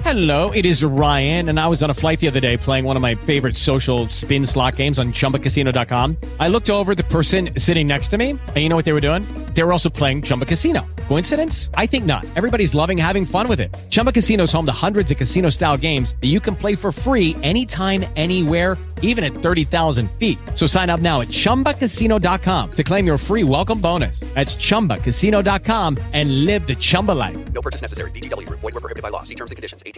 Hello, it is Ryan, and I was on a flight the other day playing one of my favorite social spin slot games on ChumbaCasino.com. I looked over at the person sitting next to me, and you know what they were doing? They were also playing Chumba Casino. Coincidence? I think not. Everybody's loving having fun with it. Chumba Casino is home to hundreds of casino-style games that you can play for free anytime, anywhere, even at 30,000 feet. So sign up now at ChumbaCasino.com to claim your free welcome bonus. That's ChumbaCasino.com and live the Chumba life. No purchase necessary. VGW. Void were prohibited by law. See terms and conditions. 18+.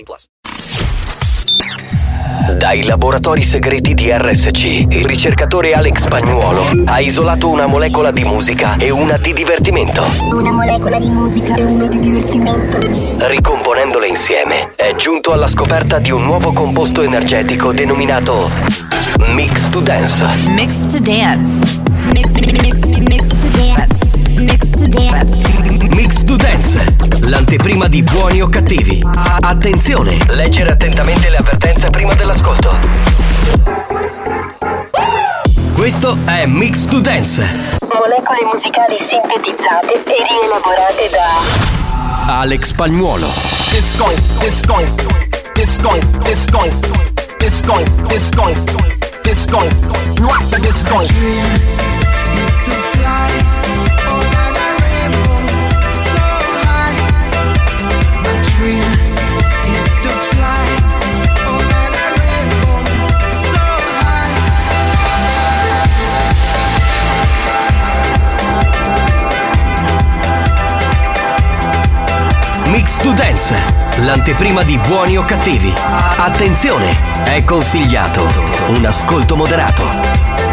Dai laboratori segreti di RSC, il ricercatore Alex Spagnuolo ha isolato una molecola di musica e una di divertimento. Una molecola di musica e una di divertimento. Ricomponendole insieme, è giunto alla scoperta di un nuovo composto energetico denominato Mix to Dance. Mix to Dance. Mix to Dance. Mix to Dance. Mix to Dance, l'anteprima di Buoni o Cattivi. Attenzione, leggere attentamente le avvertenze prima dell'ascolto. Questo è Mix to Dance. Molecole musicali sintetizzate e rielaborate da Alex Spagnuolo. Mix to Dance, l'anteprima di Buoni o Cattivi. Attenzione, è consigliato un ascolto moderato.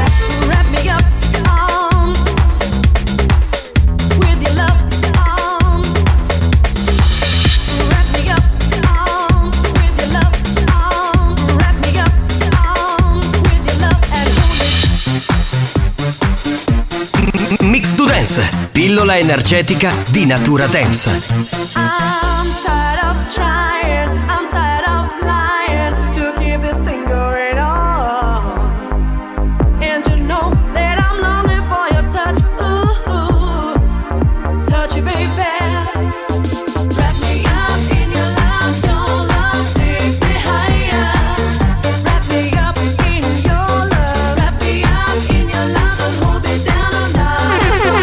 Mix to Dance, pillola energetica di natura dance. I'm tired of trying, I'm tired of lying to keep this thing going on. And you know that I'm longing for your touch, ooh, touch it, baby. Wrap me up in your love takes me higher. Wrap me up in your love, wrap me up in your love and hold me down on love.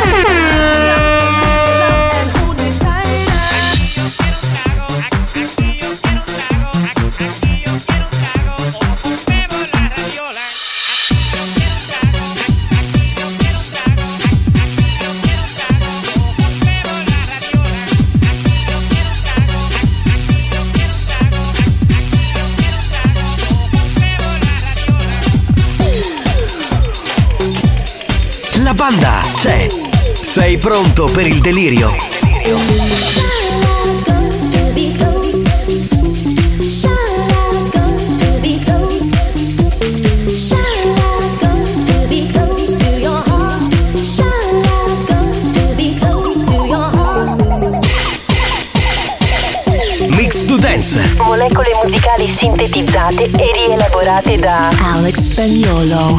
And hold me tighter. La banda c'è. Sei pronto per il delirio? Mix to Dance. molecole musicali sintetizzate e rielaborate da Alex Spagnuolo.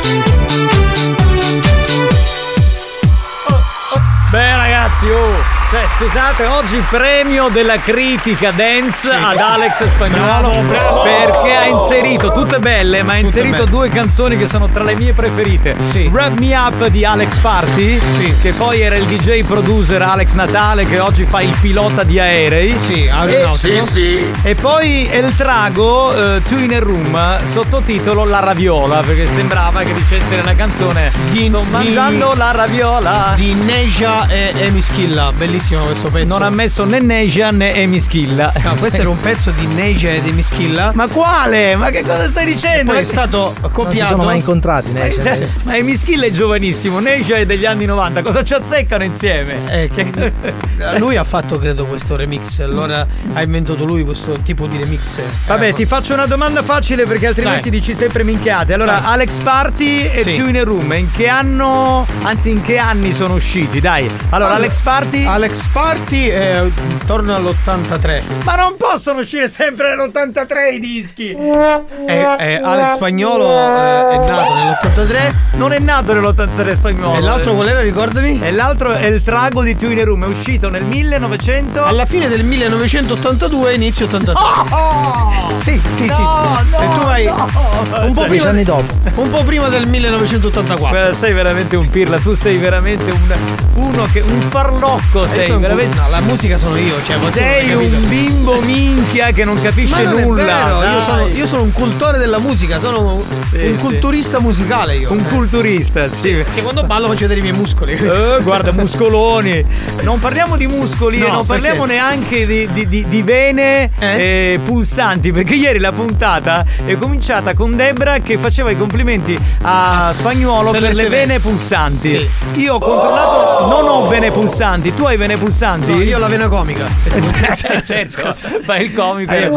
Beh ragazzi, Cioè, scusate, oggi premio della critica dance ad Alex Spagnuolo. Bravo. Perché ha inserito, tutte belle, ma ha inserito due canzoni che sono tra le mie preferite. Sì. Wrap Me Up di Alex Party, sì, che poi era il DJ producer Alex Natale, che oggi fa il pilota di aerei. Sì, sì. E poi El Trago, Two in a Room, sottotitolo La Raviola, perché sembrava che dicesse nella canzone sto mangiando la raviola di Neja e Emischilla. Bellissimo questo pezzo. Non ha messo né Neja né Emischilla. No, questo era un pezzo di Neja ed Emischilla. Ma quale? Ma che cosa stai dicendo? Poi è stato copiato. Non si sono mai incontrati Neja. Ma Emischilla è giovanissimo, Neja è degli anni 90. Cosa ci azzeccano insieme? Lui ha fatto credo questo remix. Allora ha inventato lui questo tipo di remix. Vabbè, ti faccio una domanda facile perché altrimenti dici sempre minchiate. Allora, Alex Party e Two in a Room, in che anno, anzi in che anni sono usciti? Dai. Allora, Alex Party torna all'83. Ma non possono uscire sempre nell'83 i dischi. Alex Spagnuolo è nato nell'83. Non è nato nell'83 Spagnuolo. E l'altro qual era, ricordami? E l'altro è Il Trago di Two in a Room, è uscito nel 1900. Alla fine del 1982, inizio 83. Sì. Se tu vai un po' 10 anni dopo. Un po' prima del 1984. Sei veramente un pirla, tu sei veramente un farlocco, sei veramente. No, la musica sono io, cioè sei un bimbo minchia che non capisce nulla. Io sono un cultore della musica, sono un culturista musicale io. Un culturista, sì. Perché quando ballo faccio vedere i miei muscoli. Guarda, muscoloni. Non parliamo di muscoli, non parliamo neanche di vene pulsanti, perché ieri la puntata è cominciata con Debra che faceva i complimenti a Spagnuolo per le vene pulsanti. Sì. Io ho controllato, non ho vene pulsanti. Tu hai vene pulsanti? No, io ho la vena comica. Certo, fai il comico. È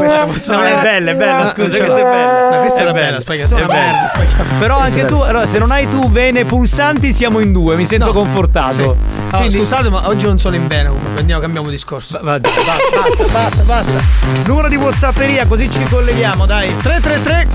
bella, scusa, questa è bella. Ma questa è bella, Però anche tu, allora, se non hai tu vene pulsanti siamo in due, mi sento confortato. Quindi, scusate, ma oggi non sono in vena, comunque cambiamo discorso. Basta. Numero di WhatsApperia, così ci colleghiamo, dai. 333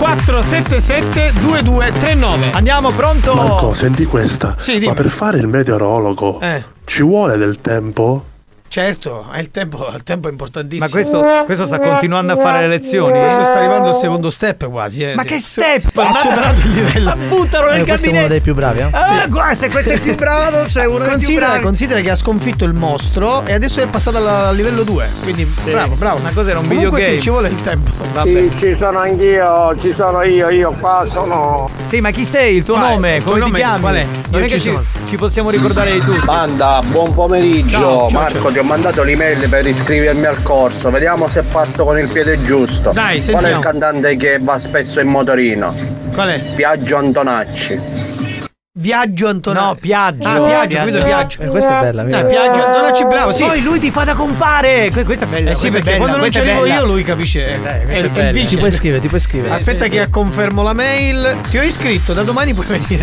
477 2239. Andiamo, pronto? Marco, senti questa. Sì, ma per fare il meteorologo ci vuole del tempo? Certo, il tempo è importantissimo. Ma questo sta continuando a fare le lezioni. Questo sta arrivando al secondo step quasi. Ma che step? Ha superato il livello. Ma buttalo nel questo gabinetto. è uno dei più bravi, guarda, se questo è più bravo, c'è uno dei più bravi. Considera che ha sconfitto il mostro e adesso è passato al livello 2. Quindi bravo. Ma cos'era un videogame? Sì, ci vuole il tempo. Sì, ci sono anch'io, ci sono io qua sono. Sì, ma chi sei? Il tuo nome? Come ti chiami? Qual è? Non è che ci possiamo ricordare di tutti. Banda, buon pomeriggio. Marco, ti ho mandato l'email per iscrivermi al corso. Vediamo se parto con il piede giusto. Dai, sentiamo. Qual è il cantante che va spesso in motorino? Qual è? Piaggio Antonacci. Viaggio Antonacci. No, Piaggio. Piaggio. Questa è bella, Piaggio Antonacci, bravo. Sì. Poi lui ti fa da compare. Questa è bella. Sì, perché quando non ci arrivo io, lui capisce. Ti puoi scrivere. Aspetta che confermo la mail. Ti ho iscritto, da domani puoi venire.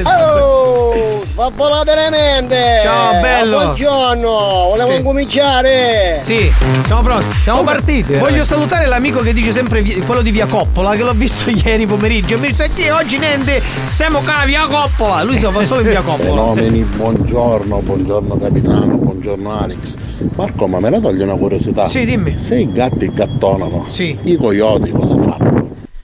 Sfavolate le mente. Ciao, bello. Buongiorno, volevo cominciare. Sì, siamo pronti. Siamo partiti. Voglio salutare l'amico che dice sempre quello di Via Coppola, che l'ho visto ieri pomeriggio. Mi dice che oggi niente, siamo qua Via Coppola. Lui solo in Via Coppola. Fenomeni, buongiorno capitano, buongiorno Alex. Marco, ma me la togli una curiosità? Sì, dimmi. Se i gatti gattonano, sì, i coyote cosa fanno?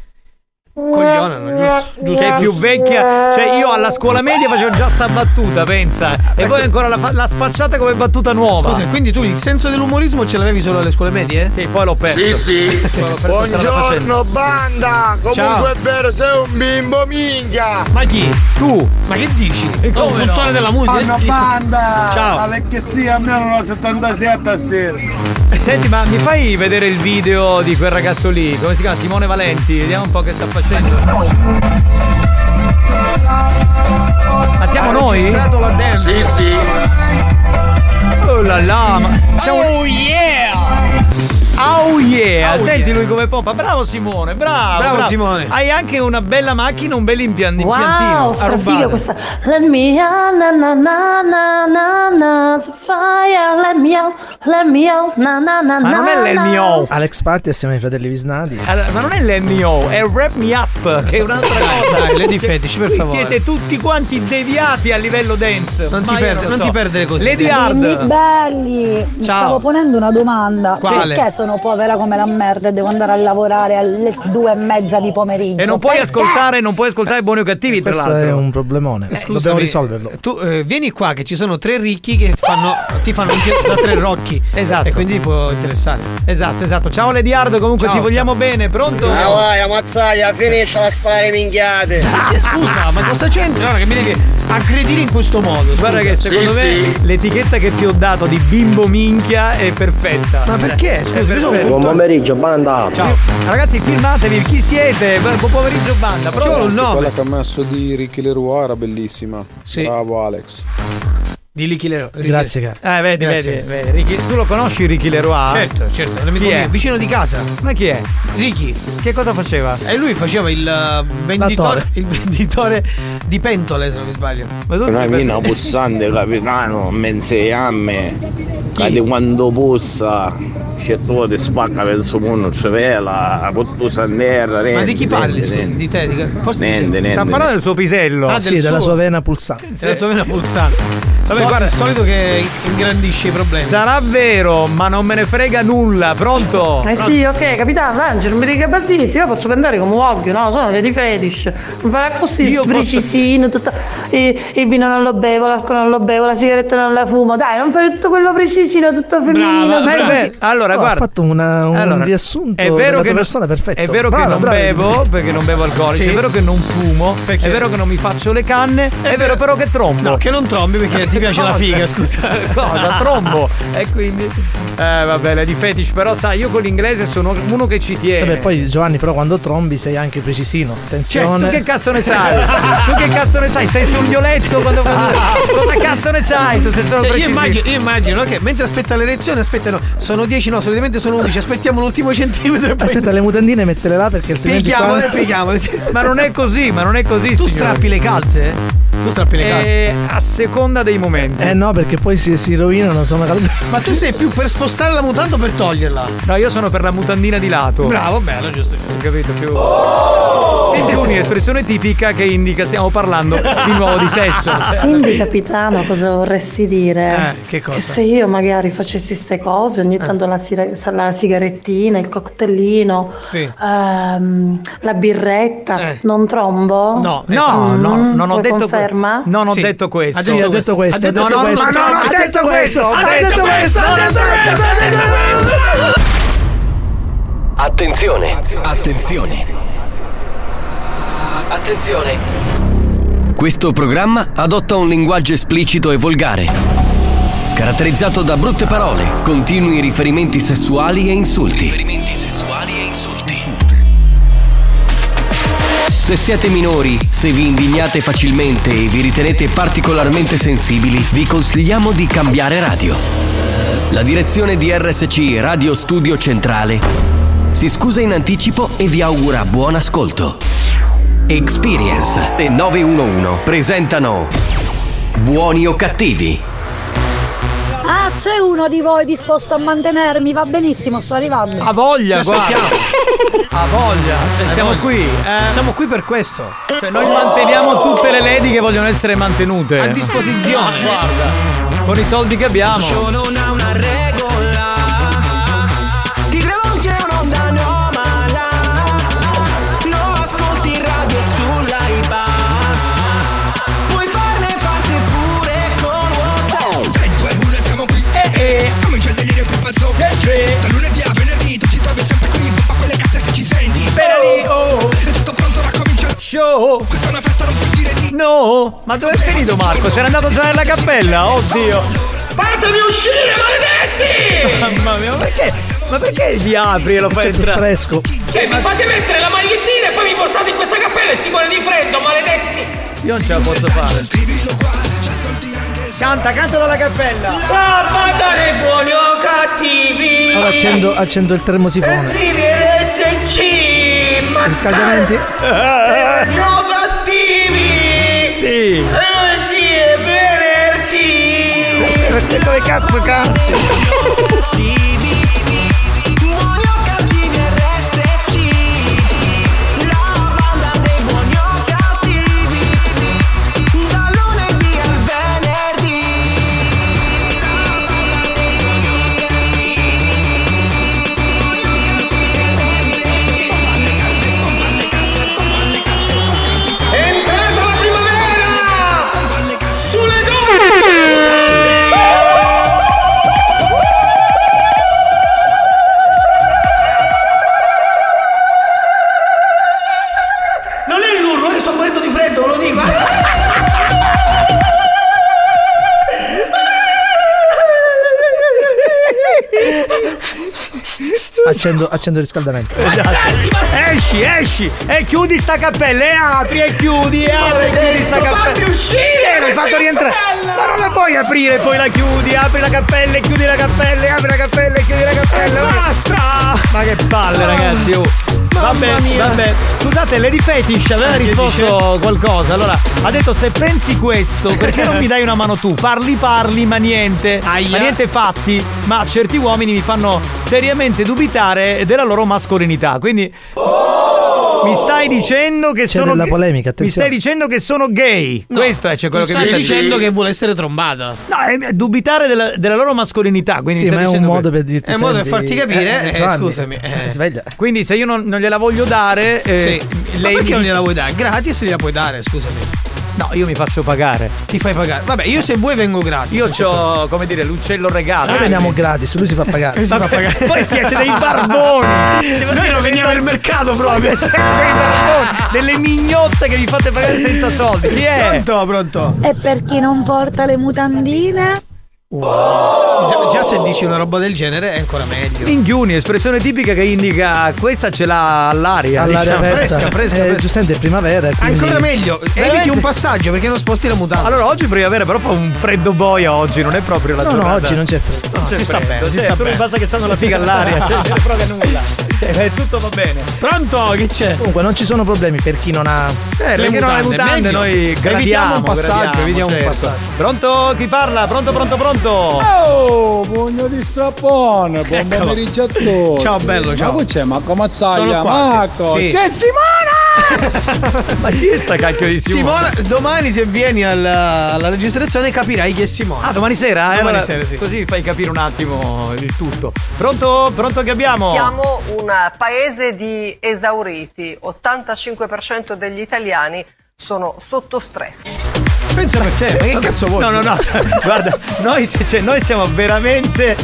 Coglionano, giusto. Che è più vecchia. Cioè io alla scuola media facevo già sta battuta, pensa. E voi ancora la spacciate come battuta nuova. Scusa, quindi tu il senso dell'umorismo ce l'avevi solo alle scuole medie? Sì, poi l'ho perso. Sì. Buongiorno banda. Comunque è vero, sei un bimbo minchia. Ma chi? Tu? Ma che dici? Un cultore della musica? Buongiorno banda. Ciao. Alex sì, almeno una 77 a sera. Senti, ma mi fai vedere il video di quel ragazzo lì? Come si chiama? Simone Valenti. Vediamo un po' che sta facendo. Ma siamo noi? La dance. Sì. Oh là là, ma yeah! Oh yeah, senti lui come pompa. Bravo Simone, bravo Simone. Hai anche una bella macchina, un bel impiantino. Wow, strafiga questa. Let me out, na na na na na na, fire, let me out, na na na na. Ma non è Let Me Out. Alex Party assieme ai fratelli Visnati. Ma non è Let Me Out, è Wrap Me Up, che è un'altra cosa. Dai, Lady Fetish, per favore. Siete tutti quanti deviati a livello dance. Non ti perdere così. Lady Hard. Belli, mi stavo ponendo una domanda. Quale? Perché sono povera come la merda e devo andare a lavorare alle 2:30 di pomeriggio? E non puoi ascoltare Buoni o Cattivi, tra Questo l'altro. è un problemone. Dobbiamo risolverlo. Tu vieni qua che ci sono 3 ricchi che ti fanno anche da 3 rocchi. Esatto. E quindi può interessare. Esatto. Ciao Lady Hard, comunque ti vogliamo bene, pronto? Vai, ammazzaglia, finisce la spara minchiate. Scusa, ma cosa c'entra ora che mi devi aggredire in questo modo? Scusa. Guarda che secondo me l'etichetta che ti ho dato di bimbo minchia è perfetta. Ma perché? Scusa, Buon pomeriggio, banda. Ciao. Ragazzi, filmatevi, chi siete? Buon pomeriggio banda. Solo un nome. Quella che ha messo di Ricky Leroy era bellissima. Sì. Bravo Alex. Di Ricky Leroy. Grazie, caro. Vedi. Ricky, tu lo conosci Ricky Leroy? Certo. Chi è? Vicino di casa. Ma chi è? Ricky. Che cosa faceva? E lui faceva il venditore di pentole, se non mi sbaglio. Ma tu una mina pussante, capitano, mense a me. Che quando pussa c'è tu ti spacca per il suo mondo, c'è vela, pottusa in terra. Ma di chi parli, scusa? Di te? Forse niente. Sta parlando del suo pisello. Sì, della sua vena pulsante. Della sua vena pulsante. Vabbè, guarda, il solito che ingrandisce i problemi. Sarà vero, ma non me ne frega nulla. Pronto? Sì, ok, capitano, Angelo, non mi dica sì, io posso cantare come voglio, no? Sono Lady Fetish. Mi farà così, precisino, tutto. Il vino non lo bevo, l'alcol non lo bevo, la sigaretta non la fumo. Dai, non fai tutto quello precisino, tutto femminile. Allora, guarda, ha fatto un riassunto è vero della che tua persona perfetto. È vero che non bevo, perché non bevo alcolici, Sì. è vero che non fumo, Perché? è vero che non mi faccio le canne, è vero però che trombo. No, che non trombi perché ti piace la figa, scusa. Cosa? Trombo. E quindi vabbè, Lady Fetish, però sai, io con l'inglese sono uno che ci tiene. Vabbè, poi Giovanni, però quando trombi sei anche precisino. Attenzione. Tu che cazzo ne sai? Tu che cazzo ne sai? Sei sul violetto quando cosa cazzo ne sai? Tu sei solo precisino. Io immagino che mentre aspetta l'erezione, aspettano, sono 10, no, solitamente sono 11, aspettiamo l'ultimo centimetro e poi Aspetta, le mutandine mettele là perché altrimenti pieghiamole. Ma non è così, Tu signori. strappi le calze? Tu strappi le calze? A seconda dei momenti. no, perché poi si rovinano, sono calze. Ma tu sei più per spostare la mutanda o per toglierla? No, io sono per la mutandina di lato. Bravo, bello, giusto. Capito? Più un'espressione tipica che indica stiamo parlando di nuovo di sesso. Quindi, capitano, cosa vorresti dire? Che cosa? Che se io magari facessi ste cose, ogni tanto la sigarettina, il cocktailino, Sì. la birretta, non trombo? No, non ho detto conferma? Non ho detto questo. Ha detto questo. No, non ho detto questo. Attenzione! Questo programma adotta un linguaggio esplicito e volgare, caratterizzato da brutte parole, continui riferimenti sessuali e insulti. Se siete minori, se vi indignate facilmente e vi ritenete particolarmente sensibili, vi consigliamo di cambiare radio. La direzione di RSC Radio Studio Centrale si scusa in anticipo e vi augura buon ascolto. Experience e 911 presentano Buoni o Cattivi. Ah, c'è uno di voi disposto a mantenermi, va benissimo, sto arrivando. Ha voglia, guarda. Ha voglia. Siamo qui. Siamo qui per questo. Cioè, noi manteniamo tutte le lady che vogliono essere mantenute. A disposizione. Guarda. Con i soldi che abbiamo. Non ha una regola. Ti rivolge un'onda anomala. Non ascolti radio sull'AIBA. Puoi farne parte pure con WhatsApp. Dai, 2 1 siamo qui. Comincia il delirio più pazzo che c'è. Da lunedì a venerdì tu ci trovi sempre qui. Pompa quelle casse se ci senti. È tutto pronto, ora comincia il show. Questa è una festa, non puoi dire di no. Ma dove è finito Marco? Se n'è andato già nella cappella? Oddio. Fatemi uscire, maledetti! Mamma mia, ma perché vi apri e lo fai entrare? Fresco. Cioè, mi fate mettere la magliettina e poi mi portate in questa cappella e si muore di freddo, maledetti! Io non ce la posso fare. Canta dalla cappella. Mandare buoni o cattivi! Allora, Accendo il termosifone. Riscaldamenti. Cattivi. Sì. Venerdì e venerdì. Perché come cazzo canti? Accendo il riscaldamento. Esatto. Esci e chiudi sta cappella e apri e chiudi sta cappella. Fammi uscire! L'hai fatto rientrare. Ma non la puoi aprire e poi la chiudi. Apri la cappella e chiudi la cappella. Apri la cappella e chiudi la cappella. Basta! Ma che palle, ragazzi. Vabbè. Scusate, Lady Fetish aveva risposto qualcosa. Allora, ha detto: se pensi questo, perché non mi dai una mano tu? Parli, ma niente. Ma niente fatti. Ma certi uomini mi fanno seriamente dubitare della loro mascolinità. Quindi mi stai dicendo che sono della polemica, mi stai dicendo che sono gay. No, questo è quello che mi stai stai dicendo che vuole essere trombata. No, è dubitare della loro mascolinità. Quindi sì, ma è un modo per dirti. È un modo per farti capire. Scusami. Sveglia. Quindi se io non gliela voglio dare, sì. Lei perché non gliela vuoi dare? Gratis gliela puoi dare, scusami. No, io mi faccio pagare. Ti fai pagare. Vabbè, io se vuoi vengo gratis. Io c'ho, come dire, l'uccello regalo. Noi veniamo gratis, lui si fa pagare. Poi siete dei barboni. Noi non veniamo al mercato proprio. Siete dei barboni, delle mignotte che vi fate pagare senza soldi. Chi è? Pronto. E per chi non porta le mutandine? Già se dici una roba del genere è ancora meglio. Minchiuni, espressione tipica che indica questa ce l'ha all'aria. Fresca. Giustamente è primavera. Quindi... Ancora meglio, eviti un passaggio perché non sposti la mutanda. Allora oggi primavera però fa un freddo boia oggi, non è proprio la giornata. No, oggi non c'è freddo. Non ci sta bene, si sta bene. Basta che c'hanno la figa all'aria, cioè non ce ne frega nulla. Tutto va bene. Pronto, che c'è? Comunque non ci sono problemi per chi non ha perché non ha le mutande, noi evitiamo un passaggio, Pronto? Chi parla? Pronto? Oh, pugno di strappone, buon pomeriggio a tutti. Ciao bello, ciao. Ma che c'è? Marco Mazzaglia, Marco. Sì. C'è Simona! Ma chi è sta cacchio di Simona? Domani se vieni alla registrazione capirai chi è Simona. Ah, domani sera? Domani sera, sì. Così fai capire un attimo il tutto. Pronto che abbiamo? Siamo un paese di esauriti. 85% degli italiani sono sotto stress. Pensa per te, ma che cazzo vuoi? No, guarda, noi siamo veramente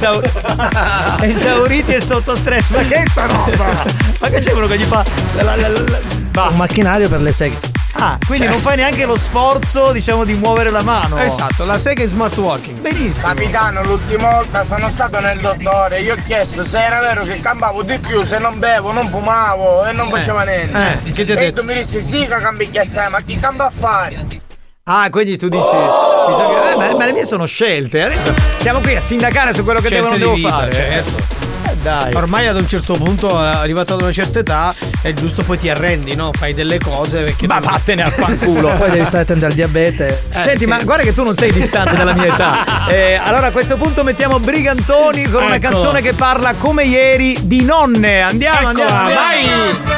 esauriti e sotto stress. Ma che è sta roba? Ma che c'è uno che gli fa un macchinario per le seghe. Ah, quindi non fai neanche lo sforzo, diciamo, di muovere la mano. Esatto, la sega è smart working. Benissimo. Capitano, l'ultima volta sono stato nel dottore, gli ho chiesto se era vero che campavo di più, se non bevo, non fumavo e non faceva niente. Che ti ha detto? E tu mi disse sì che cambi assai, ma chi cambia a fare? Ah, quindi tu dici ma le mie sono scelte. Adesso siamo qui a sindacare su quello che devo fare. Certo. Dai. Ormai ad un certo punto, arrivato ad una certa età, è giusto poi ti arrendi, no? Fai delle cose perché. Ma vattene al fanculo. Poi devi stare attento al diabete. Senti, ma guarda che tu non sei distante dalla mia età. Allora a questo punto mettiamo Brigantoni con una canzone che parla come ieri di nonne. Andiamo. Vai!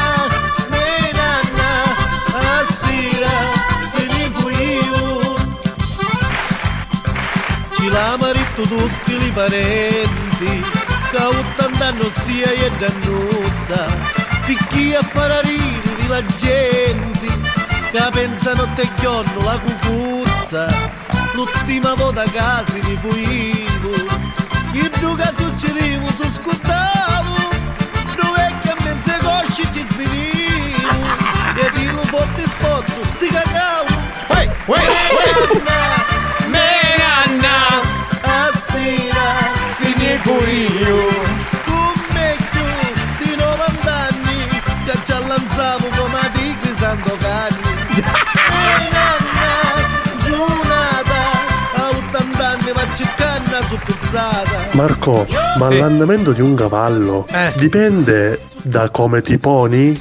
Ci la marito tutti i parenti, che 80 anni sia e dannuzza, picchi a fare ridere la gente, che pensano te chionno la cucuzza, l'ultima volta a casa di fuivo, il duca succedivo su scottavo, dove che a mezze cosci ci svenivo, e di un forte spozzo si cagavo. Io come tu di 90 anni che ci allanzavo come a tigri Sant'Ocanni e nanna giornata a 80 anni ma ci canna su Marco, ma l'andamento di un cavallo dipende da come ti poni?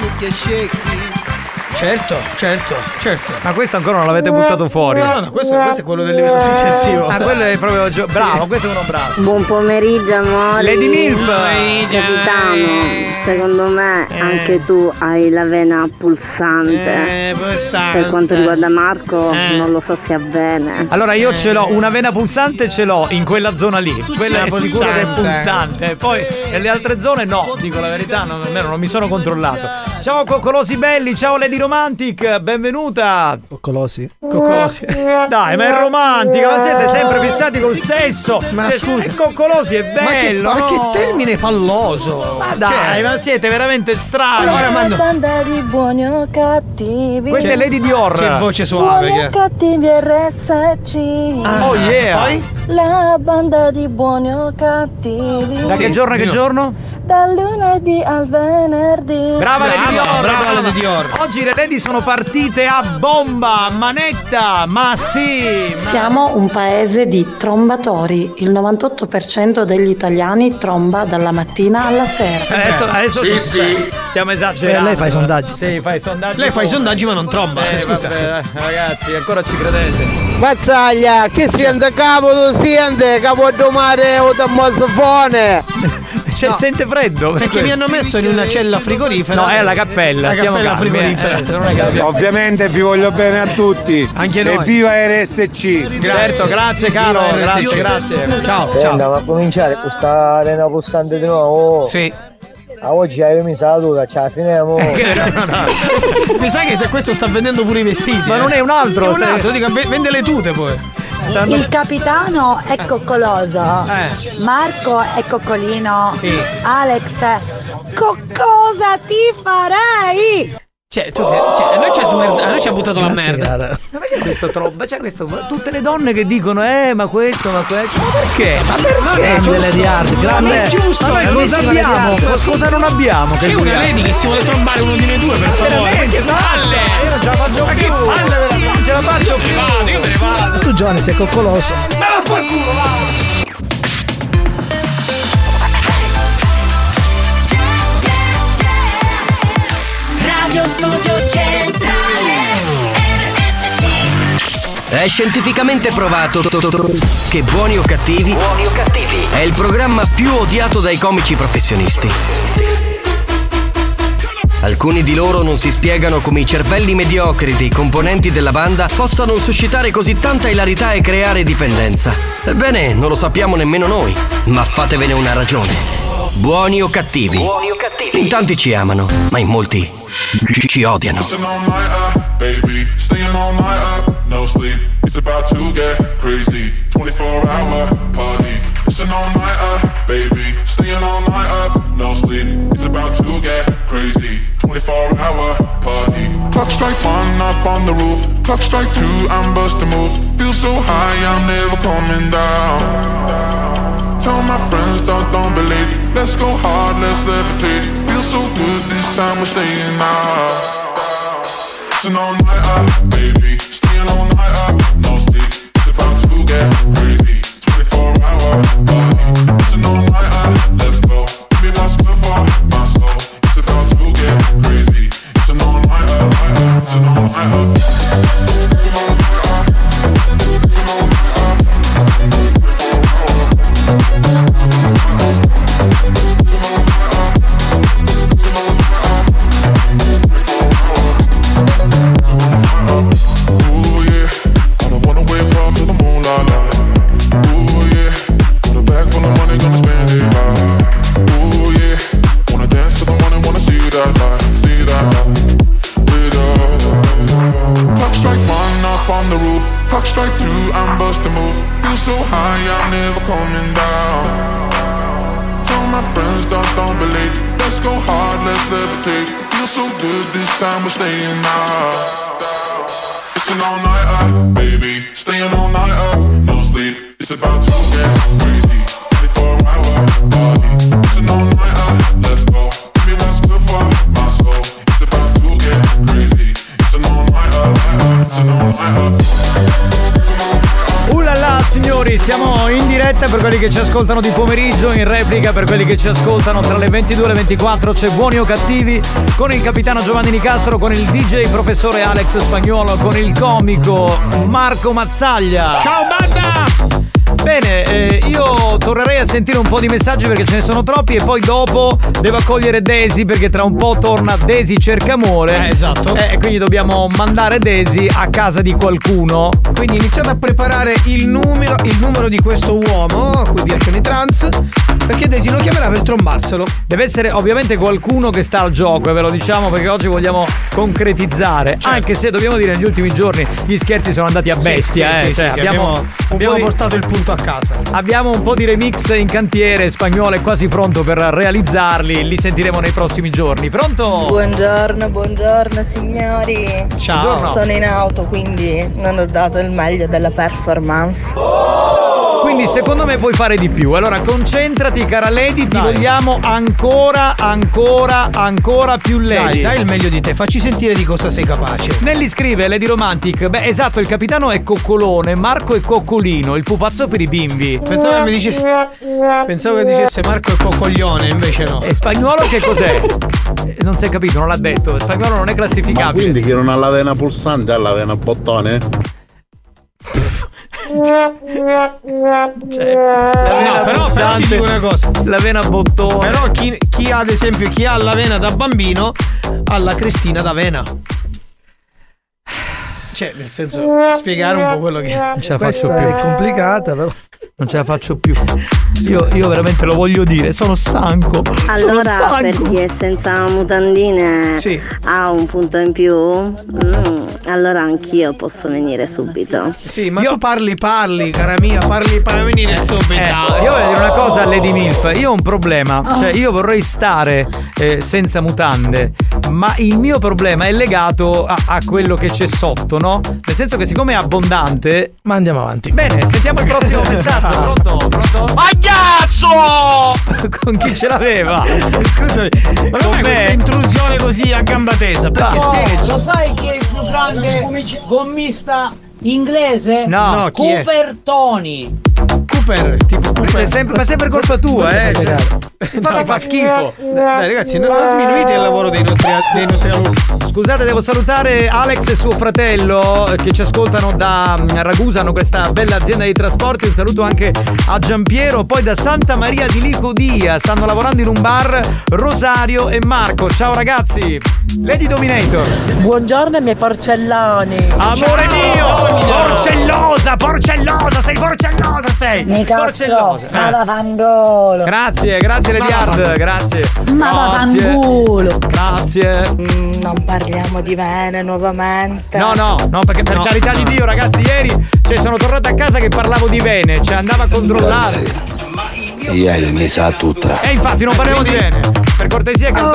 Certo. Ma questo ancora non l'avete buttato fuori. No, questo è quello del livello successivo. Ah, quello è proprio bravo, questo è uno bravo. Buon pomeriggio, amore. Lady Milf. Capitano, secondo me anche tu hai la vena pulsante. Per quanto riguarda Marco, non lo so se ha bene. Allora io ce l'ho, una vena pulsante ce l'ho in quella zona lì. Quella è sicuro che è pulsante. Poi nelle altre zone no, dico la verità, almeno non mi sono controllato. Ciao coccolosi belli, ciao Lady Romantic, benvenuta. Coccolosi. Dai, ma è romantica, ma siete sempre fissati col sesso. Ma scusa, coccolosi è bello. Ma che termine palloso. Ma dai, ma siete veramente strani. Allora, una banda di buoni o cattivi. Questa è Lady Dior. Che voce suave. Buoni o cattivi RSC. Oh yeah. Poi? La banda di buoni o cattivi. Da che giorno a che giorno? Dal lunedì al venerdì. Brava Lady Dior. Brava Lady Dior. Oggi le lady sono partite a bomba, a manetta, ma sì. Siamo un paese di trombatori. Il 98% degli italiani tromba dalla mattina alla sera. Adesso sì. Stiamo esagerando. Lei fa i sondaggi. Sì, fa i sondaggi. Lei fa i sondaggi ma non tromba. Scusa. Vabbè, ragazzi, ancora ci credete. Mazzaglia, che sente capo, tu sente capo domare o da mozzofone. Sente freddo. Perché mi hanno messo in una cella frigorifera. No, è la cappella. La cappella frigorifera. Ovviamente vi voglio bene a tutti. Anche noi. E viva RSC. Grazie caro. Grazie. Ciao. Senta, ma cominciare questa arena pulsante di nuovo. Sì. Oggi mi saluta, ce la finiamo. Mi sa che se questo sta vendendo pure i vestiti. Ma non è un altro. È un altro, dica, vende le tute poi. Il capitano è coccoloso. Marco è coccolino. Sì. Alex, cosa ti farei? Cioè, a noi ci ha buttato la merda. Cara. Ma perché questo troppo? C'è questo. Tutte le donne che dicono, ma questo. Ma perché? Ma perché? Grande Lady Hard, grande. Ma è giusto. Ma noi cosa abbiamo? Cosa non abbiamo? C'è una lady che si vuole trombare uno di noi due, per favore. Ma che palle! Io non ce la faccio più. Che palle, non ce la faccio più. Io me ne vado. Tu Giovanni sei coccoloso. Ma va fuori culo, va! Radio Studio Centrale RSC. È scientificamente provato che Buoni o Cattivi è il programma più odiato dai comici professionisti. Alcuni di loro non si spiegano come i cervelli mediocri dei componenti della banda possano suscitare così tanta ilarità e creare dipendenza. Ebbene, non lo sappiamo nemmeno noi, ma fatevene una ragione. Buoni o Cattivi. In tanti ci amano, ma in molti ci odiano. Baby, staying all night up, no sleep. It's about to get crazy. 24-hour party. Listen all night up, baby. Staying all night up, no sleep. It's about to get crazy. 24-hour party. Clock strike 1 up on the roof. Clock strike 2, I'm busting move. Feel so high, I'm never coming down. Tell my friends, don't believe. Let's go hard, let's levitate. Feel so good, this time we're staying out. Listen all night up, baby. Staying all night up, no sleep. It's about to get crazy. 24-hour party. Listen all night up, let's go. Give me what's good for my soul. It's about to get crazy. Listen all night up, listen all night up. Listen all night up, listen all night up. 24-hour. Ooh yeah, I don't wanna wake up till the moonlight light. Ooh yeah, got a bag full of money, gonna spend it right. Ooh yeah, wanna dance till the morning, wanna see that light with us. Clock strike 1 up on the roof, clock strike 2, I'm busting move. Feel so high, I'm never coming down. Tell my friends, don't believe. Let's go hard, let's levitate. Feel so good, this time we're staying out. Listen all night up, baby. Staying all night up, no sleep. It's about to get crazy. 24-hour party. Listen all night up, let's go. Give me what's good for my soul. It's about to get crazy. Listen all night up, listen all night up. Là, signori, siamo in diretta diretta per quelli che ci ascoltano di pomeriggio, in replica per quelli che ci ascoltano tra le 22 e le 24. C'è Buoni o Cattivi con il capitano Giovanni Nicastro, con il DJ professore Alex Spagnuolo, con il comico Marco Mazzaglia. Ciao banda! Bene, io tornerei a sentire un po' di messaggi perché ce ne sono troppi e poi dopo devo accogliere Daisy perché tra un po' torna Daisy cerca amore. Esatto. E quindi dobbiamo mandare Daisy a casa di qualcuno. Quindi iniziate a preparare il numero di questo uomo a cui piacciono i trans, perché Daisy lo chiamerà per trombarselo. Deve essere ovviamente qualcuno che sta al gioco, ve lo diciamo perché oggi vogliamo concretizzare. Certo. Anche se dobbiamo dire negli ultimi giorni gli scherzi sono andati a bestia. Abbiamo portato il punto a casa. Abbiamo un po' di remix in cantiere, Spagnuolo è quasi pronto per realizzarli, li sentiremo nei prossimi giorni. Pronto? Buongiorno signori. Ciao. Buongiorno. Sono in auto, quindi non ho dato il meglio della performance. Quindi secondo me puoi fare di più. Allora concentrati, cara Lady, ti vogliamo ancora più Lady. Dai il meglio di te, facci sentire di cosa sei capace. Nelly scrive, Lady Romantic, beh esatto, il capitano è coccolone, Marco è coccolino, il pupazzo per i bimbi. Pensavo che dicesse Marco è coccoglione, invece no. E Spagnuolo che cos'è? Non si è capito, non l'ha detto. Spagnuolo non è classificabile. Ma quindi chi non ha la vena pulsante ha la vena bottone? Però ti dico una cosa, la vena bottone. Però chi ha ad esempio chi ha la vena da bambino ha la crestina d'avena. Cioè nel senso, spiegare un po' quello che non ce la faccio più. È complicata però. Non ce la faccio più. Io veramente lo voglio dire, sono stanco. Allora, per chi è senza mutandine ha un punto in più? Allora anch'io posso venire subito. Sì, ma tu parli, cara mia, parli per venire subito. Io voglio dire una cosa a Lady Milf. Io ho un problema. Cioè, io vorrei stare senza mutande, ma il mio problema è legato a quello che c'è sotto, no? Nel senso che siccome è abbondante. Ma andiamo avanti. Bene, sentiamo il prossimo messaggio. Pronto? Ragazzo! Con chi ce l'aveva? Scusami, ma come questa intrusione così a gamba tesa? Perché spiegaci? Lo sai chi è il più grande gommista inglese? No, chi è? Cooper Tony. Cooper, tipo Cooper. Ma sempre colpa tua, fa schifo. Dai ragazzi, non sminuite il lavoro dei nostri alunni. Scusate, devo salutare Alex e suo fratello che ci ascoltano da Ragusa, hanno questa bella azienda di trasporti. Un saluto anche a Giampiero, poi da Santa Maria di Licodia, stanno lavorando in un bar, Rosario e Marco. Ciao ragazzi. Lady Dominator. Buongiorno ai miei porcelloni. Amore mio, porcellosa, sei porcellosa sei. Nicastro, vaffanculo. Grazie Lady Hard, grazie. Ma vaffanculo. Grazie. Non parliamo di vene nuovamente. No, perché per carità di Dio, ragazzi, ieri sono tornato a casa che parlavo di vene, andavo a controllare. Ieri mi sa tutta. E infatti non parliamo di vene. Per cortesia che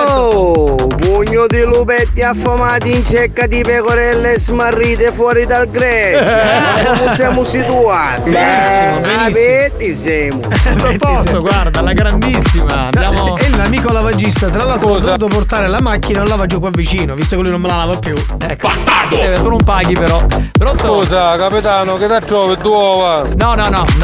pugno di lupetti affamati in cecca di pecorelle smarrite fuori dal Grecia. Come siamo situati? Benissimo. Apetti siamo. A proposito, guarda, la grandissima. Andiamo. E l'amico lavagista, tra l'altro, ho dovuto portare la macchina al lavaggio qua vicino, visto che lui non me la lava più. Bastardo! Tu non paghi però. Pronto? Scusa, capitano, che da trovi due uova? No.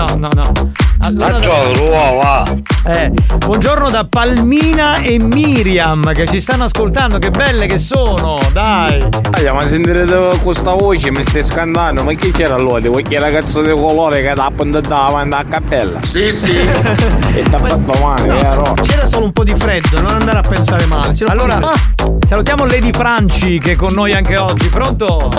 Allora, uova. Buongiorno da Palmina e Miriam che ci stanno ascoltando, che belle che sono, dai. Ma sentire questa voce mi stai scandando, ma chi c'era allora? Quel ragazzo di colore che t'ha puntato davanti a cappella. Sì. E t'ha fatto male, vero? C'era solo un po' di freddo, non andare a pensare male. Allora, salutiamo Lady Franci che è con noi anche oggi. Pronto?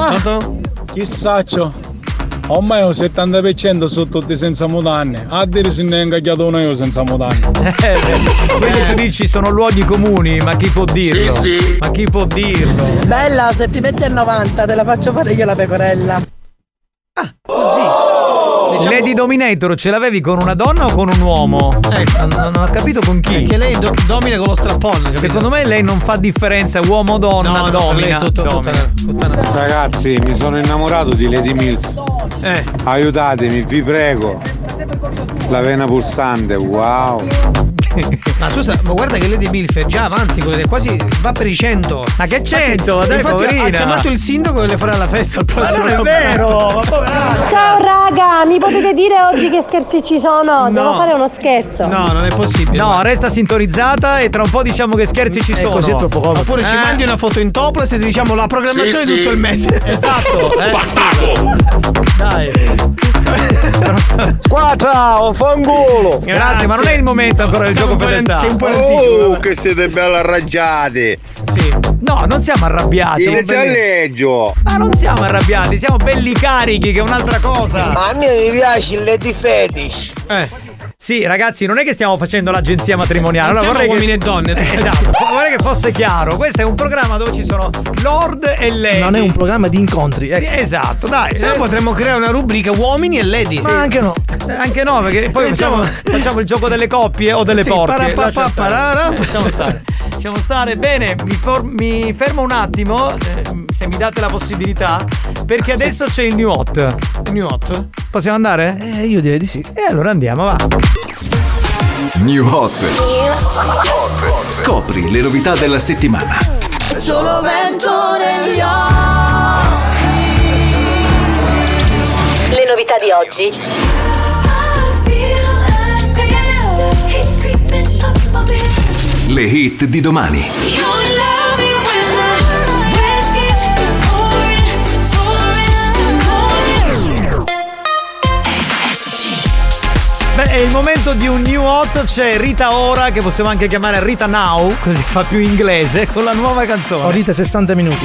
Chissà ciò. Ormai ho 70% sono tutti senza mutande. A dire se ne è ingaggiato uno io senza mutande. Quindi tu dici sono luoghi comuni, ma chi può dirlo? Sì. Ma chi può dirlo? Bella, se ti metti a 90 te la faccio fare io la pecorella. Così. Lady Dominator ce l'avevi con una donna o con un uomo? Non ho capito con chi. Perché lei domina con lo strappone, capito? Secondo me lei non fa differenza uomo o donna, domina. Ragazzi, mi sono innamorato di Lady Milf. Aiutatemi, vi prego. La vena pulsante, wow. Ma scusa, ma guarda che Lady Milf è già avanti, quasi va per i 100. Ma che 100? Dai, poverina. Ha chiamato il sindaco e le farà la festa al prossimo. Ma non è vero! Ciao raga, mi potete dire oggi che scherzi ci sono? Devo fare uno scherzo. No, non è possibile. No, resta sintonizzata e tra un po' diciamo che scherzi ci sono. Così è troppo comodo. Oppure ci mandi una foto in topless e ti diciamo la programmazione di tutto il mese. Esatto. Dai. Squadra, o fanculo. Grazie, ma non è il momento ancora del gioco fedeltà. Sei un po' anticipo. Che siete belli arrabbiati. Sì. No, non siamo arrabbiati. Siamo belli... Ma non siamo arrabbiati, siamo belli carichi, che è un'altra cosa. A me mi piace il Lady Fetish. Sì, ragazzi, non è che stiamo facendo l'agenzia matrimoniale. Non siamo uomini e donne. Esatto, vorrei che fosse chiaro. Questo è un programma dove ci sono Lord e Lady. Non è un programma di incontri. Esatto, dai. Se no potremmo creare una rubrica uomini e lady. Ma anche no. Anche no, perché poi facciamo il gioco delle coppie o delle porche. Lasciamo stare. Bene, mi fermo un attimo, se mi date la possibilità, perché adesso c'è il New Hot. New Hot? Possiamo andare? Io direi di sì. E allora andiamo, va. New Hot. Scopri le novità della settimana. Solo vento negli occhi. Le novità di oggi. Le hit di domani. Beh, è il momento di un New Hot. C'è Rita Ora, che possiamo anche chiamare Rita Now, così fa più inglese, con la nuova canzone. O Rita 60 minuti.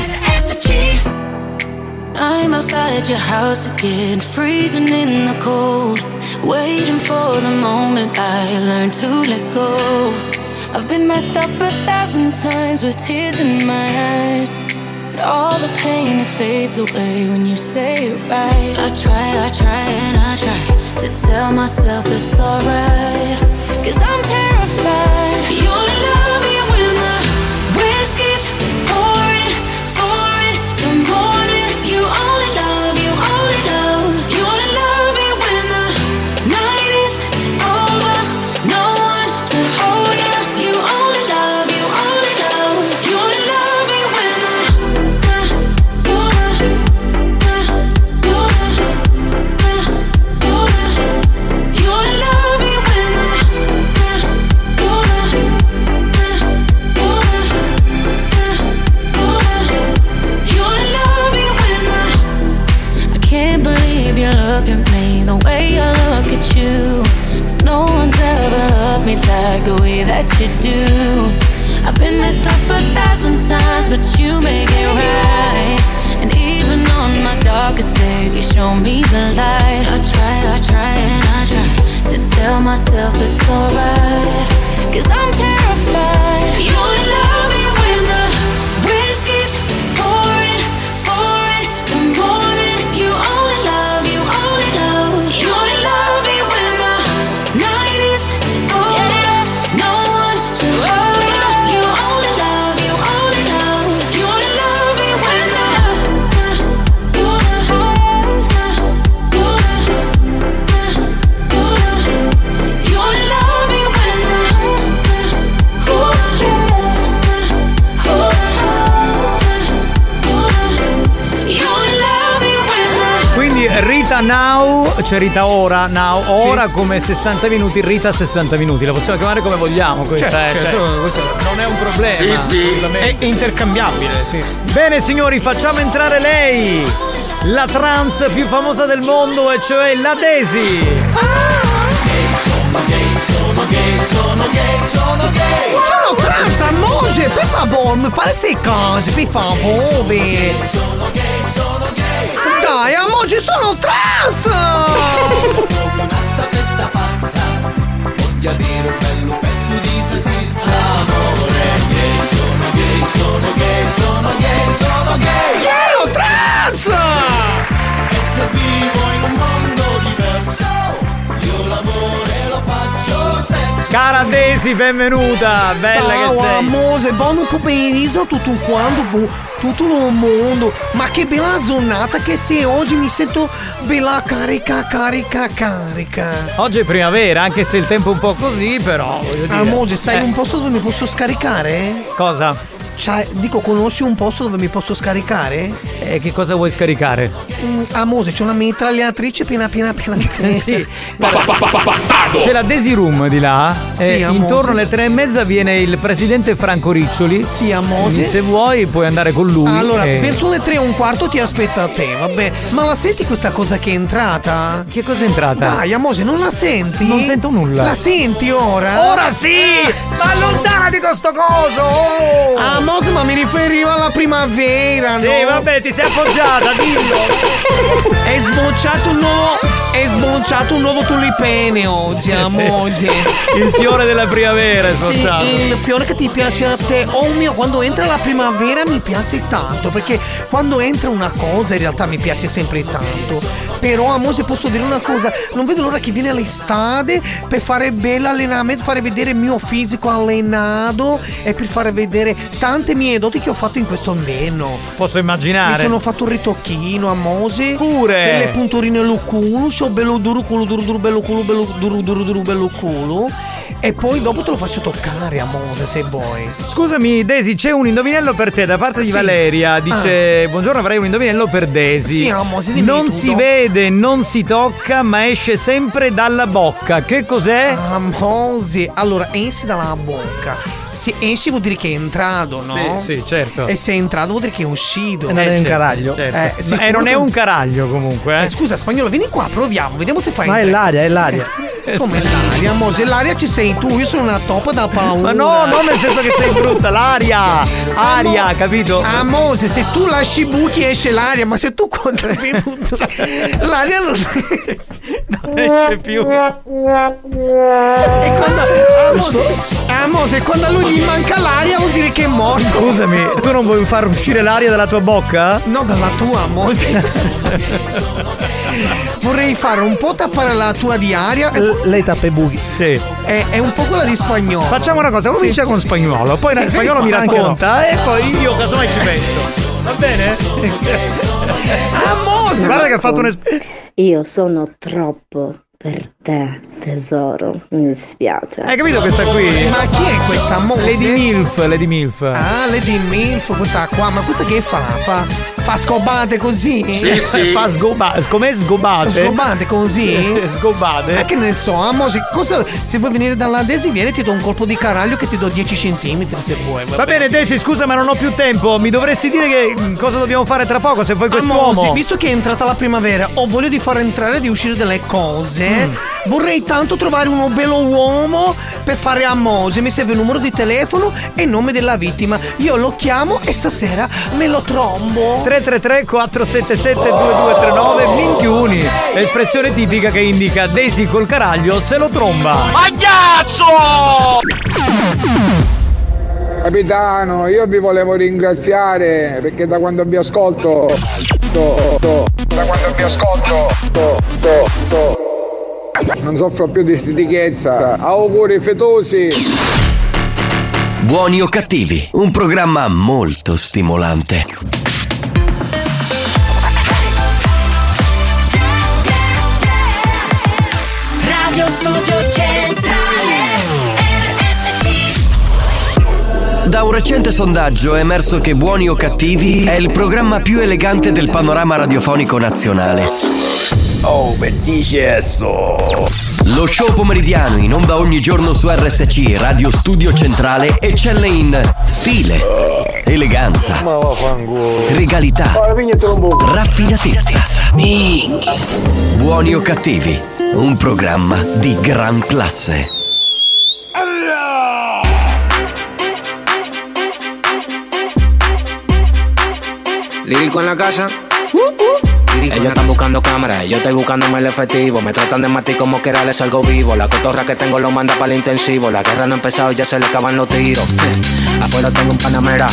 I'm outside your house again, freezing in the cold, waiting for the moment I learn to let go. I've been messed up 1,000 times with tears in my eyes, but all the pain it fades away when you say it right. I try and I try to tell myself it's alright, 'cause I'm terrified. You only love me when the whiskey's pouring, pouring the morning. You only love, you only love, you only love me when the night is over. No one to hold you. You only love, you only love, you only love me when look at me the way I look at you, 'cause no one's ever loved me like the way that you do. I've been messed up 1,000 times, but you make it right. And even on my darkest days, you show me the light. I try and I try to tell myself it's alright, 'cause I'm terrified. You only love me when the whiskey's pouring, pouring the morning. You only love, you only love, you only love me when the night is over. No one to hold you. You only love, you only love, you only love me when the you only love me when Quindi Rita Now, cioè Rita Ora, Now, ora sì. Come 60 minuti, Rita 60 minuti, la possiamo chiamare come vogliamo, questa questo non è un problema. Sì, sì. È intercambiabile, sì. Bene signori, facciamo entrare lei, la trans più famosa del mondo, e cioè la Daisy. Sono trans, amore, per favore, mi fare queste cose, per favore. Dai, amore, sono trans! Questa pazza, voglio avere un bello pezzo di salsiccia. Amore, gay, sono gay, sono gay, sono gay, sono gay. Sono trans! E se vivo in un mondo diverso, io l'amore lo faccio lo stesso. Cara Daisy, benvenuta, bella Ciao, che sei. amore, buon pomeriggio a tutto quanto, tutto il mondo. Ma che bella giornata che sei oggi, mi sento bella carica. Oggi è primavera, anche se il tempo è un po' così, però voglio dire. Amore, sai un posto dove mi posso scaricare? Cosa? Cioè, dico, conosci un posto dove mi posso scaricare? Che cosa vuoi scaricare? Amore, c'è una mitragliatrice piena. Sì. C'è la Daisy Room di là. Sì, intorno alle 3:30 viene il presidente Franco Riccioli. Sì, amore. Quindi se vuoi puoi andare con lui. Allora, verso le 3:15 ti aspetta a te, vabbè. Ma la senti questa cosa che è entrata? Che cosa è entrata? Dai, amore, non la senti? Non sento nulla. La senti ora? Ora sì! Ma allontanati con sto coso! Amore, ma mi riferivo alla primavera, Sì, no? vabbè, ti sei appoggiata, dillo! È sbocciato un nuovo tulipene oggi, amore. Il fiore della primavera è sbocciato. Sì, il fiore che ti piace a te. Oh mio, quando entra la primavera mi piace tanto, perché quando entra una cosa in realtà mi piace sempre tanto. Però, amore, posso dire una cosa, non vedo l'ora che viene l'estate per fare bello allenamento, fare vedere il mio fisico allenato e per fare vedere tante mie doti che ho fatto in questo inverno. Posso immaginare. Mi sono fatto un ritocchino, amore. Pure. Delle punturine al culo, c'ho bello duro culo, bello culo, bello culo. E poi dopo te lo faccio toccare, amore, se vuoi. Scusami, Daisy, c'è un indovinello per te da parte di Valeria. Dice: buongiorno, avrei un indovinello per Daisy. Sì, amore, dimmi non tutto. si vede, non si tocca, ma esce sempre dalla bocca. Che cos'è? Amore, allora esce dalla bocca. Se esce vuol dire che è entrato, no? Sì, certo. E se è entrato vuol dire che è uscito. E non è un caraglio. Certo. Sì, non è un caraglio comunque. Scusa, spagnolo, vieni qua, proviamo, vediamo se fai. Ma è l'aria, è l'aria. Come l'aria, amore? L'aria ci sei tu, io sono una topa da paura. Ma no, non nel senso che sei brutta, l'aria! Aria, capito? Amore, se tu lasci buchi esce l'aria, ma se tu controlli tutto, l'aria non esce più. E amore, quando a lui gli manca l'aria vuol dire che è morto. Scusami, tu non vuoi far uscire l'aria dalla tua bocca? No, dalla tua, amore. Vorrei fare un po' tappare la tua di aria. Lei tappa i buchi. Sì. È un po' quella di spagnolo. Facciamo una cosa, comincia con spagnolo, poi in spagnolo mi racconta e poi io casomai ci penso. Va bene? Amore, guarda che ha fatto Io sono troppo per te, tesoro. Mi dispiace. Hai capito questa qui? Ma chi è questa, amore? Lady Milf. Ah, Lady Milf, questa qua. Ma questa che fa? Fa scobate così? Sì. Fa sgobate. Com'è sgobate? Scobate così? Sgobate. Ma che ne so, amore, se vuoi venire dalla Daisy, vieni, ti do un colpo di caraglio che ti do 10 centimetri se vuoi. Va bene, Daisy, scusa, ma non ho più tempo. Mi dovresti dire che cosa dobbiamo fare tra poco se vuoi quest'uomo. Amore, visto che è entrata la primavera, ho voglia di far entrare e di uscire delle cose. Vorrei tanto trovare uno bello uomo per fare amore. Mi serve il numero di telefono e il nome della vittima. Io lo chiamo e stasera me lo trombo. 333-477-2239 minchiuni. L'espressione tipica che indica Daisy col caraglio se lo tromba. Pagliazzo! Capitano, io vi volevo ringraziare perché da quando vi ascolto non soffro più di stitichezza. Auguri fetosi. Buoni o cattivi, un programma molto stimolante. Radio Studio Centrale RSC. Da un recente sondaggio è emerso che Buoni o cattivi è il programma più elegante del panorama radiofonico nazionale. Oh, bellissimo! Lo show pomeridiano in onda ogni giorno su RSC Radio Studio Centrale eccelle in stile, eleganza, regalità, raffinatezza. Buoni o cattivi, un programma di gran classe. Lírico en la casa. Ellos están buscando cámaras, yo estoy buscándome el efectivo. Me tratan de matar como quiera les salgo vivo. La cotorra que tengo lo manda para el intensivo. La guerra no ha empezado y ya se le acaban los tiros. Afuera tengo un panamera.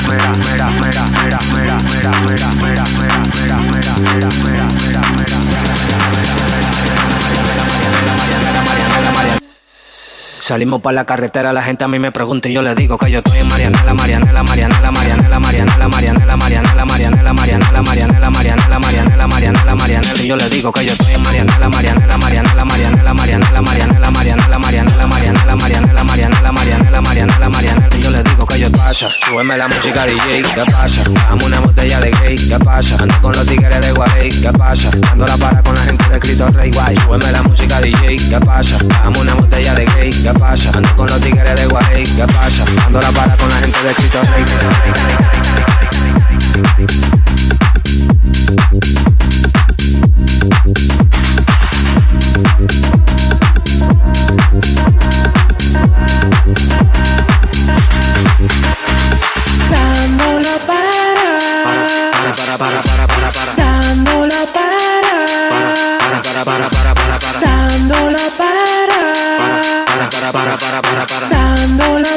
Salimos para la carretera, la gente a mí me pregunta y yo le digo que yo estoy en Marianela, Marianela, Marianela, Marianela, Marianela, Marianela, Marianela, Marianela, Marianela, Marianela, Marianela, Marianela, Marianela, Marianela, y yo le digo que yo estoy en Marianela, Marianela, Marianela, Marianela, Marianela, Marianela, Marianela, Marianela, Marianela, Marianela, Marianela, Marianela, Marianela, Marianela, y yo le digo que yo pasa. Súbeme la música DJ, ¿qué pasa? Dame una botella de gay, ¿qué pasa? Ando con los tigres de Guay, ¿qué pasa? Dando la para con la gente de Cristo Rey Guay. Súbeme la música DJ, ¿qué pasa? Dame una botella de gay, ¿qué pasa? Ando con los tigres de Guay, ¿qué pasa? Dando la para con la gente de Cristo Rey. Dándolo para. Dándolo para. Dándolo para. Dándolo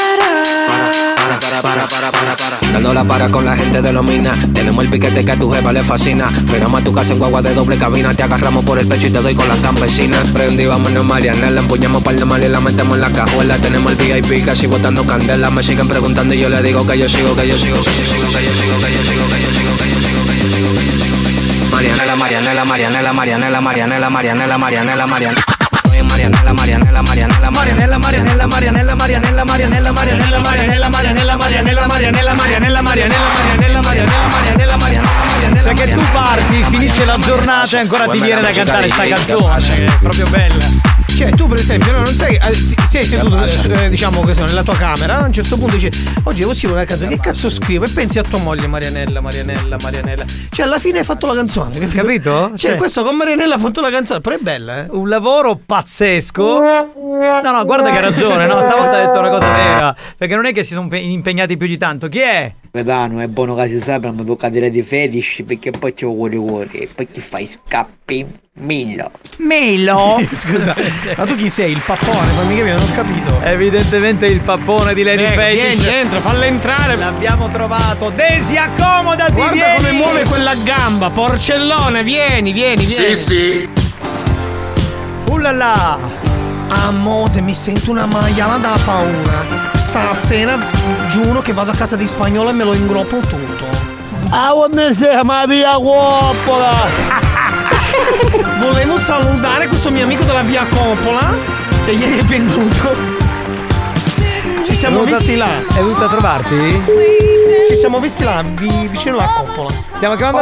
para. Dándola para con la gente de los minas. Tenemos el piquete que a tu jefa le fascina. Frenamos a tu casa en guagua de doble cabina. Te agarramos por el pecho y te doy con las campesinas. Prendí, vámonos Marianela. Empuñamos par de mal y la metemos en la cajuela. Tenemos el VIP casi botando candela. Me siguen preguntando y yo le digo que yo sigo, que yo sigo, que yo sigo, que yo sigo, que yo sigo, que yo sigo, que yo sigo, que yo sigo. Marianela, Marianela, Marianela, Marianela, Marianela, Marianela, Marianela, Marianela. Marianela, Marianela, Marianela, Marianela, Marianela, Marianela, Marianela, Marianela, Marianela, Marianela, Marianela, Marianela, Marianela, Marianela, Marianela, Marianela, Marianela, Marianela. Cioè che tu parti, finisce la giornata e ancora ti viene da cantare sta canzone, è proprio bella. Cioè tu per esempio non sai, sei seduto diciamo che sono nella tua camera, a un certo punto dici oggi devo scrivere una canzone, che cazzo scrivo? E pensi a tua moglie Marianella, Marianella, Marianella. Cioè alla fine hai fatto la canzone, capito? Cioè questo con Marianella ha fatto la canzone, però è bella, eh? Un lavoro pazzesco. No, guarda che ha ragione, no, stavolta ha detto una cosa vera, perché non è che si sono impegnati più di tanto. Chi è? Vedano, è buono che si sappia, mi tocca dire di fetish perché poi c'è cuore, poi ti fai scappi. Milo. Scusa, ma tu chi sei? Il pappone? Fammi capire, non ho capito. Evidentemente il pappone di Lady Fetish. Vieni, entra, falla entrare. L'abbiamo trovato. Desi, accomodati, guarda vieni. Come muove quella gamba, porcellone, vieni. Sì. Ullala. Amore, mi sento una maiala da paura. Stasera giuro che vado a casa di Spagnolo e me lo ingroppo tutto. Come sei Maria Coppola? Volevo salutare questo mio amico della via Coppola che ieri è venuto. Ci siamo visti là. È venuto a trovarti? Ci siamo visti là, vicino alla Coppola. Stiamo chiamando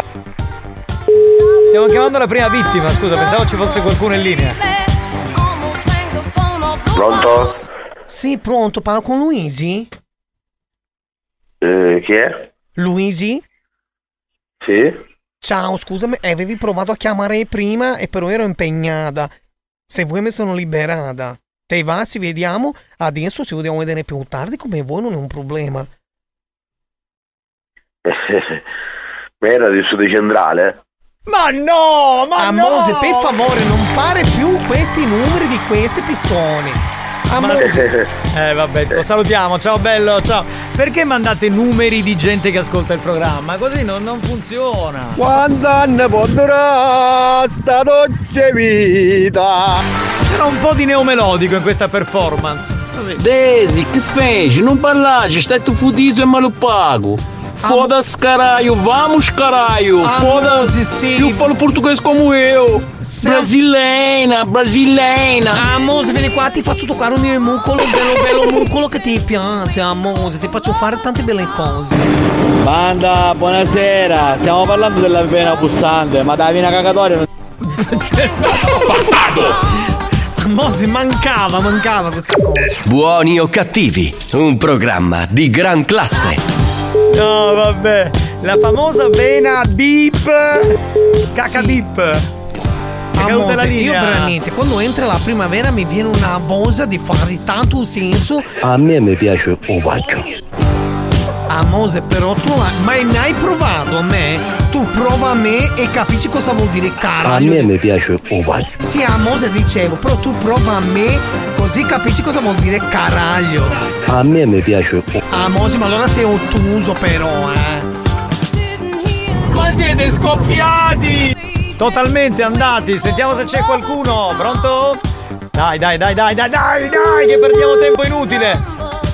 la prima vittima, scusa, pensavo ci fosse qualcuno in linea. Pronto? Sì, pronto, parlo con Luisi? Chi è? Luisi? Sì? Ciao, scusami, avevi provato a chiamare prima e però ero impegnata. Se vuoi mi sono liberata. Te va, ci vediamo. Adesso ci vogliamo vedere più tardi come vuoi, non è un problema. Era di Studio Centrale? Ma no, Amose, per favore, non fare più questi numeri di queste persone. Vabbè, lo salutiamo, ciao bello, ciao. Perché mandate numeri di gente che ascolta il programma? Così non funziona. Quanto anni può durare sta dolce vita? C'era un po' di neomelodico in questa performance. Così. Desi, che feci? Non parlaci, stai tu fudiso e me lo pago. Foda-se, caralho, vamos, caralho. Foda-se, eu falo português como eu. Brasileira. Amose, vieni qua, ti faccio toccare un mio mucolo, bello mucolo che ti piace, amose, ti faccio fare tante belle cose. Banda, buonasera, stiamo parlando della vena pulsante, ma da vena cagatoria non... Bastardo! Amose, mancava questa cosa. Buoni o cattivi, un programma di gran classe. No, vabbè, la famosa vena beep, caca sì. Beep. Amose, la linea. Io veramente, quando entra la primavera mi viene una voglia di fare tanto senso. A me mi piace un bacio. Amose, però tu mai ne hai provato a me? Tu prova a me e capisci cosa vuol dire caraglio. A me mi piace un bacio. Sì, Amose dicevo, però tu prova a me così capisci cosa vuol dire caraglio. A me mi piace. Amose, ma allora sei ottuso però, Ma siete scoppiati! Totalmente andati, sentiamo se c'è qualcuno, pronto? Dai, che perdiamo tempo inutile.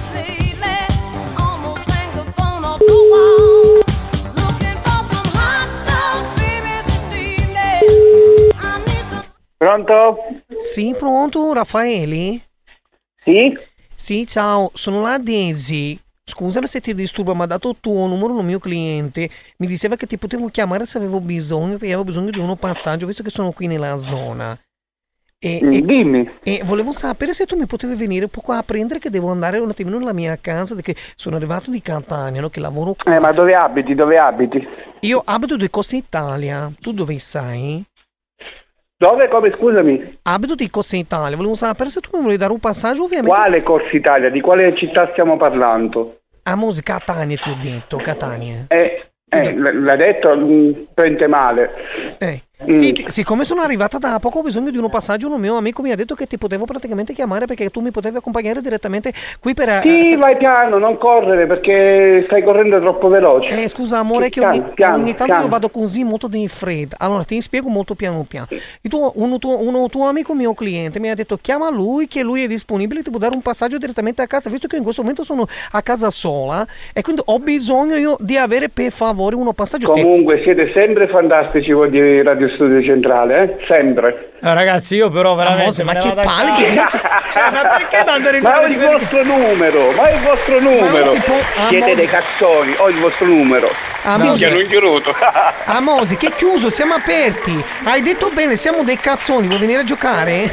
Pronto? Sì, pronto, Raffaele? Sì? Sì, ciao, sono la Daisy. Scusami se ti disturbo, ma ha dato il tuo numero un mio cliente. Mi diceva che ti potevo chiamare se avevo bisogno, perché avevo bisogno di uno passaggio, visto che sono qui nella zona. Dimmi. E volevo sapere se tu mi potevi venire un po' qua a prendere, che devo andare un attimino nella mia casa, perché sono arrivato di Catania, no? Che lavoro qua. Ma dove abiti? Io abito di Corsa Italia. Tu dove sei? Dove? Come? Scusami. Abito di Corsa Italia. Volevo sapere se tu mi volevi dare un passaggio, ovviamente. Quale Corsa Italia? Di quale città stiamo parlando? A Mose, Catania ti ho detto, Catania. L'ha detto, prende male. Sì, siccome sono arrivata da poco, ho bisogno di uno passaggio. Un mio amico mi ha detto che ti potevo praticamente chiamare perché tu mi potevi accompagnare direttamente qui per... Sì, vai piano, non correre perché stai correndo troppo veloce. Scusa amore, che ogni tanto io vado così molto di fretta. Allora ti spiego molto piano piano. Uno tuo amico mio cliente mi ha detto chiama lui, che lui è disponibile, ti può dare un passaggio direttamente a casa, visto che in questo momento sono a casa sola e quindi ho bisogno io di avere per favore uno passaggio. Comunque siete sempre fantastici voi di Radio Studio Centrale, sempre. Ragazzi, io però veramente ma che palle ma perché mandare il Ma è il vostro numero, siete dei cazzoni, ho il vostro numero. Non chiuso. Amosi, che chiuso, siamo aperti. Hai detto bene, siamo dei cazzoni, vuoi venire a giocare?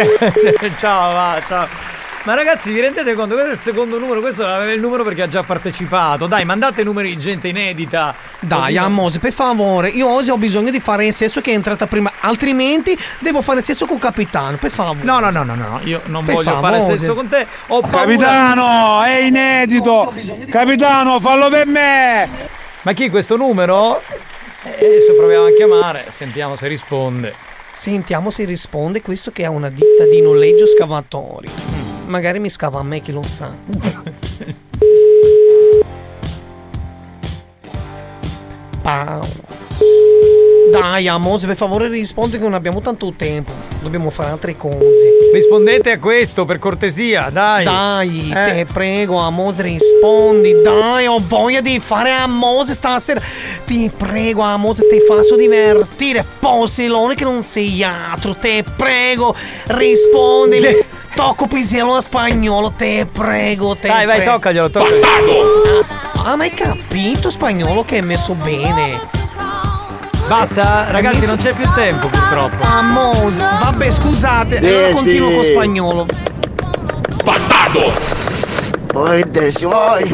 Ciao. Ma ragazzi, vi rendete conto? Questo è il secondo numero, questo aveva il numero perché ha già partecipato. Dai, mandate numeri di gente inedita. Dai, Amosi, per favore, io oggi ho bisogno di fare il sesso che è entrata prima, altrimenti devo fare il sesso con capitano, per favore. No, io non voglio fare sesso con te. Ho paura. Capitano, è inedito. Capitano, fallo per me. Ma chi è questo numero? Adesso proviamo a chiamare, sentiamo se risponde. Questo che ha una ditta di noleggio scavatori. Magari mi scava a me, chi lo sa. Dai, Amos, per favore rispondi che non abbiamo tanto tempo. Dobbiamo fare altre cose. Rispondete a questo, per cortesia, dai. Dai, te prego, Amos, rispondi. Dai, ho voglia di fare Amos stasera. Ti prego, Amos, ti faccio divertire. Posilone che non sei altro. Te prego, rispondi. Tocco pisello a spagnolo, te prego, vai, toccaglielo. Ma hai capito spagnolo che è messo bene? Basta, ragazzi, non c'è più tempo purtroppo. Amos, vabbè, scusate, allora continuo con spagnolo. Bastardo! Vai, Desi, vai!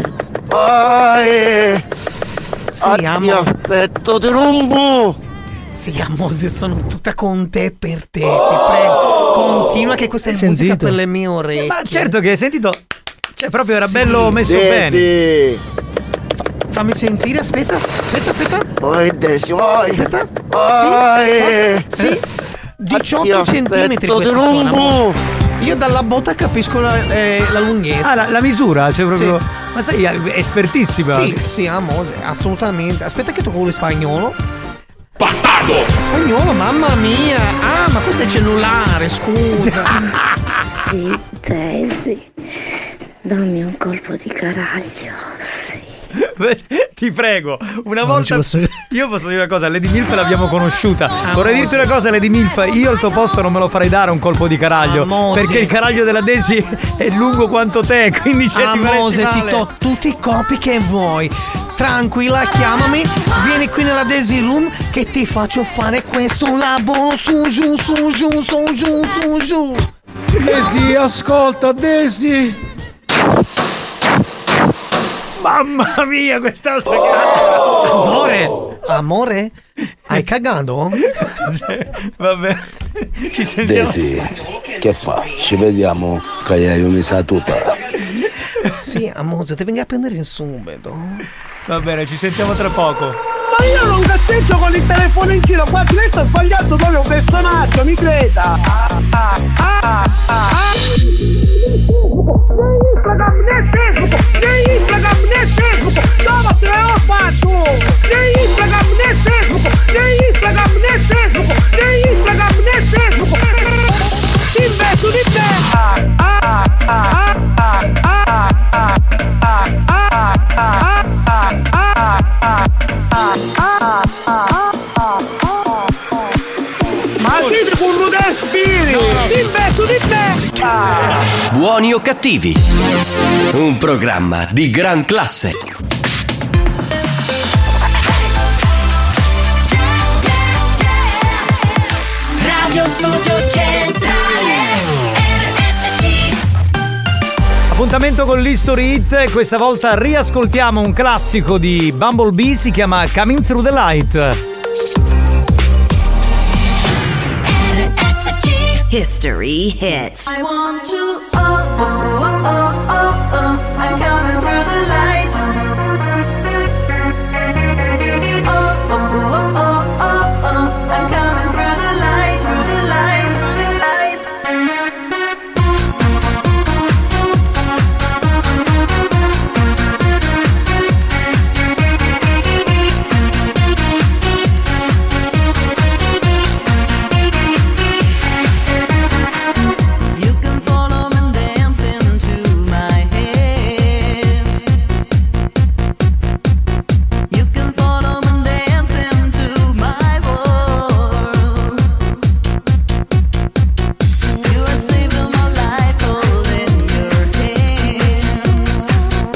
Sì, Amos. Ti aspetto di rumbo! Sì, Amos, sono tutta con te per te, ti prego. Continua che questa è musica per le mie orecchie. Ma certo che hai sentito. Cioè, proprio era bello messo bene. Fammi sentire, aspetta. Vai, Desi, vai! Aspetta. Vai! Sì. 18 centimetri questo suona. Io dalla botta capisco la lunghezza. La misura, cioè proprio. Sì. Ma sei espertissima. Sì, Amos, assolutamente. Aspetta che tocco il spagnolo. Bastardo! Spagnolo, mamma mia! Ah, ma questo è cellulare, scusa. Sì, Daisy, dammi un colpo di caraglio, sì. Ti prego, una volta io posso dire una cosa, Lady Milf l'abbiamo conosciuta. Vorrei dirti una cosa, Lady Milf, io al tuo posto non me lo farei dare un colpo di caraglio, perché il caraglio della Daisy è lungo quanto te, quindi ti do tutti i colpi che vuoi. Tranquilla, chiamami, vieni qui nella Daisy Room che ti faccio fare questo lavoro su giù. Daisy, ascolta, Daisy. Mamma mia, quest'altra Amore, hai cagato? Vabbè, ci sentiamo. Desi, che fa? Ci vediamo che hai messa tutta. Sì, amore, ti venga a prendere subito. Va bene, ci sentiamo tra poco. Ma io non cazzeggio con il telefono in giro, qua lei sta sbagliando proprio un personaggio, mi creda. Né Facebook, dove te l'ho fatto? Né Instagram, né Facebook, né Instagram, né Facebook. Investo di Buoni o cattivi, un programma di gran classe. Radio Studio Centrale RSC. Appuntamento con l'History Hit, questa volta riascoltiamo un classico di Bumblebee, si chiama Coming Through the Light. History Hits. I want to I'm coming through the light. I'm coming through the light, through the light, through the light. You can follow me dancing to my head. You can follow me dancing to my world. You are saving my life all in your hands.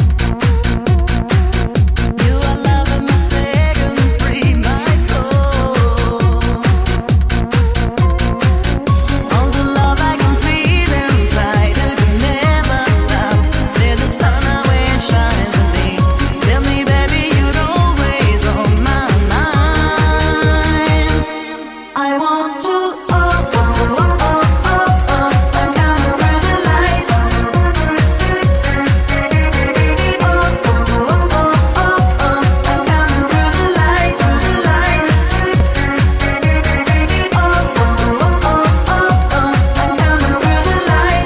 You are loving me, setting free my soul. All the love I can feel inside, it can never stop. See the sun how it shines on me. Tell me, baby, you're always on my mind. I want to I'm coming through the light. I'm coming through the light, through the light. I'm coming through the light.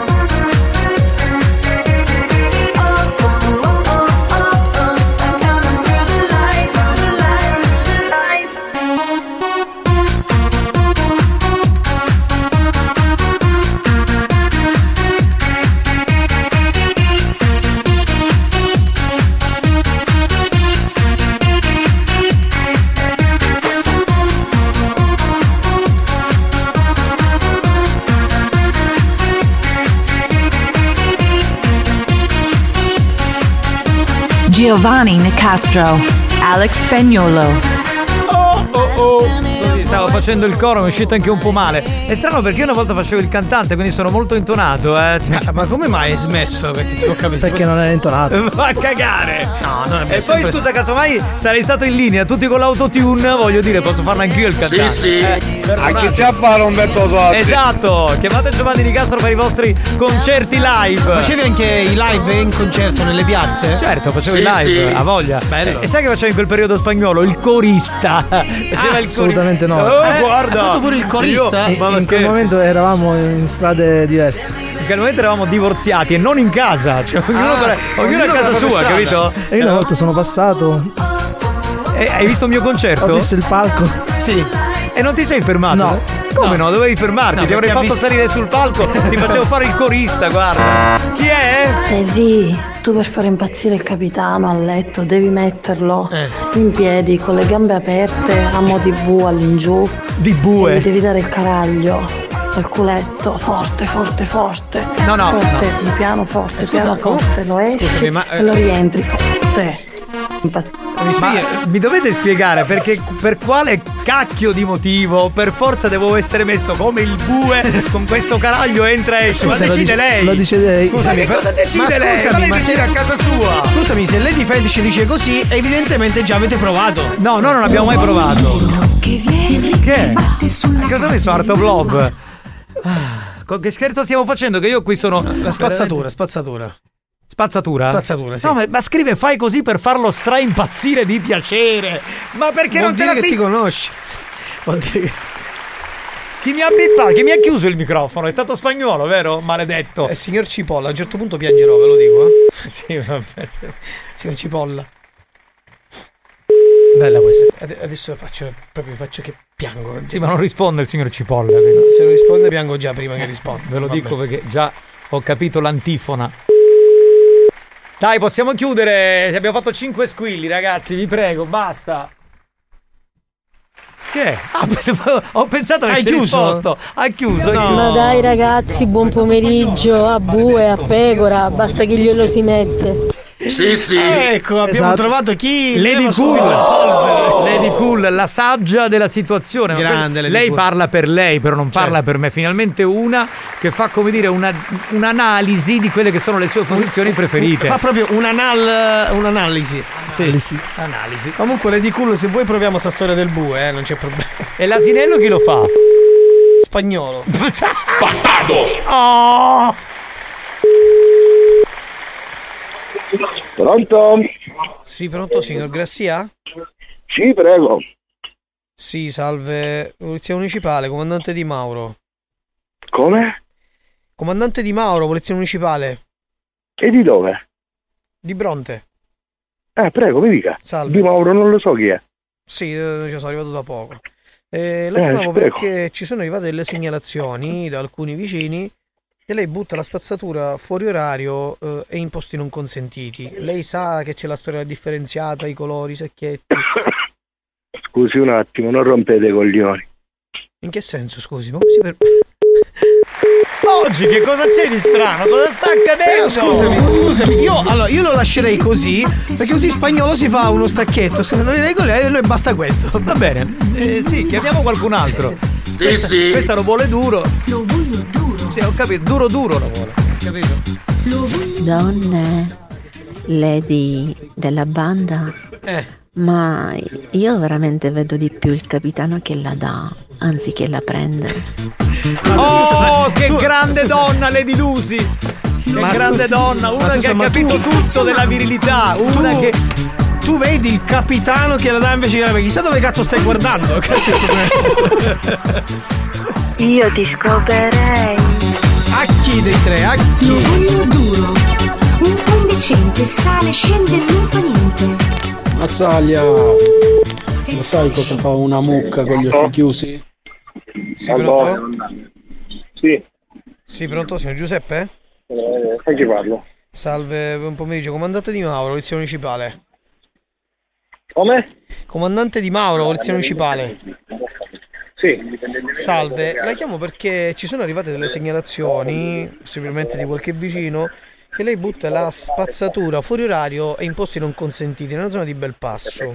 Giovanni Nicastro, Alex Spagnuolo. Sì, stavo facendo il coro, mi è uscito anche un po' male. È strano perché io una volta facevo il cantante, quindi sono molto intonato, Ma come mai hai smesso? Perché si può capire. Perché non era intonato. Va a cagare! No, no, E poi scusa, casomai sarei stato in linea, tutti con l'autotune, voglio dire, posso farlo anch'io il cantante. Sì. A chi c'è a fare Umberto Tozzi? Esatto, chiamate Giovanni Nicastro per i vostri concerti live. Facevi anche i live in concerto nelle piazze? Certo, facevo i live, a voglia. Bello. E sai che facevo in quel periodo spagnolo? Il corista. Faceva il Assolutamente no. Guarda. Hai fatto pure il corista? In quel momento eravamo in strade diverse. In quel momento eravamo divorziati e non in casa. Cioè, ognuno a casa sua, strada. capito? E io una volta sono passato. Hai visto il mio concerto? Ho visto il palco. Sì. E non ti sei fermato? No. Come no? Dovevi fermarti, No, ti avrei perché fatto salire sul palco, ti facevo fare il corista, guarda. Chi è? Sì, tu per fare impazzire il capitano a letto devi metterlo in piedi con le gambe aperte a mo' di V all'ingiù. Di bue. E gli devi dare il caraglio al culetto, forte, forte, forte. No, forte, no. piano forte, Scusa, piano forte, lo esci scusami, ma, e lo rientri forte. Ma mi dovete spiegare perché, per quale cacchio di motivo per forza devo essere messo come il bue con questo caraglio entra e esce? Ma decide lei. Lo dice lei. Scusami, cosa decide lei? Ma lei decide a casa sua. Scusami, se Lady Fetish dice così, evidentemente già avete provato. No, non abbiamo mai provato. Che? Cosa hai messo Art of Love? Che scherzo stiamo facendo? Che io qui sono La spazzatura. Spazzatura? Spazzatura, sì. No, ma scrive fai così per farlo straimpazzire di piacere. Ma perché Vuol non te la dire che ti conosci. Vuol dire che... Chi mi ha bippato? Chi mi ha chiuso il microfono? È stato spagnolo, vero? Maledetto. Signor Cipolla, a un certo punto piangerò, ve lo dico. Sì, vabbè. Signor Cipolla. Bella questa. Adesso faccio che piango. Sì, ma non risponde il signor Cipolla. Se non risponde piango già prima che risponda. Ve lo dico perché già ho capito l'antifona. Dai, possiamo chiudere. Abbiamo fatto 5 squilli, ragazzi, vi prego, basta. Che è? Ho pensato che hai chiuso. Ha chiuso. No. Ma dai ragazzi, buon pomeriggio a bue, a pecora, basta che glielo si mette. Sì. Ecco, abbiamo trovato chi? Lady Cool, la saggia della situazione. Grande, lei Cool. parla per lei, però non parla per me. Finalmente una che fa, come dire, un'analisi di quelle che sono le sue posizioni preferite. Fa proprio un'analisi. Sì. Analisi. Comunque, Lady Cool, se vuoi proviamo sta storia del bue, non c'è problema. E l'asinello chi lo fa? Spagnolo. Bastardo! Oh! Pronto? Sì, pronto, signor Grassia? Sì, prego. Sì, salve. Polizia Municipale, comandante Di Mauro. Come? Comandante Di Mauro, Polizia Municipale. E di dove? Di Bronte. Prego, mi dica. Salve. Di Mauro non lo so chi è. Sì, ci sono arrivato da poco. La chiamavo perché ci sono arrivate delle segnalazioni da alcuni vicini che lei butta la spazzatura fuori orario e in posti non consentiti. Lei sa che c'è la storia differenziata, i colori, i sacchetti. Scusi un attimo, non rompete i coglioni. In che senso, scusi? Ma come si Oggi che cosa c'è di strano? Cosa sta accadendo? Scusami, io lo lascerei così, perché così Spagnolo si fa uno stacchetto, non le regole e noi basta questo. Va bene. Sì, chiamiamo qualcun altro. Sì. Questa lo vuole duro. Lo voglio duro. Sì, ho capito, duro lo vuole. Capito? Donne, lady della banda. Ma io veramente vedo di più il capitano che la dà, anziché la prende. Oh, che grande donna Lady Lucy! Che grande donna, una che ha capito tutto della virilità, una che... Tu vedi il capitano che la dà invece che la vedi. Chissà dove cazzo stai guardando? Io ti scoperei. A chi dei tre? A chi? Lo voglio duro. Un po' indecente, sale, scende e non fa niente. Mazzaglia, lo sai cosa fa una mucca con gli occhi chiusi? Sì, pronto? Sì. Sì, pronto, signor Giuseppe? Sai chi parlo? Salve, buon pomeriggio, comandante Di Mauro, Polizia Municipale. Come? Comandante Di Mauro, Polizia Municipale. Sì. Salve, la chiamo perché ci sono arrivate delle segnalazioni, possibilmente di qualche vicino, che lei butta la spazzatura fuori orario e in posti non consentiti nella zona di Belpasso.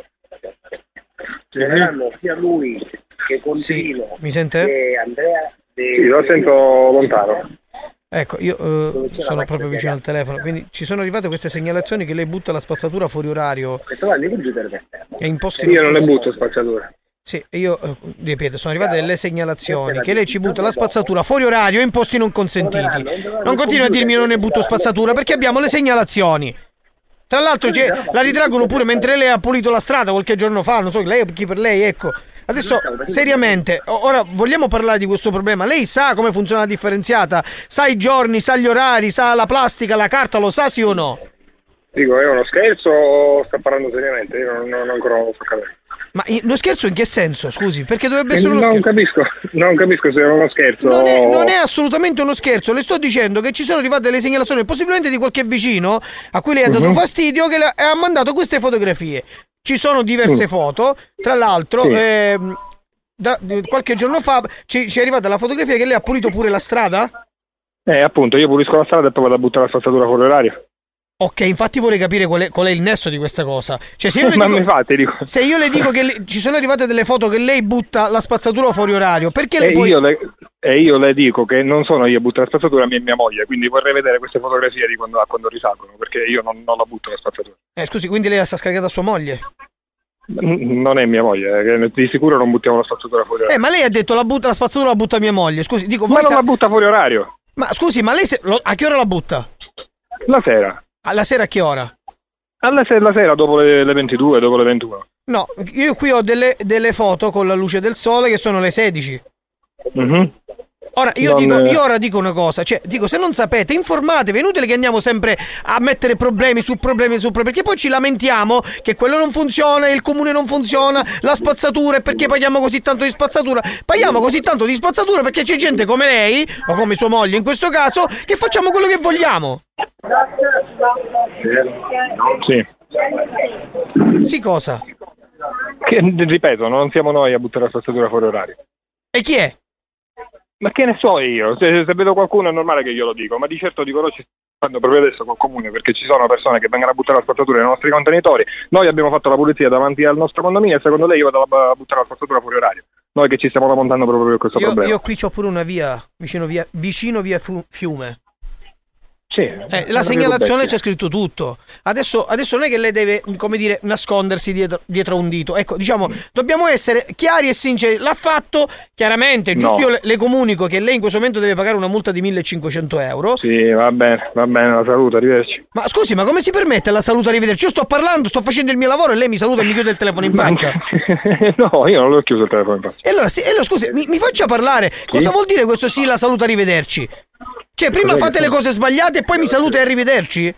Sia lui che Contino. Sì, mi sente? Che Andrea. Sì, lo sento lontano. Ecco, io sono proprio vicino al telefono, quindi ci sono arrivate queste segnalazioni che lei butta la spazzatura fuori orario e in posti io non le butto spazzatura. Sì, io ripeto, sono arrivate delle segnalazioni che lei ci butta la spazzatura fuori orario e in posti non consentiti. Non continui a dirmi io non ne butto spazzatura perché abbiamo le segnalazioni. Tra l'altro la ritraggono pure mentre lei ha pulito la strada qualche giorno fa, non so lei o chi per lei, ecco. Adesso, seriamente, ora vogliamo parlare di questo problema. Lei sa come funziona la differenziata? Sa i giorni, sa gli orari, sa la plastica, la carta, lo sa sì o no? Dico, è uno scherzo o sta parlando seriamente? Io non ancora lo so capire. Ma lo scherzo in che senso? Scusi, perché dovrebbe essere uno scherzo? Non capisco se è uno scherzo. Non è assolutamente uno scherzo. Le sto dicendo che ci sono arrivate delle segnalazioni, possibilmente di qualche vicino a cui lei ha dato fastidio, che ha mandato queste fotografie. Ci sono diverse foto. Tra l'altro, qualche giorno fa ci è arrivata la fotografia che lei ha pulito pure la strada. Appunto, io pulisco la strada e poi vado a buttare la spazzatura fuori orario. Ok, infatti vorrei capire qual è il nesso di questa cosa. Cioè, se io le dico, se io le dico che ci sono arrivate delle foto che lei butta la spazzatura fuori orario, perché lei poi... io le dico che non sono io a buttare la spazzatura, ma è mia moglie, quindi vorrei vedere queste fotografie di quando risalgono, perché io non la butto la spazzatura. Scusi, quindi lei la sta scaricata a sua moglie? Non è mia moglie, di sicuro non buttiamo la spazzatura fuori orario. Ma lei ha detto la spazzatura la butta mia moglie, scusi, dico... Ma non la butta fuori orario. Ma scusi, ma lei a che ora la butta? La sera. Alla sera a che ora? La sera dopo le 22, dopo le 21. No, io qui ho delle foto con la luce del sole che sono le 16. Ora io dico una cosa, cioè dico, se non sapete informatevi, è inutile che andiamo sempre a mettere problemi su problemi, perché poi ci lamentiamo che quello non funziona, il comune non funziona, la spazzatura, e perché paghiamo così tanto di spazzatura? Paghiamo così tanto di spazzatura perché c'è gente come lei, o come sua moglie in questo caso, che facciamo quello che vogliamo. Sì. Sì, cosa? Che, ripeto, non siamo noi a buttare la spazzatura fuori orario. E chi è? Ma che ne so io? Se vedo qualcuno è normale che glielo dico, ma di certo dico ci stanno proprio adesso col comune, perché ci sono persone che vengono a buttare la spazzatura nei nostri contenitori. Noi abbiamo fatto la pulizia davanti al nostro condominio e secondo lei io vado a buttare la spazzatura fuori orario. Noi che ci stiamo lamentando proprio per questo problema. Io qui c'ho pure una via vicino via Fiume. Sì, la segnalazione c'è scritto tutto. Adesso non è che lei deve, come dire, nascondersi dietro un dito. Ecco, diciamo, dobbiamo essere chiari e sinceri. L'ha fatto, chiaramente, giusto? No. Io le comunico che lei in questo momento deve pagare una multa di 1.500 euro. Sì, va bene, la saluto, arrivederci. Ma scusi, ma come si permette la saluto, arrivederci? Io sto parlando, sto facendo il mio lavoro e lei mi saluta e mi chiude il telefono in faccia. No, io non l'ho chiuso il telefono in faccia. E allora scusi, mi faccia parlare. Cosa vuol dire questo sì, la saluto, arrivederci? Cioè, prima fate le cose sbagliate e poi mi saluta e arrivederci?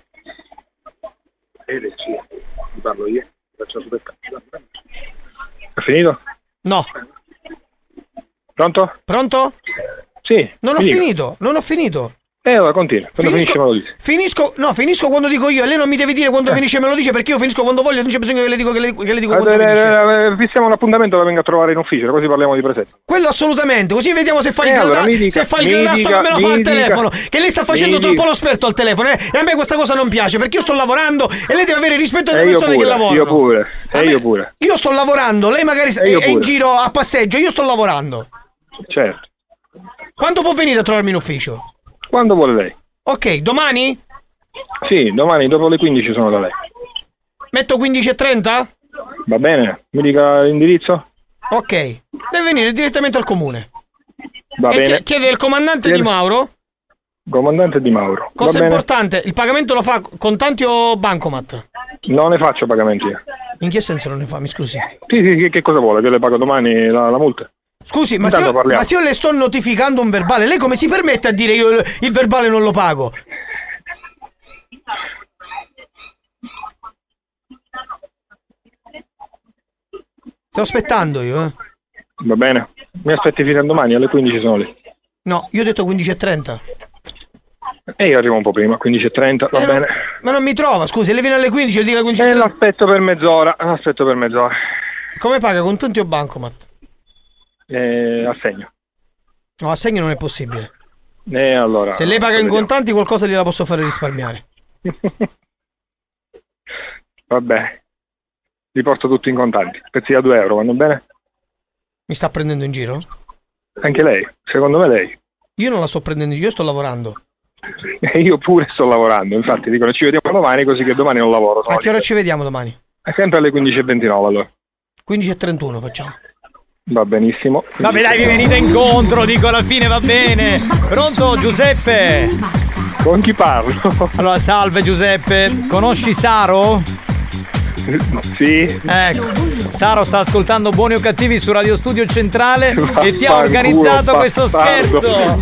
Sì, ti parlo io. Faccio super. È finito? No. Pronto? Pronto? Sì. Non ho finito. Ora continua. Quando finisce me lo dici. Finisco quando dico io e lei non mi deve dire quando finisce me lo dice, perché io finisco quando voglio, non c'è bisogno che le dico quando finisce. Fissiamo un appuntamento, la vengo a trovare in ufficio, così parliamo di presenza. Quello assolutamente, così vediamo se fa il gradasso, che me lo fa al telefono, che lei sta facendo troppo lo esperto al telefono, e a me questa cosa non piace, perché io sto lavorando e lei deve avere rispetto delle persone che lavorano. Io pure. Io sto lavorando, lei magari è in giro a passeggio, io sto lavorando. Certo. Quando può venire a trovarmi in ufficio? Quando vuole lei. Ok, domani? Sì, domani dopo le 15 sono da lei. Metto 15:30? Va bene, mi dica l'indirizzo? Ok, deve venire direttamente al comune. Va bene. Chiede il comandante Di Mauro? Comandante Di Mauro. Cosa importante, il pagamento lo fa contanti o bancomat? Non ne faccio pagamenti. In che senso non ne fa, mi scusi? Sì, che cosa vuole? Che le pago domani la multa? Scusi, ma se io le sto notificando un verbale, lei come si permette a dire io il verbale non lo pago? Sto aspettando io, Va bene, mi aspetti fino a domani, alle 15 sono lì. No, io ho detto 15:30. E io arrivo un po' prima, 15:30, va bene. Ma non mi trova, scusi, lei viene alle 15 e le dico alle 15:30. L'aspetto per mezz'ora, Come paga, contanti o bancomat? Assegno. No, assegno non è possibile. Allora, se lei paga in contanti qualcosa gliela posso fare risparmiare. Vabbè, li porto tutti in contanti, pezzi da 2 euro, vanno bene? Mi sta prendendo in giro? Anche lei, secondo me lei. Io non la sto prendendo in giro, io sto lavorando. E io pure sto lavorando, infatti dicono ci vediamo domani, così che domani non lavoro. A che ora ci vediamo domani? Sempre alle 15:29 allora. 15:31 facciamo. Va benissimo. Vabbè dai, vi venite incontro, dico alla fine va bene. Pronto Giuseppe? Con chi parlo? Allora salve Giuseppe, conosci Saro? Sì. Ecco, Saro sta ascoltando Buoni o Cattivi su Radio Studio Centrale e ti ha organizzato questo scherzo.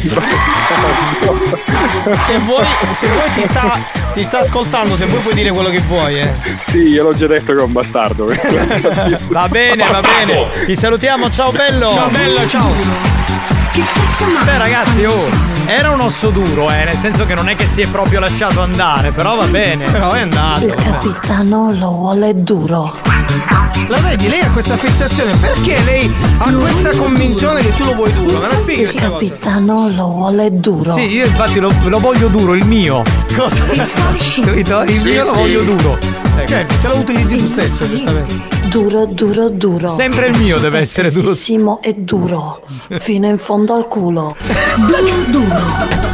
Se vuoi ti sta ascoltando, se vuoi puoi dire quello che vuoi, Sì, gliel'ho già detto che è un bastardo. Va bene, ti salutiamo, ciao bello. Ciao bello, ciao. Beh ragazzi, era un osso duro, nel senso che non è che si è proprio lasciato andare, però va bene. Però è andato. Il capitano lo vuole duro. La vedi, lei ha questa fissazione, perché lei ha questa convinzione che tu lo vuoi duro? Me la spieghi? Il capitano lo vuole duro. Sì, io infatti lo voglio duro, il mio. Cosa? Capito? Il mio lo voglio duro. Certo, te lo utilizzi tu stesso, giustamente. Duro. Sempre il mio deve essere duro. E duro. Fino in fondo al culo. Duro.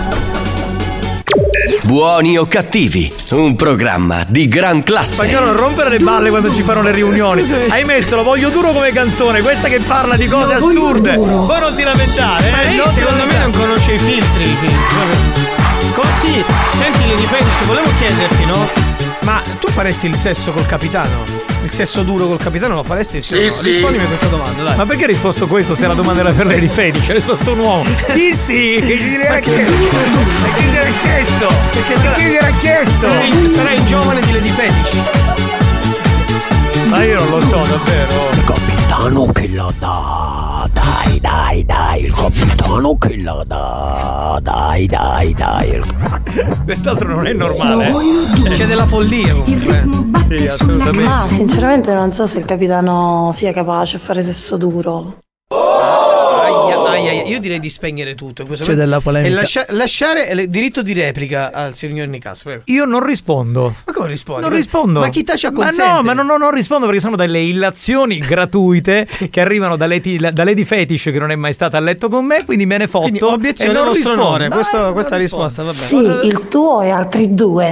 Buoni o cattivi, un programma di gran classe. Spagnolo, non rompere le balle quando ci fanno le riunioni. Hai messo Lo voglio duro come canzone, questa che parla di cose assurde. Poi non ti lamentare, Ma lei secondo me non conosce i filtri. Così, senti Lady Fetish, volevo chiederti, no? Ma tu faresti il sesso col capitano? Il sesso duro col capitano lo faresti? Sì. Rispondimi a questa domanda, dai. Ma perché hai risposto questo se la domanda era per Lady Fetish? Hai risposto un uomo. Sì, che gli era chiesto. Perché gli era chiesto? Sarai il giovane di Lady Fetish. Ma io non lo so davvero. Il capitano che la dà, dai. Dai, il capitano che la dà. Dai. Quest'altro non è normale. C'è della follia comunque. Sì, assolutamente. Ma sinceramente non so se il capitano sia capace a fare sesso duro. Io direi di spegnere tutto. C'è della polemica. E lasciare il diritto di replica al signor Nicastro. Prego. Io non rispondo. Ma come rispondi? Non rispondo. Ma chi ti ci consente? Ma non rispondo perché sono delle illazioni gratuite che arrivano da Lady Fetish, che non è mai stata a letto con me, quindi me ne fotto. Quindi, obiezione e non rispondo. onore. Questa risposta va bene. Sì, il tuo e altri due.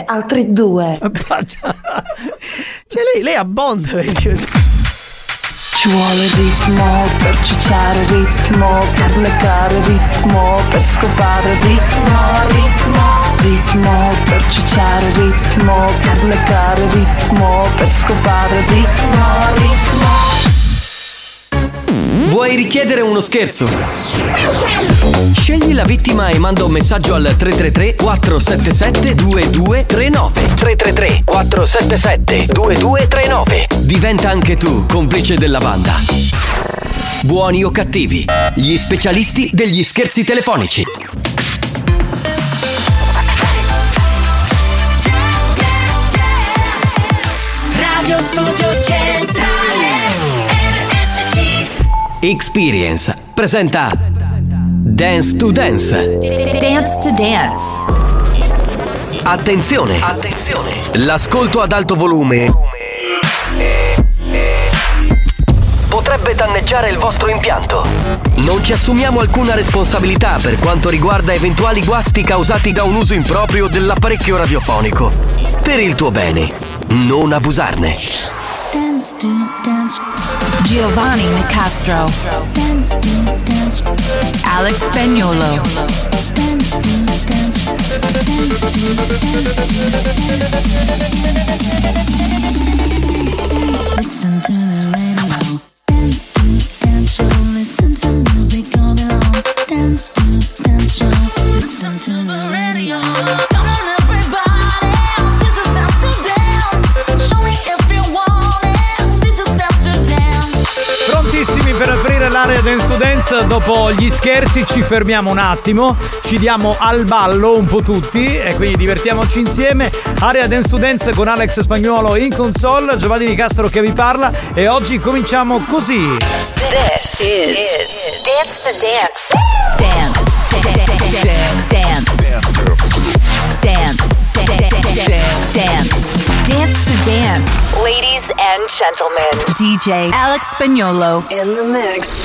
Cioè lei abbonda. Ci vuole ritmo per ciucciare, ritmo per leccare, ritmo per scopare, ritmo per ciucciare, ritmo per leccare, ritmo per scopare, ritmo. Vuoi richiedere uno scherzo? Scegli la vittima e manda un messaggio al 333-477-2239. 333-477-2239. Diventa anche tu complice della banda. Buoni o cattivi, gli specialisti degli scherzi telefonici. Radio Studio Centrale RSC. Experience presenta Dance to Dance. Dance to Dance. Attenzione! L'ascolto ad alto volume potrebbe danneggiare il vostro impianto. Non ci assumiamo alcuna responsabilità per quanto riguarda eventuali guasti causati da un uso improprio dell'apparecchio radiofonico. Per il tuo bene, non abusarne. Dance to Dance. Giovanni Nicastro. Dance to Dance. Alex Spagnuolo. Dance to Dance. Listen to the radio. Dance to Dance show. Listen to music all day long. Dance to Dance show. Listen to the radio. Come on everybody, this is Dance to Dance. Show me if you want it. This is Dance to Dance. Prontissimi per aprire l'area Dance to Dance. Dopo gli scherzi ci fermiamo un attimo, ci diamo al ballo un po' tutti e quindi divertiamoci insieme. Area Dance to Dance con Alex Spagnuolo in console, Giovanni Nicastro che vi parla e oggi cominciamo così. This is Dance to Dance. Dance. Dance to Dance. Ladies and gentlemen, DJ Alex Spagnuolo in the mix.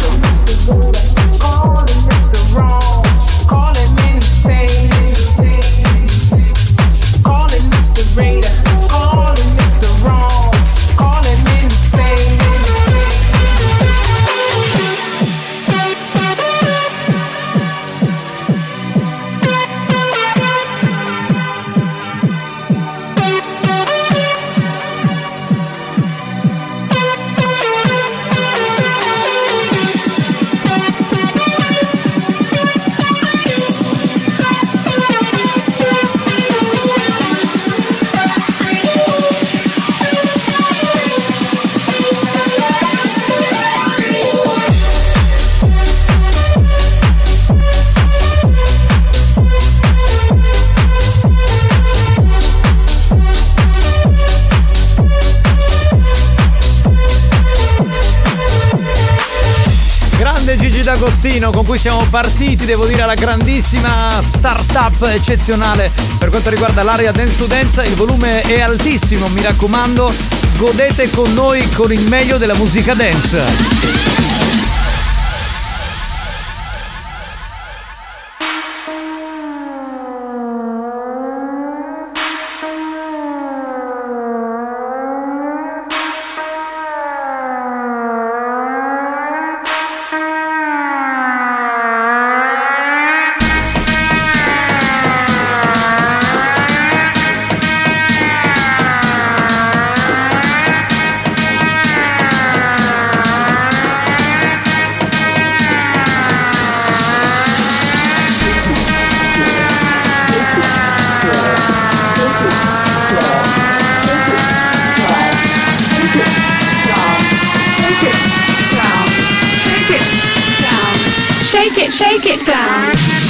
D'Agostino con cui siamo partiti, devo dire, alla grandissima startup eccezionale per quanto riguarda l'area Dance to Dance. Il volume è altissimo, mi raccomando, godete con noi con il meglio della musica dance. Get down.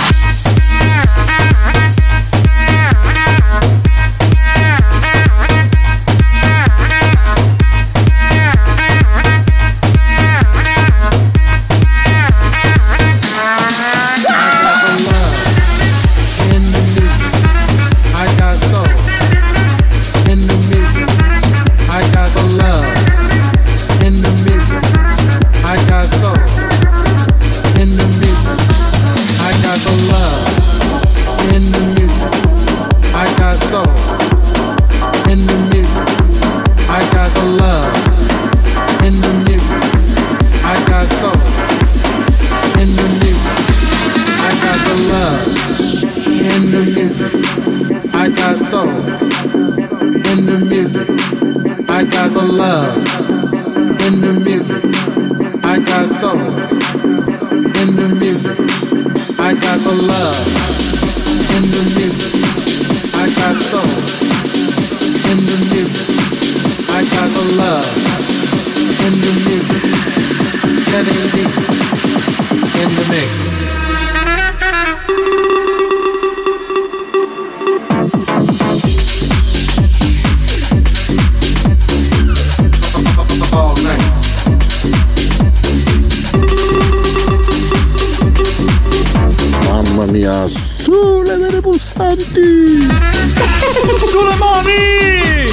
Mamma mia, sulle vere pulsanti! Sulle mani!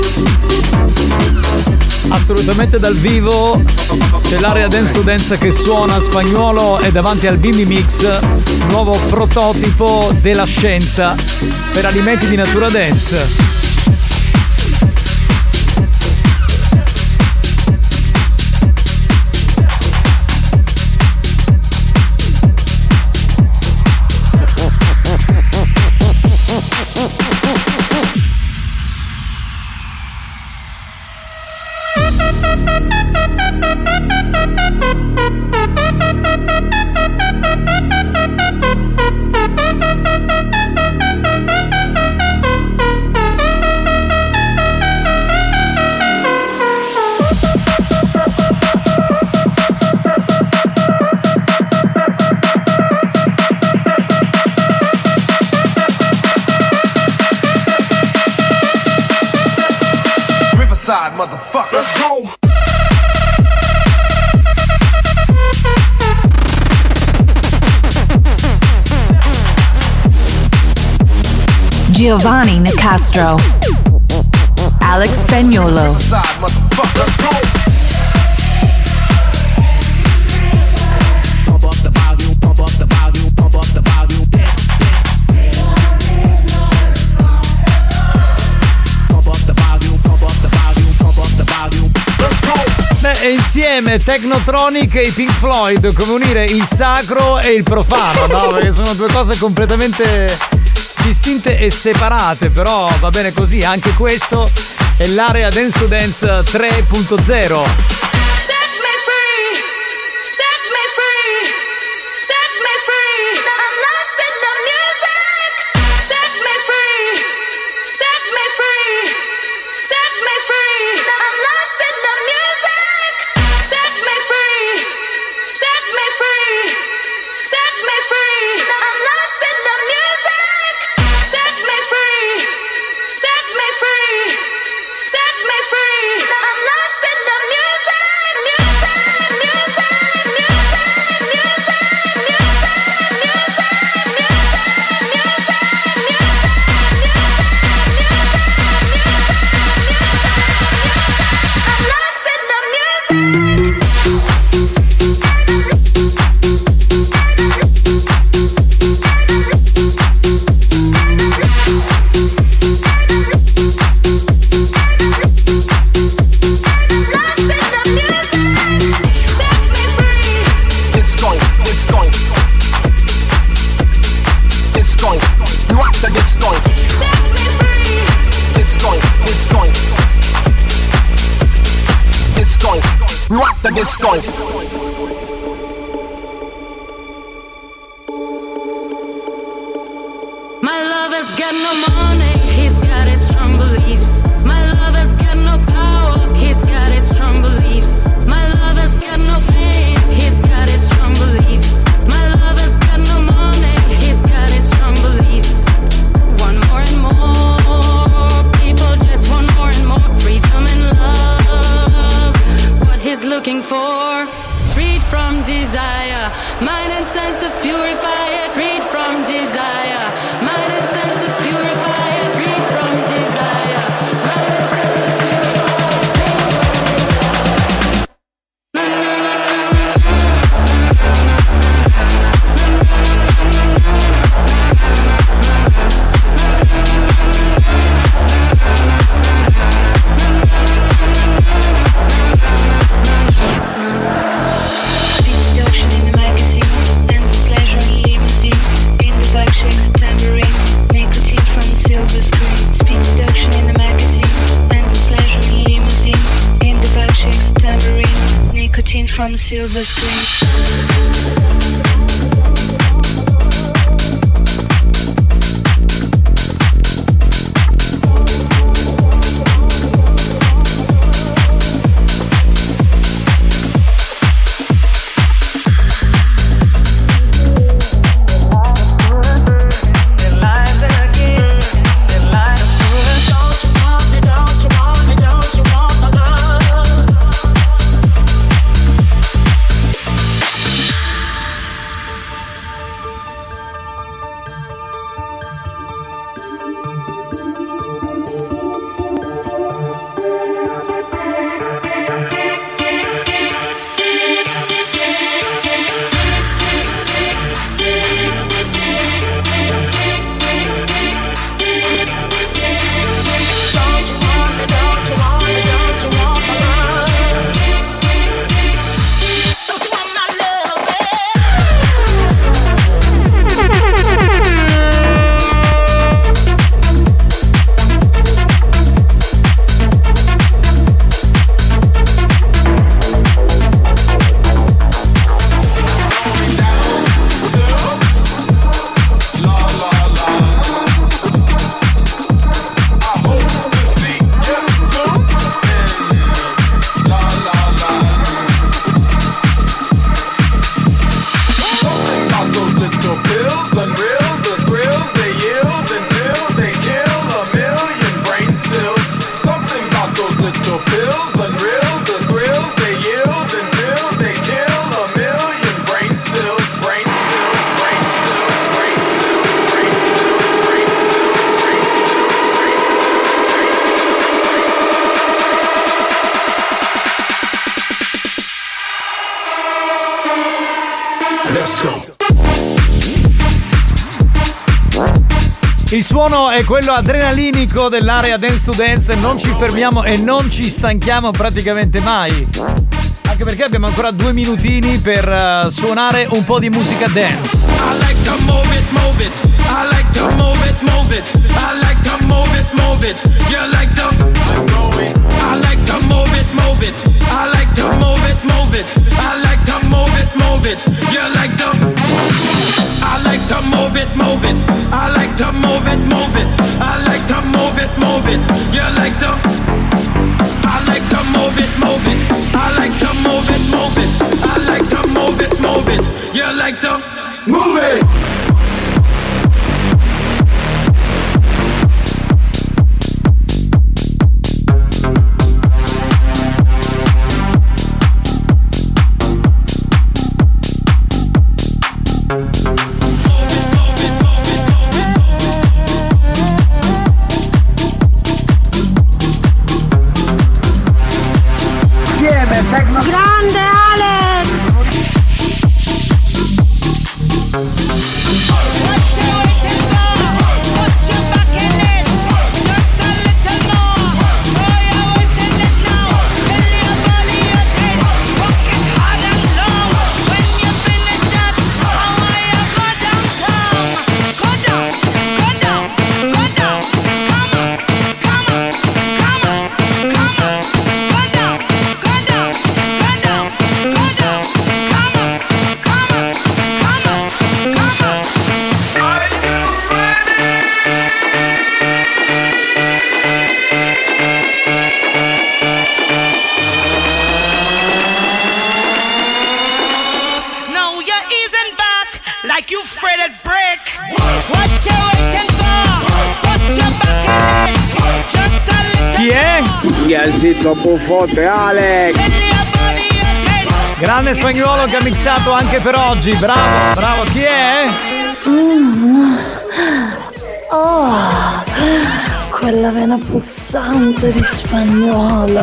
Assolutamente dal vivo c'è l'area Dance to Dance che suona Spagnuolo e davanti al Bimbi Mix, nuovo prototipo della scienza per alimenti di natura dance. Motherfucker, let's go. Giovanni Nicastro, Alex Spagnuolo. E insieme Technotronic e i Pink Floyd, come unire il sacro e il profano, no? Perché sono due cose completamente distinte e separate, però va bene così, anche questo è l'area Dance to Dance 3.0. Disco. My lover's got no money, he's got his strong beliefs. My lover's got no power, he's got his strong beliefs. My lover's got no fame, he's got his strong beliefs. My lover's got senses purify it, freed from desire. Mind and senses purify it, freed from desire. Mind and senses from silver screen. Il suono è quello adrenalinico dell'area Dance to Dance, non ci fermiamo e non ci stanchiamo praticamente mai. Anche perché abbiamo ancora 2 minutini per suonare un po' di musica dance. I like to move it, move it. I like to move it, move it. I like to move it, move it. You like to I like to move it, move it. I like to move it, move it. I like to move it, move it. You like to I like to move it, move it. I like to move it, move it. I like to move it, move it. You like to I like to move it, move it. I like to move it, move it. I like to move it, move it. You like to move it. Grande Alex! Zitto buffote Alex. Grande Spagnuolo che ha mixato anche per oggi. Bravo, bravo. Chi è? Oh, quella vena pulsante di Spagnuolo.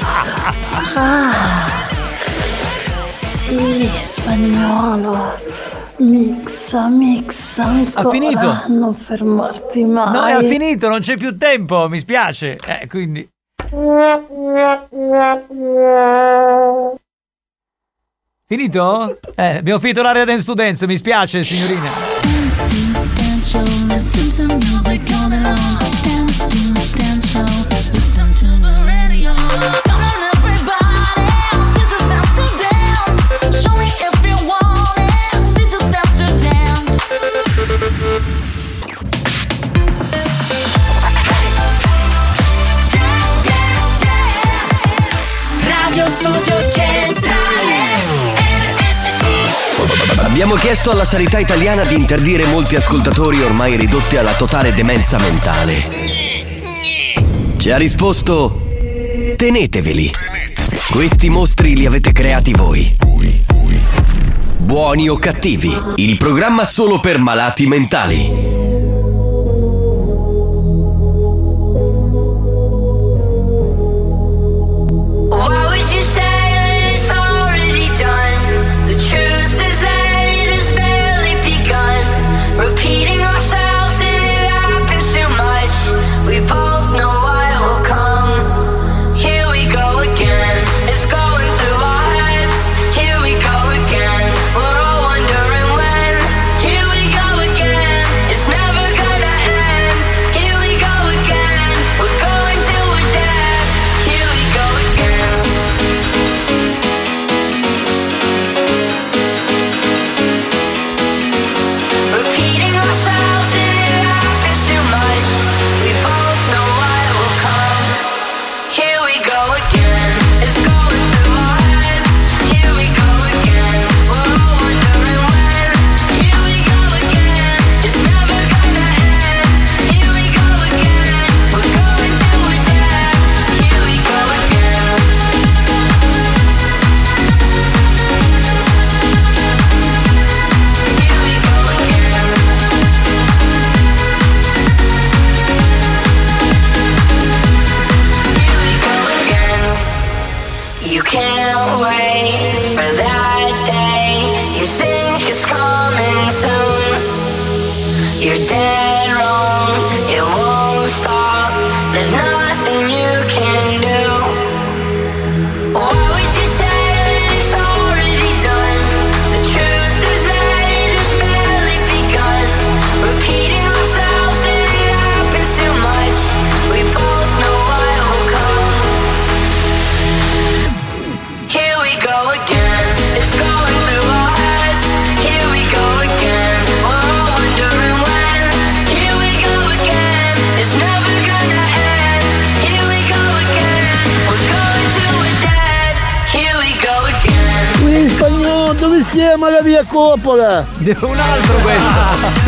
Sì, Spagnuolo. Mixa ancora. Ha finito? Non fermarti mai. No, ha finito, non c'è più tempo, mi spiace. Quindi. Finito? Abbiamo finito l'area dance to dance, mi spiace, signorina. Radio Studio Centrale RSC. Abbiamo chiesto alla sanità italiana di interdire molti ascoltatori ormai ridotti alla totale demenza mentale. Ci ha risposto: teneteveli. Questi mostri li avete creati voi. Buoni o cattivi, il programma solo per malati mentali. Dove siamo alla via Coppola? Un altro questo.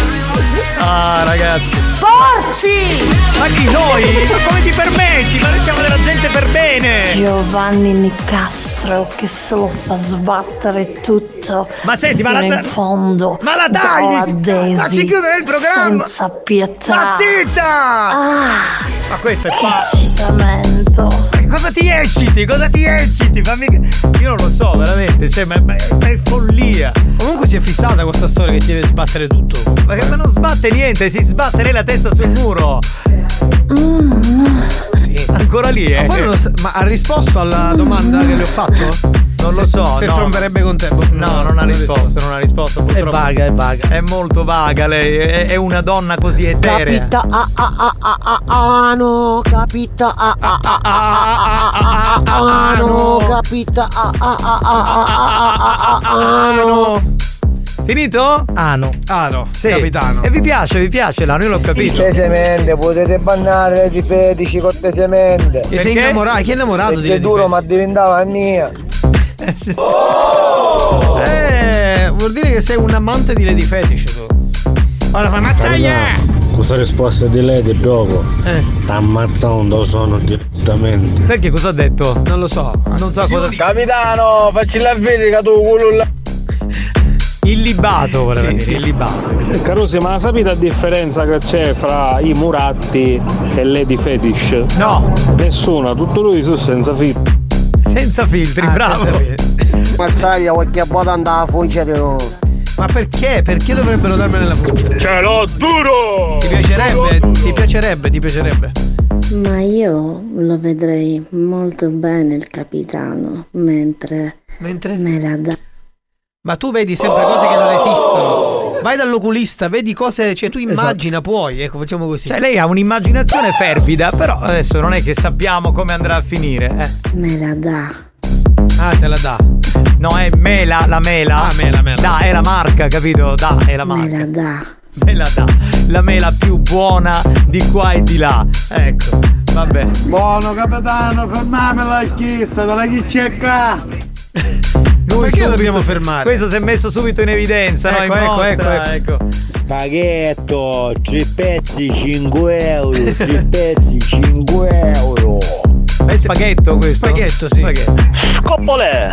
Ah, ragazzi. Porci! Ma chi, noi? Ma come ti permetti? Ma noi siamo della gente per bene. Giovanni Nicastro che se lo fa sbattere tutto. Ma senti, ma in fondo. Ma la tagli! Ma ci chiudono il programma! Senza pietà. Ma zitta! Ma questo è Eccitamento. Cosa ti ecciti? Cosa ti ecciti? Io non lo so, veramente. Cioè, ma è follia. Comunque si è fissata questa storia che ti deve sbattere tutto. Ma non sbatte niente, si sbatte lei la testa sul muro. Sì, ancora lì, Ma, poi ma ha risposto alla domanda che le ho fatto? Non lo so. Se no. tromberebbe con te. No, non ha risposto. È vaga, è vaga. È molto vaga lei, è una donna così eterea. Capitano, Finito? Ano. Sì. Capitano. E vi piace l'ano, io l'ho capito. Cortesemente, potete bannare i fetici cortesemente. Che sei innamorato? Chi è innamorato di È duro, ma diventava mia. Vuol dire che sei un amante di Lady Fetish tu. Ora fai mazzaglia! Questa risposta di lei di dopo sta ammazzando sono direttamente. Perché cosa ha detto? Non lo so. Non so cosa. Capitano, facci la verifica tu culo là. Illibato, veramente. Illibato. Carusi, ma sapete la differenza che c'è fra i muratti e Lady Fetish? No. Nessuna, tutto lui su senza filtri. Senza filtri, bravo. Mazzaglia, qualche buona andava a fuggire. Ma perché? Perché dovrebbero darmene la frusta? Ce l'ho duro! Ti piacerebbe? Ti piacerebbe? Ma io lo vedrei molto bene il capitano, mentre me la dà. Ma tu vedi sempre cose che non esistono. Vai dall'oculista, vedi cose, cioè tu immagina, puoi, ecco, facciamo così. Cioè lei ha un'immaginazione fervida, però adesso non è che sappiamo come andrà a finire. Me la dà. Ah, te la dà. No, è mela, la mela. Ah, mela. Da, è la marca, capito? Da, è la marca. Me la dà. Me la dà. La mela più buona di qua e di là. Ecco, vabbè. Buono capitano, fermamela chissà, dalla chi c'è qua. Perché dobbiamo fermare? Questo si è messo subito in evidenza. Ecco. Spaghetto, 3 pezzi 5 euro, 3 pezzi 5 euro. È spaghetto questo? Spaghetto, sì. Scoppole!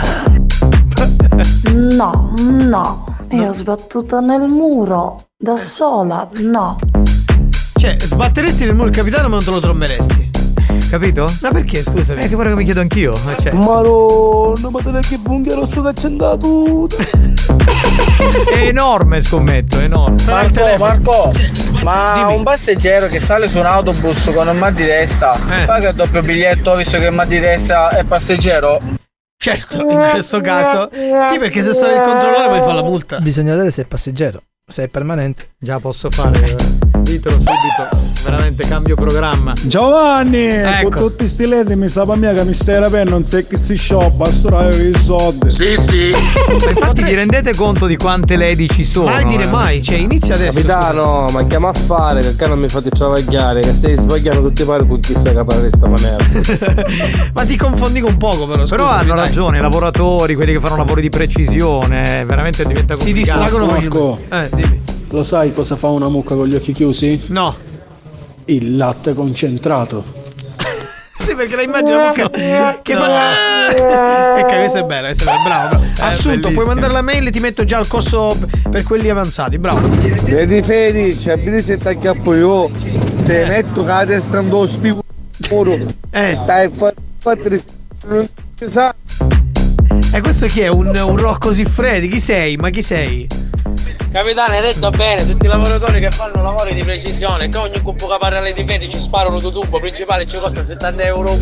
No. Io ho sbattuto nel muro da sola, no. Cioè, sbatteresti nel muro il capitano ma non te lo tromberesti. Capito? Ma perché, scusami? È che quello che mi chiedo anch'io. Cioè. Maronna, ma te ne che bunghero rosso che c'è andato. È enorme, scommetto, enorme. Marco, ma dimmi. Un passeggero che sale su un autobus con un mal di testa paga il doppio biglietto visto che il mal di testa è passeggero? Certo, in questo caso sì, perché se sale il controllore poi fa la multa. Bisogna vedere se è passeggero, se è permanente. Già posso fare, ditelo subito. Veramente cambio programma. Giovanni, con tutti sti ledi mi sa per me che mi stai rapendo, non sai che si shoppa, sto i soldi. Sì. Infatti vi rendete conto di quante ledi ci sono? Mai dire mai, cioè inizia adesso. Capitano, ma chiama a fare, che non mi fate travagliare, che stai sbagliando tutti i pari con chi sa capare di sta maniera. Ma ti confondi con poco però. Però hanno ragione, i lavoratori, quelli che fanno lavori di precisione, veramente diventa complicato. Si distraggono. Marco, dimmi. Lo sai cosa fa una mucca con gli occhi chiusi? No. Il latte concentrato. Sì, perché la immagino che fa. Ecco, questa è bella, bravo. Assunto, puoi mandare la mail e ti metto già al corso per quelli avanzati, bravo. Vedi Fedi, c'è bene se ti acchiappo io, te metto che la testa ando spiguro. Dai, fatti non sa. E questo chi è? Un Rocco Siffredi? Chi sei? Ma chi sei? Capitano, hai detto bene, tutti i lavoratori che fanno lavori di precisione, che ogni cupo che parla di vedi ci sparano tu tubo principale ci costa 70 euro.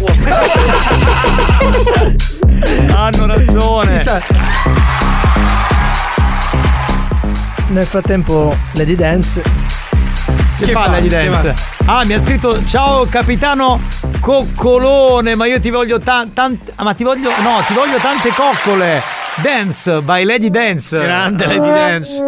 Hanno ragione. Nel frattempo Lady Dance. Che fa Lady Dance? Ah, mi ha scritto ciao capitano coccolone, ma io ti voglio ti voglio tante coccole. Dance by Lady Dance. Grande Lady Dance.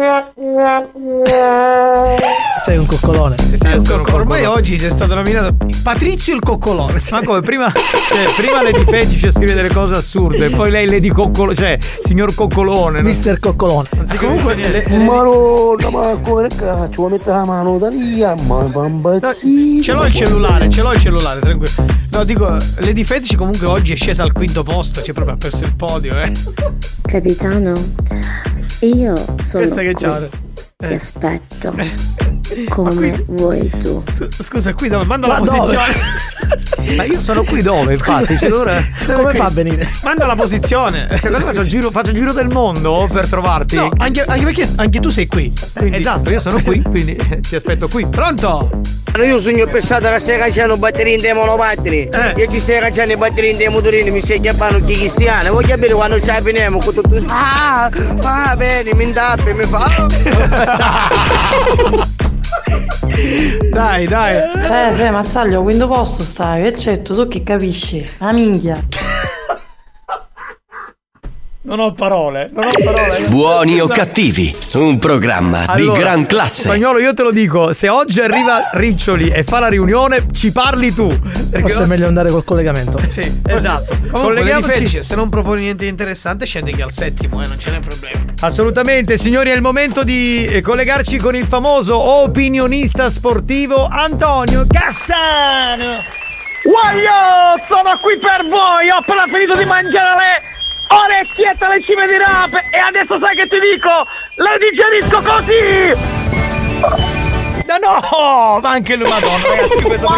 Sei un coccolone. Ormai oggi sei stato nominato Patrizio il coccolone. Ma come prima Lady Fetish scrive delle cose assurde, poi lei Lady Coccolone, cioè signor Coccolone, Mister Coccolone. Comunque Maronna, ma come cazzo vuoi mettere la mano da lì? Ma va impazzire. Ce l'ho il cellulare, tranquillo. No, dico, Lady Fetish comunque oggi è scesa al 5° posto, cioè proprio ha perso il podio, Capitano, io sono che qui, ti aspetto come vuoi tu. Scusa, qui dove? Manda la posizione. Ma io sono qui dove, infatti? Come fa a venire? Manda la posizione. Secondo me faccio il giro del mondo per trovarti. No, anche perché anche tu sei qui. Quindi, esatto, io sono qui, quindi ti aspetto qui. Pronto? Io sogno pensato che stai cacciando batterie dei monopattini. Io ci stai cacciando i batterie dei motorini, mi stai chiappando chi cristiano. Voglio capire quando ci avveniamo con tutto. Bene, mi indappi, mi fa. Dai. Mazzaglio, quinto posto stai, eccetto, tu che capisci? La minchia. Non ho parole. Buoni o cattivi, un programma di gran classe. Spagnolo, io te lo dico, se oggi arriva Riccioli e fa la riunione, ci parli tu. Forse è meglio andare col collegamento. Sì, esatto. Colleghiamoci. Se non proponi niente di interessante, scendi che al settimo, non ce n'è problema. Assolutamente, signori, è il momento di collegarci con il famoso opinionista sportivo Antonio Cassano. Voglio, sono qui per voi, ho appena finito di mangiare le orecchiette alle cime di rap e adesso sai che ti dico, le digerisco così! No, ma anche lui, madonna, ragazzi, questo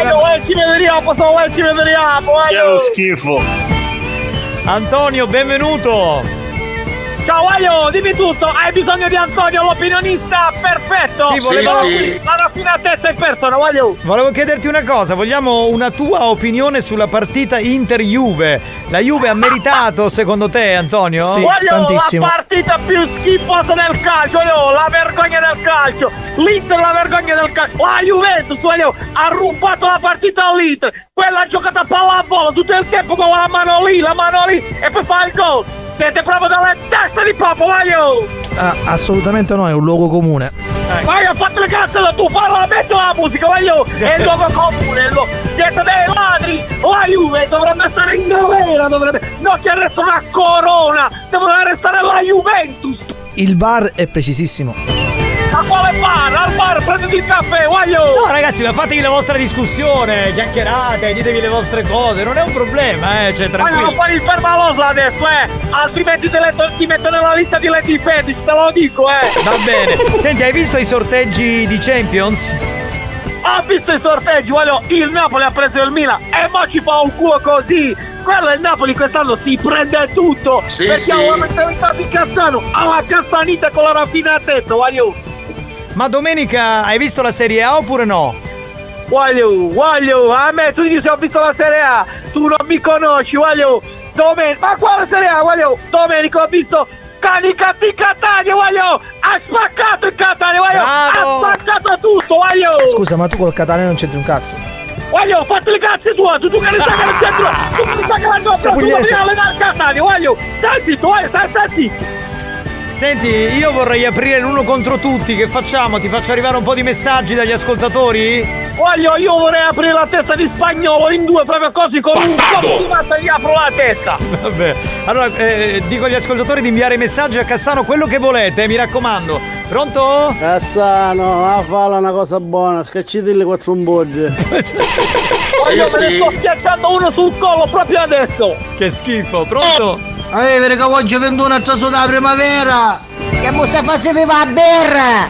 Che lo schifo. Antonio, benvenuto. Ciao Aio, dimmi tutto, hai bisogno di Antonio, l'opinionista perfetto? Sì, volevo la raffinatezza in persona, voglio. Volevo chiederti una cosa, vogliamo una tua opinione sulla partita Inter-Juve. La Juve ha meritato secondo te, Antonio? Sì, voglio tantissimo. la partita più schifosa del calcio, la vergogna del calcio. L'Inter la vergogna del calcio. La Juventus, ha rubato la partita all'Inter. Quella ha giocato a pallavolo tutto il tempo con la mano lì e poi fa il gol. Siete proprio dalle teste di Papo, voglio! Assolutamente no, è un luogo comune. Vai, ho fatto le cazzo da tu, parla, metto la musica, voglio! È il luogo comune, siete dei ladri! La Juve dovrebbe stare in galera, non che resta una corona, deve restare la Juventus! Il VAR è precisissimo. A quale bar? Al bar, prenditi il caffè, voglio! No ragazzi, ma fatevi la vostra discussione, chiacchierate, ditevi le vostre cose, non è un problema, cioè tranquillo. Ma non fare il permaloso adesso, altrimenti ti metto nella lista di Lady Fetish, te lo dico, Va bene. Senti, hai visto i sorteggi di Champions? Ho visto i sorteggi, voglio, il Napoli ha preso il Milan e mo ci fa un culo così. Quello il Napoli quest'anno si prende tutto, perché ha la mentalità di Cassano, ha la Cassanita con la raffinatezza, voglio. Ma domenica hai visto la Serie A oppure no? Voglio, a me tu dici se ho visto la Serie A, tu non mi conosci, voglio. Domenica, ma quale Serie A, voglio? Domenica ho visto Canicat in Catania, voglio. Ha spaccato il Catania, voglio. Bravo. Ha spaccato tutto, voglio. Scusa, ma tu col Catania non c'entri un cazzo. Voglio, fatti le cazzi tua, tu che ne sai che non c'entro. Tu che ne sai che la tua tu devi allenare il Catania, voglio. Stai zitto, voglio, stai zitto. Senti, io vorrei aprire l'uno contro tutti, che facciamo? Ti faccio arrivare un po' di messaggi dagli ascoltatori? Voglio, io vorrei aprire la testa di Spagnolo in due, proprio così, con un colpo di mazza gli apro la testa. Vabbè, allora dico agli ascoltatori di inviare messaggi a Cassano quello che volete, mi raccomando. Pronto? Cassano, falla una cosa buona, scacciteli 4 bondi. Voglio, me ne sto schiacciando uno sul collo proprio adesso. Che schifo, pronto? Perché oggi ho venduto una traso da primavera! Che mo sta facendo la birra!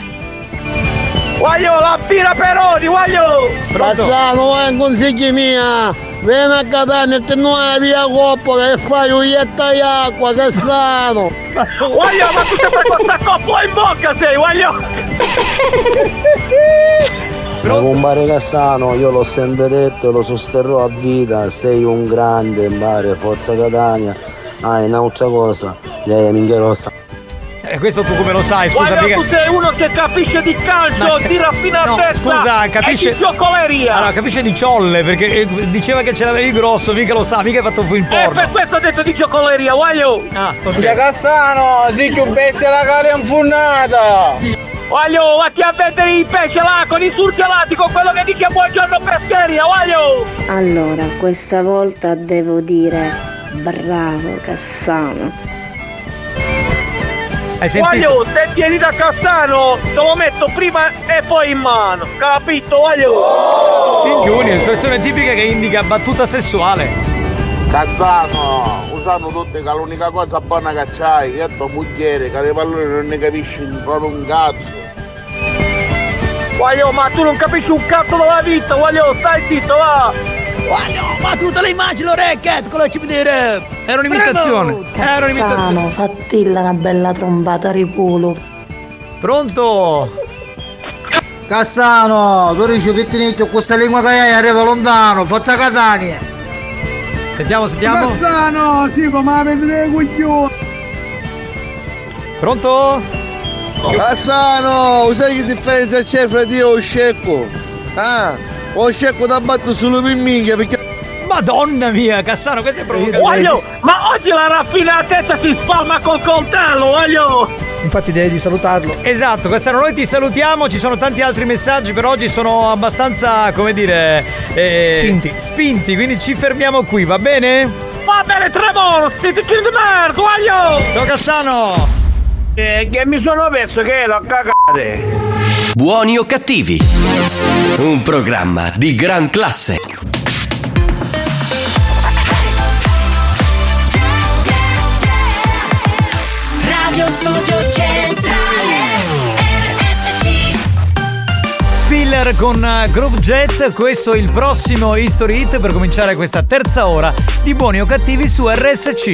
Voglio la birra Peroni, voglio! Cassano, vai in consigli mia! Vieni a Catania e te non via coppola e fai uietta di acqua, Cassano! Voglio, ma tu sempre con questa coppola in bocca sei, voglio! Ma compare Cassano, io l'ho sempre detto e lo sosterrò a vita, sei un grande mare, Forza Catania. Ah, è un'altra cosa, lei è minchia rossa. Questo tu come lo sai, scusa, guarda, tu sei uno che capisce di calcio, di raffinatezza, scusa, capisce e di cioccoleria. Allora, capisce di ciolle, perché diceva che ce l'avevi grosso, mica lo sa, mica hai fatto un film porno. Per questo ho detto di cioccoleria, voglio. Okay. Cassano, sì che bestia la cara infunnata. Voglio, vatti a vendere i pesce là con i surgelati, con quello che dice buongiorno pescheria, voglio. Allora, questa volta devo dire bravo Cassano. Hai sentito? Voglio, se vieni da Cassano te lo metto prima e poi in mano, capito? Voglio. Minchioni, espressione tipica che indica battuta sessuale. Cassano, usando tutte che l'unica cosa buona che c'hai è tua moglie, che le pallone non ne capisci proprio un cazzo. Voglio, ma tu non capisci un cazzo della vita, voglio, stai zitto, va! Voglio, ma tu te le immagini l'orecchia, quello ci vedere! Era un'imitazione! Era un'imitazione! Fattilla una bella trombata ripolo. Pronto? Cassano, tu dici pettinetto con questa lingua che hai arriva lontano, Forza Catania! Sentiamo. Cassano, sì, come la vedete coglione! Pronto? Cassano, sai che differenza c'è fra te e lo scecco? Ah, lo scecco da batto solo per minchia perché Madonna mia, Cassano, questa è provocazione. Voglio, ma oggi la raffinatezza si spalma col coltello, voglio. Infatti direi di salutarlo. Esatto, Cassano, noi ti salutiamo, ci sono tanti altri messaggi, per oggi sono abbastanza, come dire, spinti, quindi ci fermiamo qui, va bene? Va bene, Tremor, siete kill di merda, voglio. Ciao Cassano. Che mi sono perso che l'ho cagate. Buoni o cattivi? Un programma di gran classe. Radio Studio Centrale RSC. Spiller con Groove Jet, questo è il prossimo History Hit per cominciare questa terza ora di Buoni o Cattivi su RSC.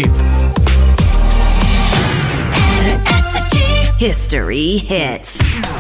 History Hits.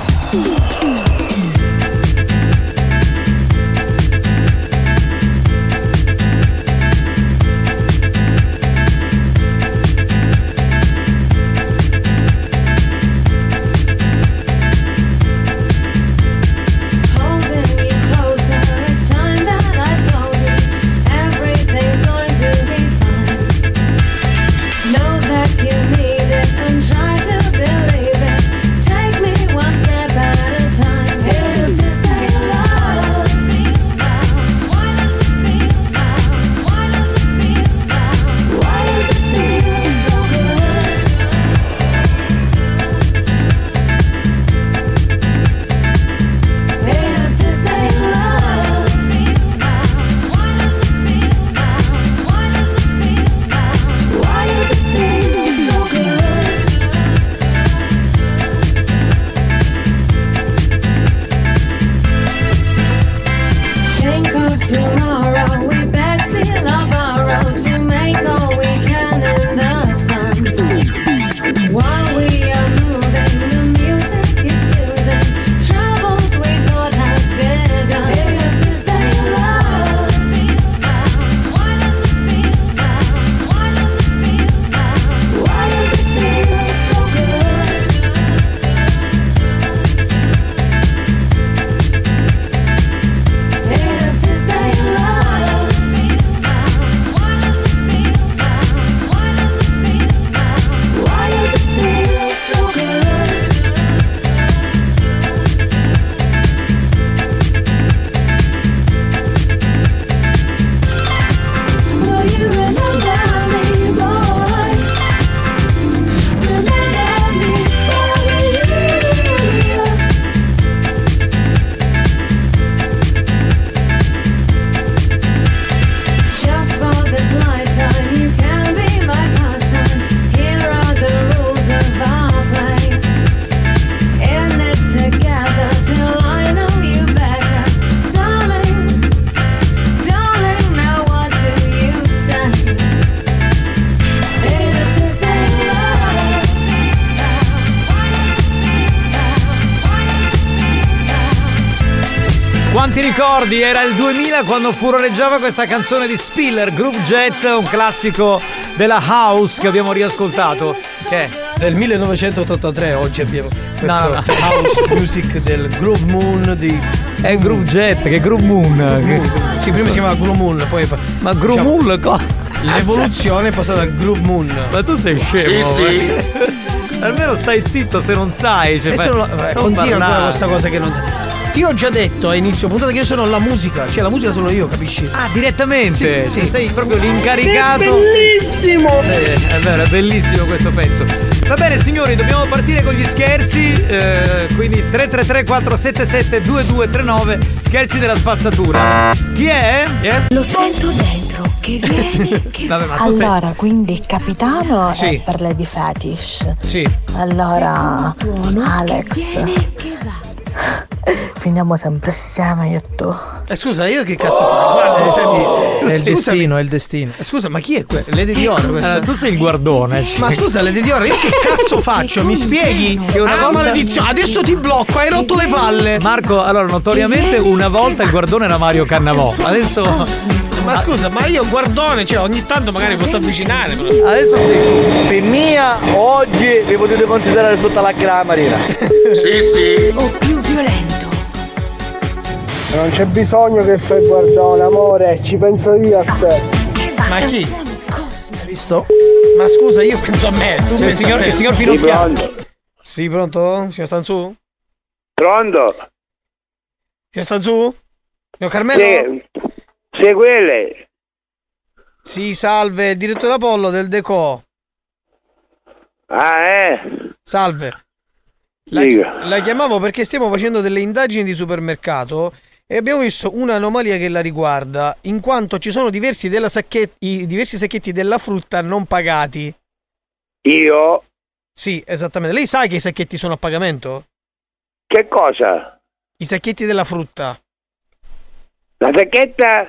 Quanti ricordi? Era il 2000 quando furoreggiava questa canzone di Spiller, Groove Jet, un classico della house che abbiamo riascoltato. Che è? Del 1983 oggi abbiamo questo No. house music del Groove Moon di... È Groove Jet, che Groove Moon. Sì, prima si chiamava Groove Moon, poi... Ma Groove Moon l'evoluzione è passata al Groove Moon. Ma tu sei scemo. Sì. Almeno stai zitto se non sai. Cioè, Adesso continua ancora questa cosa che non... Io ho già detto a inizio puntata che io sono la musica, cioè la musica sono io, capisci? Ah, direttamente? Sì. Sei proprio l'incaricato. È bellissimo! È vero, è bellissimo questo pezzo. Va bene signori, dobbiamo partire con gli scherzi, quindi 333-477-2239, scherzi della spazzatura. Chi è? Lo sento dentro che vieni, che Vabbè, ma tu allora, quindi il capitano Sì. è per Lady Fetish. Sì. Allora, Alex. Che va. Finiamo sempre assieme io e tu. Scusa, io che cazzo faccio? Guarda, tu è sei- il destino, è il destino. Scusa, ma chi è Lady Dior questa? Tu sei il guardone. Ma scusa, Lady Dior, io che cazzo faccio? Mi spieghi? Che una volta- maledizione, adesso ti blocco, hai rotto le palle. Marco, allora notoriamente una volta il guardone era Mario Cannavò. Adesso Ma scusa, ma io guardone, cioè ogni tanto magari posso avvicinare. Adesso sì. Per mia, oggi vi potete considerare sotto la marina. Sì. O più violento. Non c'è bisogno che fai il guardone, amore, ci penso io a te. Ma chi? Hai visto? Ma scusa, io penso a me. Tu Cioè, il signor Finocchiaro. Sì, pronto? Signor Stanzu? Pronto? Signor Stanzu? Signor Carmelo? Sì, quelle. Sì, salve, il direttore Apollo del Deco. Salve. La chiamavo perché stiamo facendo delle indagini di supermercato e abbiamo visto un'anomalia che la riguarda, in quanto ci sono diversi sacchetti della frutta non pagati. Io? Sì, esattamente. Lei sa che i sacchetti sono a pagamento? Che cosa? I sacchetti della frutta. La sacchetta?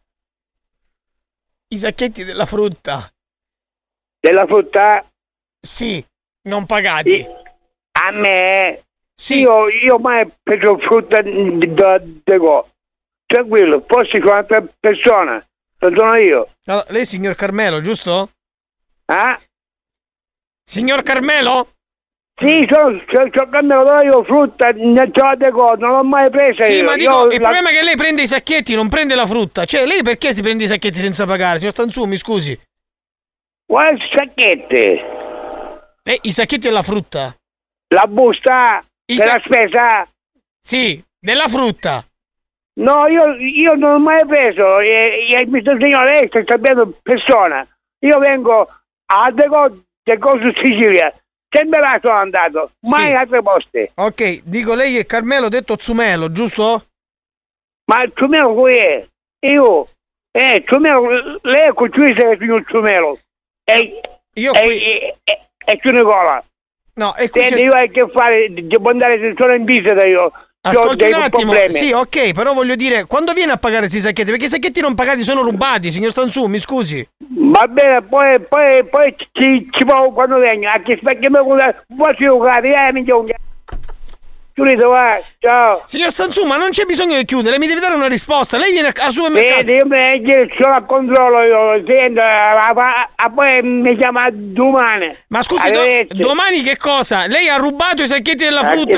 I sacchetti della frutta. Della frutta? Sì, non pagati. A me? Sì. Io mai preso frutta da Deco. Tranquillo, posti con un'altra persona. Non sono io. Allora, lei è signor Carmelo, giusto? Ah? Signor Carmelo? Sì, sono Carmelo, però io frutta non c'ho Deco, non l'ho mai presa sì, io. Ma dico, il problema è che lei prende i sacchetti, non prende la frutta. Cioè, lei perché si prende i sacchetti senza pagare? Signor Stanzu, mi scusi. Quali sacchetti? I sacchetti della frutta. La busta della spesa? Sì, della frutta. No, io non ho mai preso. Mi sto signore, lei sta cambiando persona. Io vengo a Deco su Sicilia. Sempre là sono andato, mai in altre poste. Ok, dico lei è Carmelo detto Zumelo, giusto? Ma il Zumelo qui è? Io? Zumelo, lei è con cui sei il signor Zumelo. Io qui... E tu Nicola. No, e qui senti, io hai che fare, devo andare, sono in visita io. Ascolti un attimo, sì, ok, però voglio dire, quando viene a pagare questi sacchetti? Perché i sacchetti non pagati sono rubati, signor Stanzu, mi scusi. Va bene, poi ci provo quando vengo, anche perché mi vuoi giocare, mi giochi. Giulito, va, ciao. Signor Stanzu, ma non c'è bisogno di chiudere, mi deve dare una risposta. Lei viene al supermercato. Vedi, io sono a controllo, io sento, poi mi chiama domani. Ma scusi, domani che cosa? Lei ha rubato i sacchetti della frutta?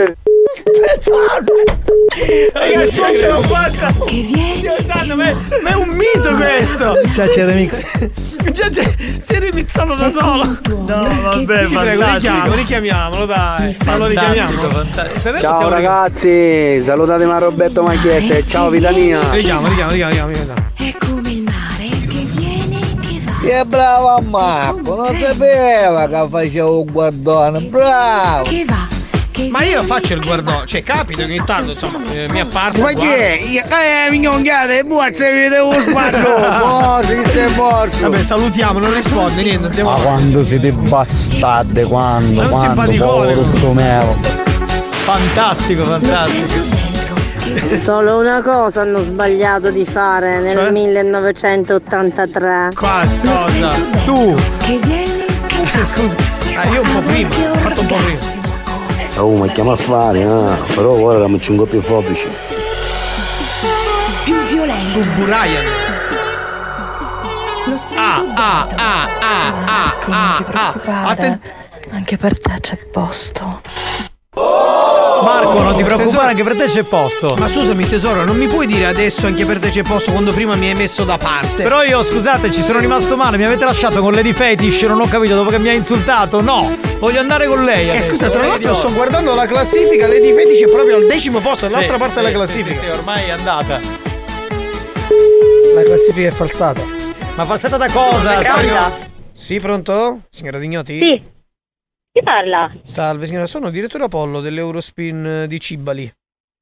Ragazzi, non ce l'ho fatta. Che viene? Ma è un mito questo. C'è remix. Si è remixato da solo. No, vabbè, fantastico. Richiamiamolo, dai. Lo richiamiamo. Ciao ragazzi, salutatemi a Roberto Macchiese. Ciao vita mia. Richiamo. È come il mare che viene e che va. Che brava Marco, non sapeva che facevo un guardone, bravo. Che va. Ma io faccio il guardone, cioè capita ogni tanto, insomma, mi apparto. Ma chi è? Mignonchiate, buonasera, vi devo sparare. Si stai morso. Vabbè, salutiamo, non risponde, niente, andiamo. Ma quando siete bastarde, quando? È un simpaticone. Fantastico. Solo una cosa hanno sbagliato di fare nel 1983. Cosa? Tu? Scusa, io un po' prima, ho fatto un po' prima. Oh, ma chiama a fare, però ora siamo 5 più fobici. Più violento. Su Brian. Anche per te c'è posto. Marco, non si preoccupare, anche per te c'è posto. Ma scusami tesoro, non mi puoi dire adesso anche per te c'è posto quando prima mi hai messo da parte? Però io, scusate, ci sono rimasto male, mi avete lasciato con Lady Fetish, non ho capito, dopo che mi ha insultato. No, voglio andare con lei adesso. Scusa, tra l'altro sto guardando la classifica, Lady Fetish è proprio al 10° posto, dall'altra parte della classifica. Sì, ormai è andata. La classifica è falsata. Ma falsata da cosa? Sì, pronto? Signora Dignoti? Sì. Chi parla? Salve signora, sono il direttore Apollo dell'Eurospin di Cibali.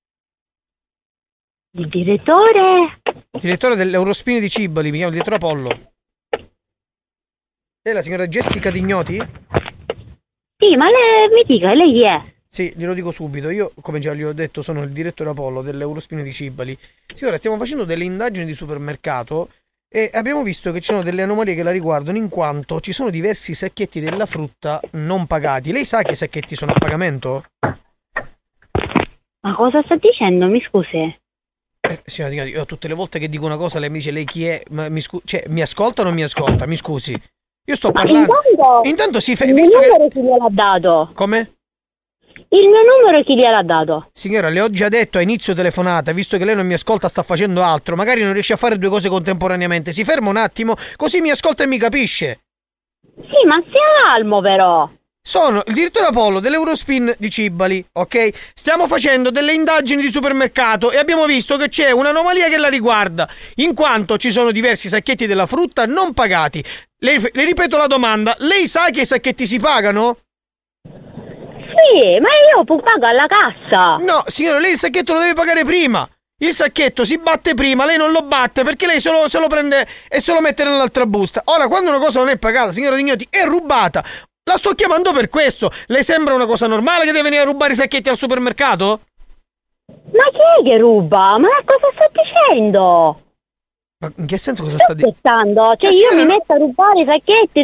Il direttore? Direttore dell'Eurospin di Cibali, mi chiamo il direttore Apollo. Lei è la signora Jessica Dignoti? Sì, ma lei mi dica, lei chi è? Sì, glielo dico subito, io come già gli ho detto sono il direttore Apollo dell'Eurospin di Cibali. Signora, stiamo facendo delle indagini di supermercato e abbiamo visto che ci sono delle anomalie che la riguardano in quanto ci sono diversi sacchetti della frutta non pagati. Lei sa che i sacchetti sono a pagamento? Ma cosa sta dicendo? Mi scusi. Signora, io tutte le volte che dico una cosa lei mi dice lei chi è? Ma mi ascolta o non mi ascolta? Mi scusi. Io sto parlando. Intanto si il numero chi gliel'ha dato? Come? Il mio numero chi gliel'ha dato? Signora, le ho già detto a inizio telefonata, visto che lei non mi ascolta, sta facendo altro, magari non riesce a fare due cose contemporaneamente, si ferma un attimo, così mi ascolta e mi capisce. Sì, ma sia calmo però. Sono il direttore Apollo dell'Eurospin di Cibali, ok? Stiamo facendo delle indagini di supermercato e abbiamo visto che c'è un'anomalia che la riguarda, in quanto ci sono diversi sacchetti della frutta non pagati. Le ripeto la domanda, lei sa che i sacchetti si pagano? Sì, ma io pago alla cassa. No, signora, lei il sacchetto lo deve pagare prima. Il sacchetto si batte prima, lei non lo batte perché lei se lo prende e se lo mette nell'altra busta. Ora, quando una cosa non è pagata, signora Dignoti, è rubata. La sto chiamando per questo. Le sembra una cosa normale che deve venire a rubare i sacchetti al supermercato? Ma chi è che ruba? Ma cosa sta dicendo? Ma in che senso cosa sta dicendo? Cioè io mi metto a rubare i sacchetti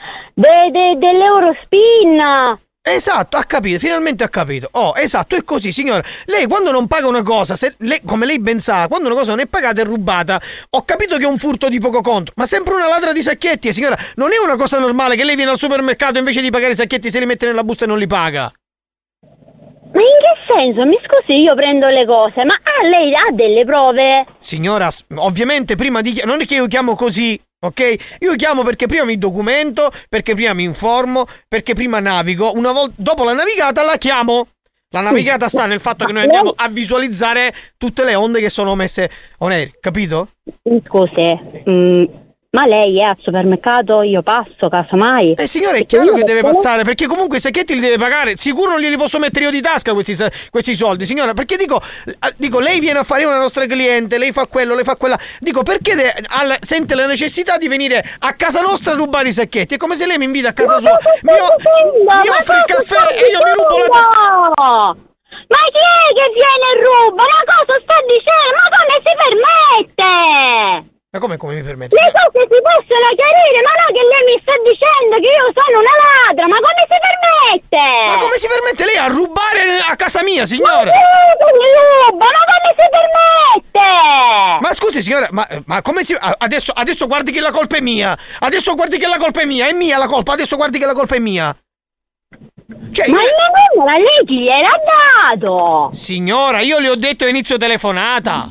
dell'Eurospin. Esatto, ha capito, finalmente ha capito. Oh, esatto, è così, signora. Lei quando non paga una cosa, come lei ben sa, quando una cosa non è pagata è rubata. Ho capito che è un furto di poco conto, ma sempre una ladra di sacchetti, signora. Non è una cosa normale che lei viene al supermercato e invece di pagare i sacchetti se li mette nella busta e non li paga. Ma in che senso? Mi scusi, io prendo le cose, ma lei ha delle prove? Signora, ovviamente prima di... Non è che io chiamo così, ok? Io chiamo perché prima mi documento, perché prima mi informo, perché prima navigo. Una volta dopo la navigata la chiamo. La navigata sta nel fatto che noi andiamo a visualizzare tutte le onde che sono messe on air, capito? Scusi, ma lei è al supermercato? Io passo, casomai. Signore, è chiaro che deve passare, perché comunque i sacchetti li deve pagare. Sicuro non glieli posso mettere io di tasca questi soldi, signora, perché dico, lei viene a fare una nostra cliente, lei fa quello, lei fa quella. Dico, perché sente la necessità di venire a casa nostra a rubare i sacchetti? È come se lei mi invita a casa sua, mi offre il caffè e io mi rubo la tazza. Ma chi è che viene e ruba? Ma cosa sta dicendo? Ma come si permette? Ma come mi permette? Le cose si possono chiarire, ma no che lei mi sta dicendo che io sono una ladra, ma come si permette? Ma come si permette lei a rubare a casa mia, signora? Ma come si permette? Ma scusi, signora, ma come si... Adesso guardi che la colpa è mia. Adesso guardi che la colpa è mia. È mia la colpa, adesso guardi che la colpa è mia. Cioè, ma il mio numero a lei chi gliel'ha dato? Signora, io le ho detto a inizio telefonata.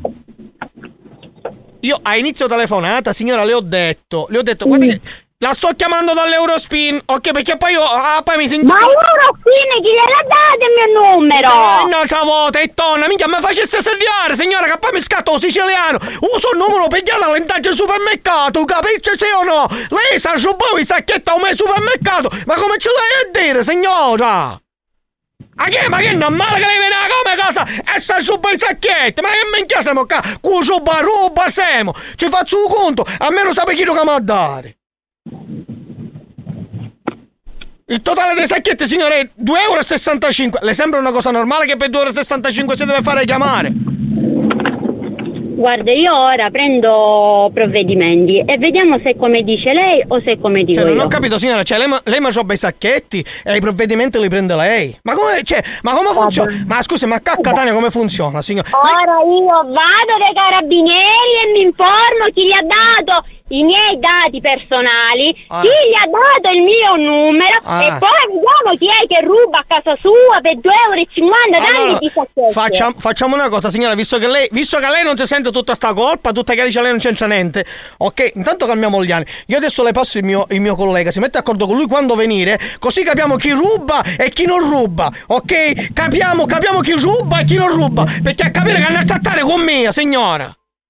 Io a inizio telefonata, signora, le ho detto, guardi che la sto chiamando dall'Eurospin, ok, perché poi io poi mi sento... Ma Eurospin chi gliel'ha dato il mio numero? Un'altra volta, e tonna, minchia, mi facesse serviare, signora, che poi mi scatto siciliano. Uso il numero pigliato all'indagine al supermercato, capisce sì o no? Lei sa rubare i sacchetti a me supermercato, ma come ce l'hai a dire, signora? Ma che non male che lei viene come cosa e sa rubare i sacchetti? Ma che minchia siamo qua? Cu ruba siamo. Ci faccio un conto, almeno sapete chi lo chiama a dare. Il totale dei sacchetti, signore, è 2,65 €. Le sembra una cosa normale che per 2,65 € si deve fare chiamare? Guarda, io ora prendo provvedimenti e vediamo se è come dice lei o se è come dico io. Non ho capito, signora, cioè lei mi ruba i sacchetti e i provvedimenti li prende lei. Ma come funziona? Ma scusi, ma Catania come funziona, signora? Ora io vado dai carabinieri e mi informo chi gli ha dato i miei dati personali, chi gli ha dato il mio numero e poi vediamo chi è che ruba a casa sua per 2,50 € danni di sacchetti. Facciamo una cosa, signora, visto che lei non si sente tutta sta colpa, tutta che dice lei non c'entra niente, ok? Intanto calmiamo gli anni. Io adesso le passo il mio collega, si mette d'accordo con lui quando venire, così capiamo chi ruba e chi non ruba, ok? Capiamo chi ruba e chi non ruba, perché a capire che hanno a trattare con me, signora.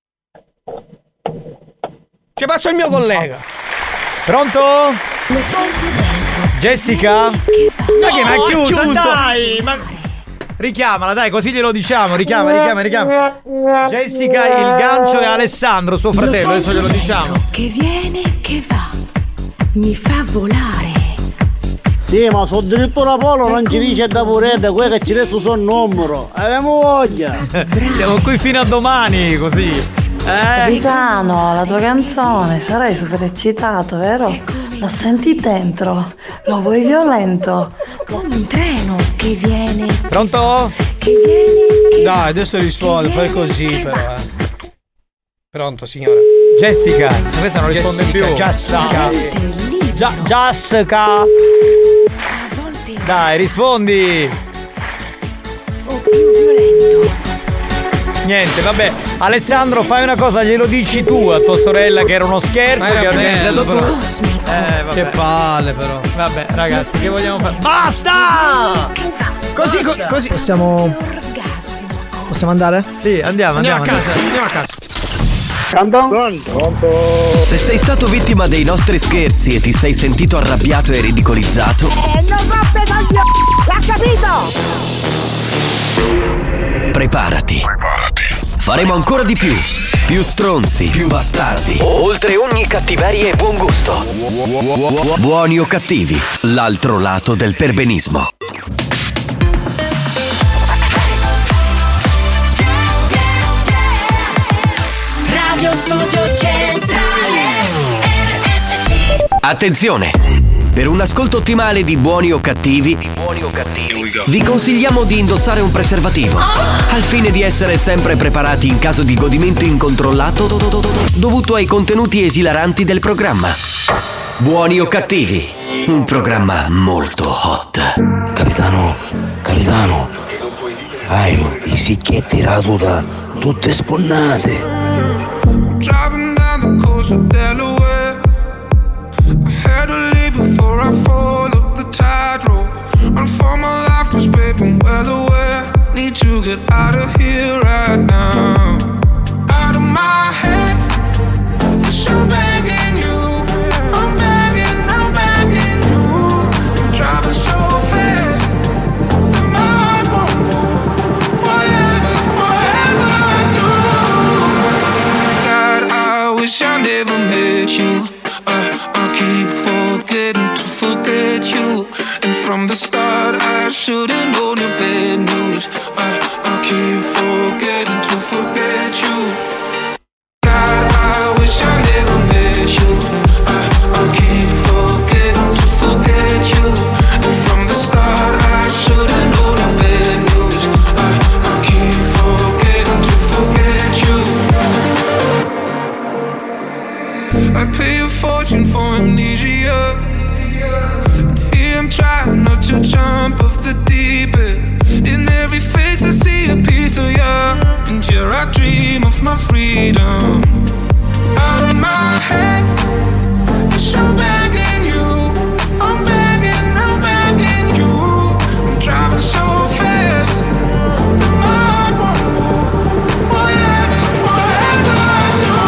Ci passo il mio collega. Pronto? Jessica? Ma che ma è chiusa? Dai! Ma... Richiamala, dai, così glielo diciamo. Richiama. Jessica, il gancio è Alessandro, suo fratello, adesso glielo diciamo. Che viene, che va, mi fa volare. Sì, ma sono addirittura Polo non ci dice da puredda, quello che ci resta sul numero. Abbiamo voglia. Siamo qui fino a domani, così. Capitano, la tua canzone, sarai super eccitato, vero? Lo senti dentro, lo vuoi violento. Come un treno che viene. Pronto? Che viene. Che dai, adesso rispondo, fai così però. Pronto, signora? Jessica, questa non risponde più. Jessica. Dai, rispondi. Niente, vabbè. Alessandro, fai una cosa, glielo dici tu a tua sorella che era uno scherzo che hai organizzato tu. Vabbè. Che palle però. Vabbè, ragazzi, che vogliamo fare? Basta! Così possiamo andare? Sì, andiamo a casa. Andiamo a casa. Se sei stato vittima dei nostri scherzi e ti sei sentito arrabbiato e ridicolizzato, non roppe coglioni! L'ha capito? preparati. Faremo ancora di più. Più stronzi, più bastardi. Oltre ogni cattiveria e buon gusto. Buoni o cattivi, l'altro lato del perbenismo. Radio Studio Centrale RSC. Attenzione! Per un ascolto ottimale di Buoni o Cattivi, vi consigliamo di indossare un preservativo, al fine di essere sempre preparati in caso di godimento incontrollato dovuto ai contenuti esilaranti del programma. Buoni o Cattivi, un programma molto hot. Capitano, i sicchetti la tuta, tutte sponnate. Driving down the coast of Delaware, I had to leave before I fall off the tide road. Run for my life, cause babe, I'm well aware. Need to get out of here right now. Out of my head, yes, I'm begging you. I'm begging you. I'm driving so fast that my heart won't move. Whatever I do, God, I wish I never met you. I keep forgetting to forget you. And from the start I should've known your bad news. I keep forgetting to forget you. God, I wish I never met you. I keep forgetting to forget you. And from the start I should've known your bad news. I keep forgetting to forget you. I pay a fortune for amnesia. I'm trying not to jump off the deep end. In every face I see a piece of you. And here I dream of my freedom. Out of my head, yes, I'm begging you. I'm begging you. I'm driving so fast that my heart won't move. Whatever I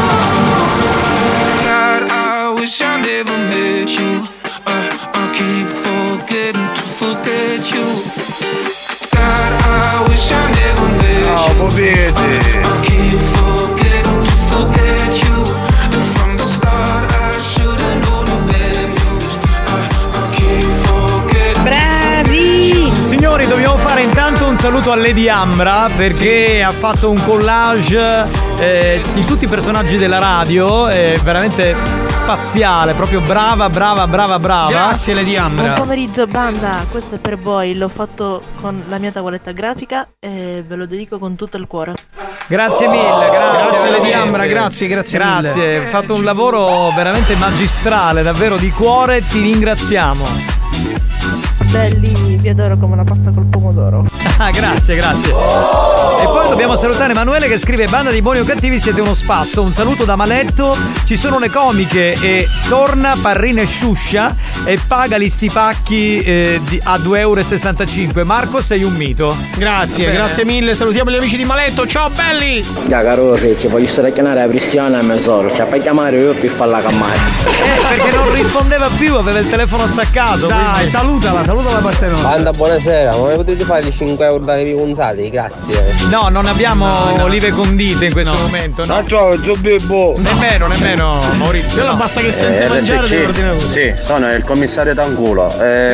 do, God, I wish I never met you. I keep forgetting to forget you. God, I wish I never met you. I keep forgetting to forget you. And from the start I should've known the bad news. I keep forgetting. Bravi! Signori, dobbiamo fare intanto un saluto a Lady Ambra perché ha fatto un collage di tutti i personaggi della radio, veramente spaziale, proprio brava. Grazie Lady Ambra. Buon pomeriggio banda, questo è per voi, l'ho fatto con la mia tavoletta grafica e ve lo dedico con tutto il cuore. Grazie mille, grazie Lady Ambra, grazie mille. Hai fatto un lavoro veramente magistrale, davvero di cuore, ti ringraziamo. Belli, vi adoro come la pasta col pomodoro. Grazie. E poi dobbiamo salutare Emanuele che scrive: banda di Buoni o Cattivi, siete uno spasso. Un saluto da Maletto. Ci sono le comiche e torna Parrina e Sciuscia e paga gli stipacchi a 2,65 €. Marco, sei un mito. Grazie mille, salutiamo gli amici di Maletto. Ciao belli. Già caro ci voglio stare a chiamare la Cristiana e Mesoro. Cioè per chiamare io per farla cammare. Perché non rispondeva più, aveva il telefono staccato. Dai, quindi... salutala da parte nostra. Banda, buonasera, ma potete fare 5 € da ripunzati? Grazie. No, non abbiamo olive condite in questo momento. No, nemmeno Maurizio. Però basta che sente mangiare devi ordinare. Sì, sono il commissario Tanculo.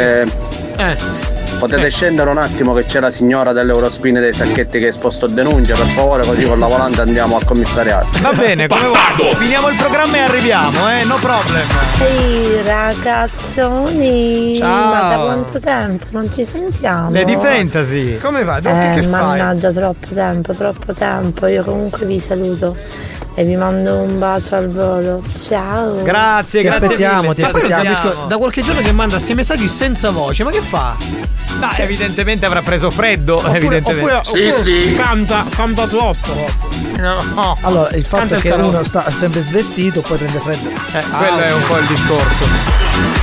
Potete scendere un attimo che c'è la signora dell'Eurospin dei sacchetti che è esposto denuncia, per favore, così con la volante andiamo al commissariato. Va bene, come vuoi. Finiamo il programma e arriviamo, no problem. Ehi ragazzoni, ciao. Ma da quanto tempo non ci sentiamo? Lady Fantasy. Come va? Che fai? Mannaggia, troppo tempo. Io comunque vi saluto. e vi mando un bacio al volo. Ciao. Grazie, ti aspettiamo. Da qualche giorno che manda questi messaggi senza voce, ma che fa? No, evidentemente avrà preso freddo. Oppure canta troppo. No. Allora, il fatto è che uno sta sempre svestito, poi prende freddo. Quello è un po' il discorso.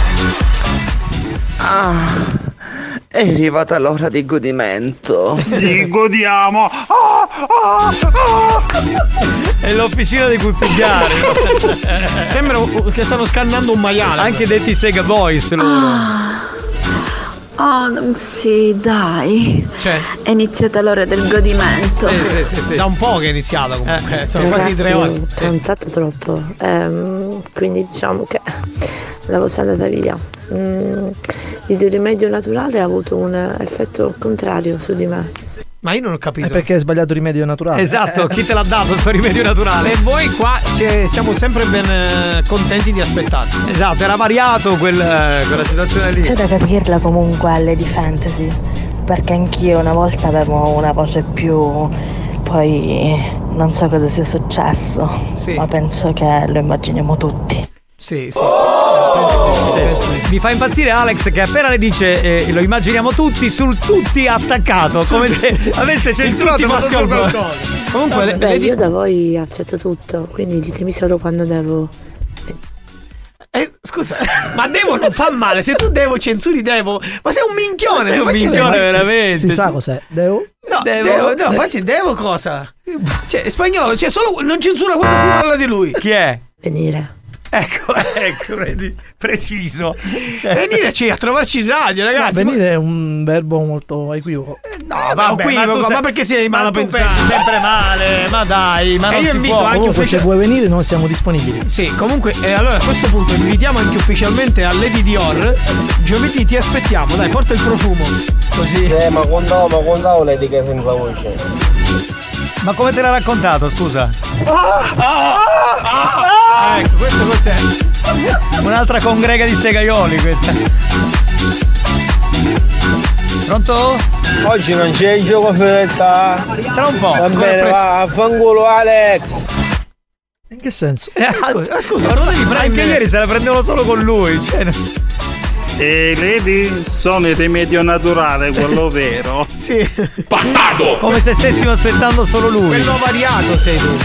È arrivata l'ora di godimento. Sì, godiamo. È l'officina di cui pigliare. Sembra che stanno scannando un maiale. Anche detti Sega Boys loro. Sì, dai. È iniziata l'ora del godimento. Sì. Da un po' che è iniziata comunque. Sono quasi 3 ore. Ho cantato troppo. Quindi diciamo che la voce è andata via. Il rimedio naturale ha avuto un effetto contrario su di me. Ma io non ho capito. È perché hai sbagliato il rimedio naturale. Esatto, chi te l'ha dato sto rimedio naturale? Se voi qua siamo sempre ben contenti di aspettarti. Esatto, era variato quella situazione lì. C'è da capirla comunque alle di fantasy, perché anch'io una volta avevo una voce più, poi non so cosa sia successo, ma penso che lo immaginiamo tutti. Sì. Mi fa impazzire Alex che appena le dice lo immaginiamo tutti, sul tutti ha staccato, come se avesse censurato qualcosa. Comunque io da voi accetto tutto, quindi ditemi solo quando devo. Scusa, ma Devo non fa male, se tu Devo censuri Devo, ma sei un minchione, sei un minchione veramente. Si sa cos'è? Devo? No, facci Devo cosa? Cioè, è spagnolo, cioè solo non censura quando si parla di lui. Chi è? Venire. Ecco, vedi, preciso. Venire a trovarci in radio, ragazzi. No, venire è un verbo molto equivoco. No, ma perché sei male pensato? Sempre male, ma dai, ma non io si invito può. Anche comunque se vuoi venire noi siamo disponibili. Sì, comunque allora a questo punto invitiamo anche ufficialmente a Lady Dior. Giovedì ti aspettiamo, dai, porta il profumo. Così. Ma quando Lady che senza voce. Ma come te l'ha raccontato, scusa? Ecco, questo cos'è? Un'altra congrega di segaioli questa. Pronto? Oggi non c'è il gioco Fioretta. Tra un po'. Va bene, va, fanculo Alex. In che senso? Scusa, ma non devi prendere. Anche ieri se la prendevano solo con lui. Lady, sono il rimedio naturale, quello vero. Sì. Bastardo! Come se stessimo aspettando solo lui. Quello variato sei tu.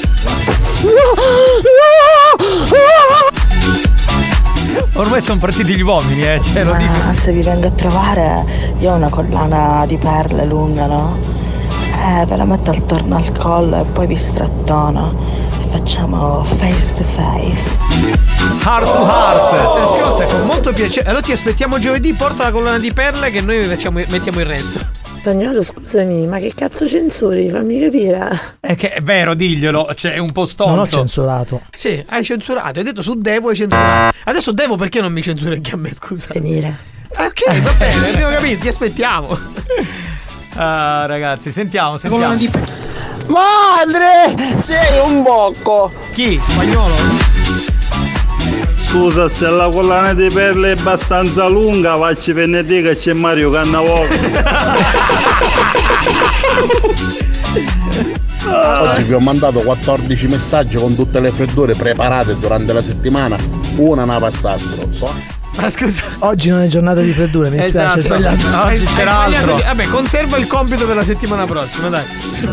Ormai sono partiti gli uomini, lo dico. Se vi vengo a trovare, io ho una collana di perle lunga, no? Ve la metto attorno al collo e poi vi strattono. Facciamo face to face. Heart to heart. Ascolta, con molto piacere. Allora ti aspettiamo giovedì, porta la collana di perle che noi mettiamo il resto. Spagnolo, scusami, ma che cazzo censuri? Fammi capire. È che è vero, diglielo, c'è un po' stonto. Non ho censurato. Sì, hai censurato, hai detto su Devo hai censurato. Adesso Devo perché non mi censuri anche a me, scusa? Venire. Ok, va bene, abbiamo capito, ti aspettiamo. Ragazzi, sentiamo. Madre, sei un bocco. Chi? Spagnolo? Scusa, se la collana di perle è abbastanza lunga, facci venerdì che c'è Mario Cannavò. Oggi vi ho mandato 14 messaggi con tutte le freddure preparate durante la settimana. Una ne ha passato. Ma scusa, oggi non è giornata di freddure, mi dispiace, hai sbagliato. Oggi c'era altro. Vabbè, conserva il compito per la settimana prossima, dai.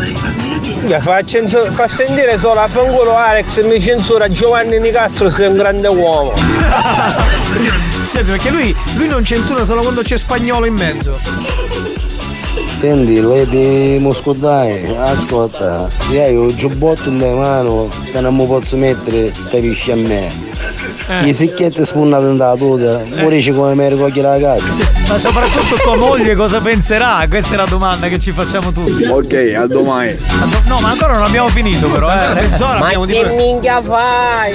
Fa sentire solo a fanculo Alex, mi censura Giovanni Nicastro, sei un grande uomo. Certo, perché lui non censura solo quando c'è Spagnolo in mezzo. Senti, Lady Moscodai, ascolta, io ho un giubbotto in mano che non mi posso mettere, capisci a me. Gli secchietti spunnati nella tuta, morisci come me ricogli la casa. Ma soprattutto tua moglie cosa penserà? Questa è la domanda che ci facciamo tutti. Ok, a domani. No, ma ancora non abbiamo finito però, mezz'ora ma abbiamo che minchia fai?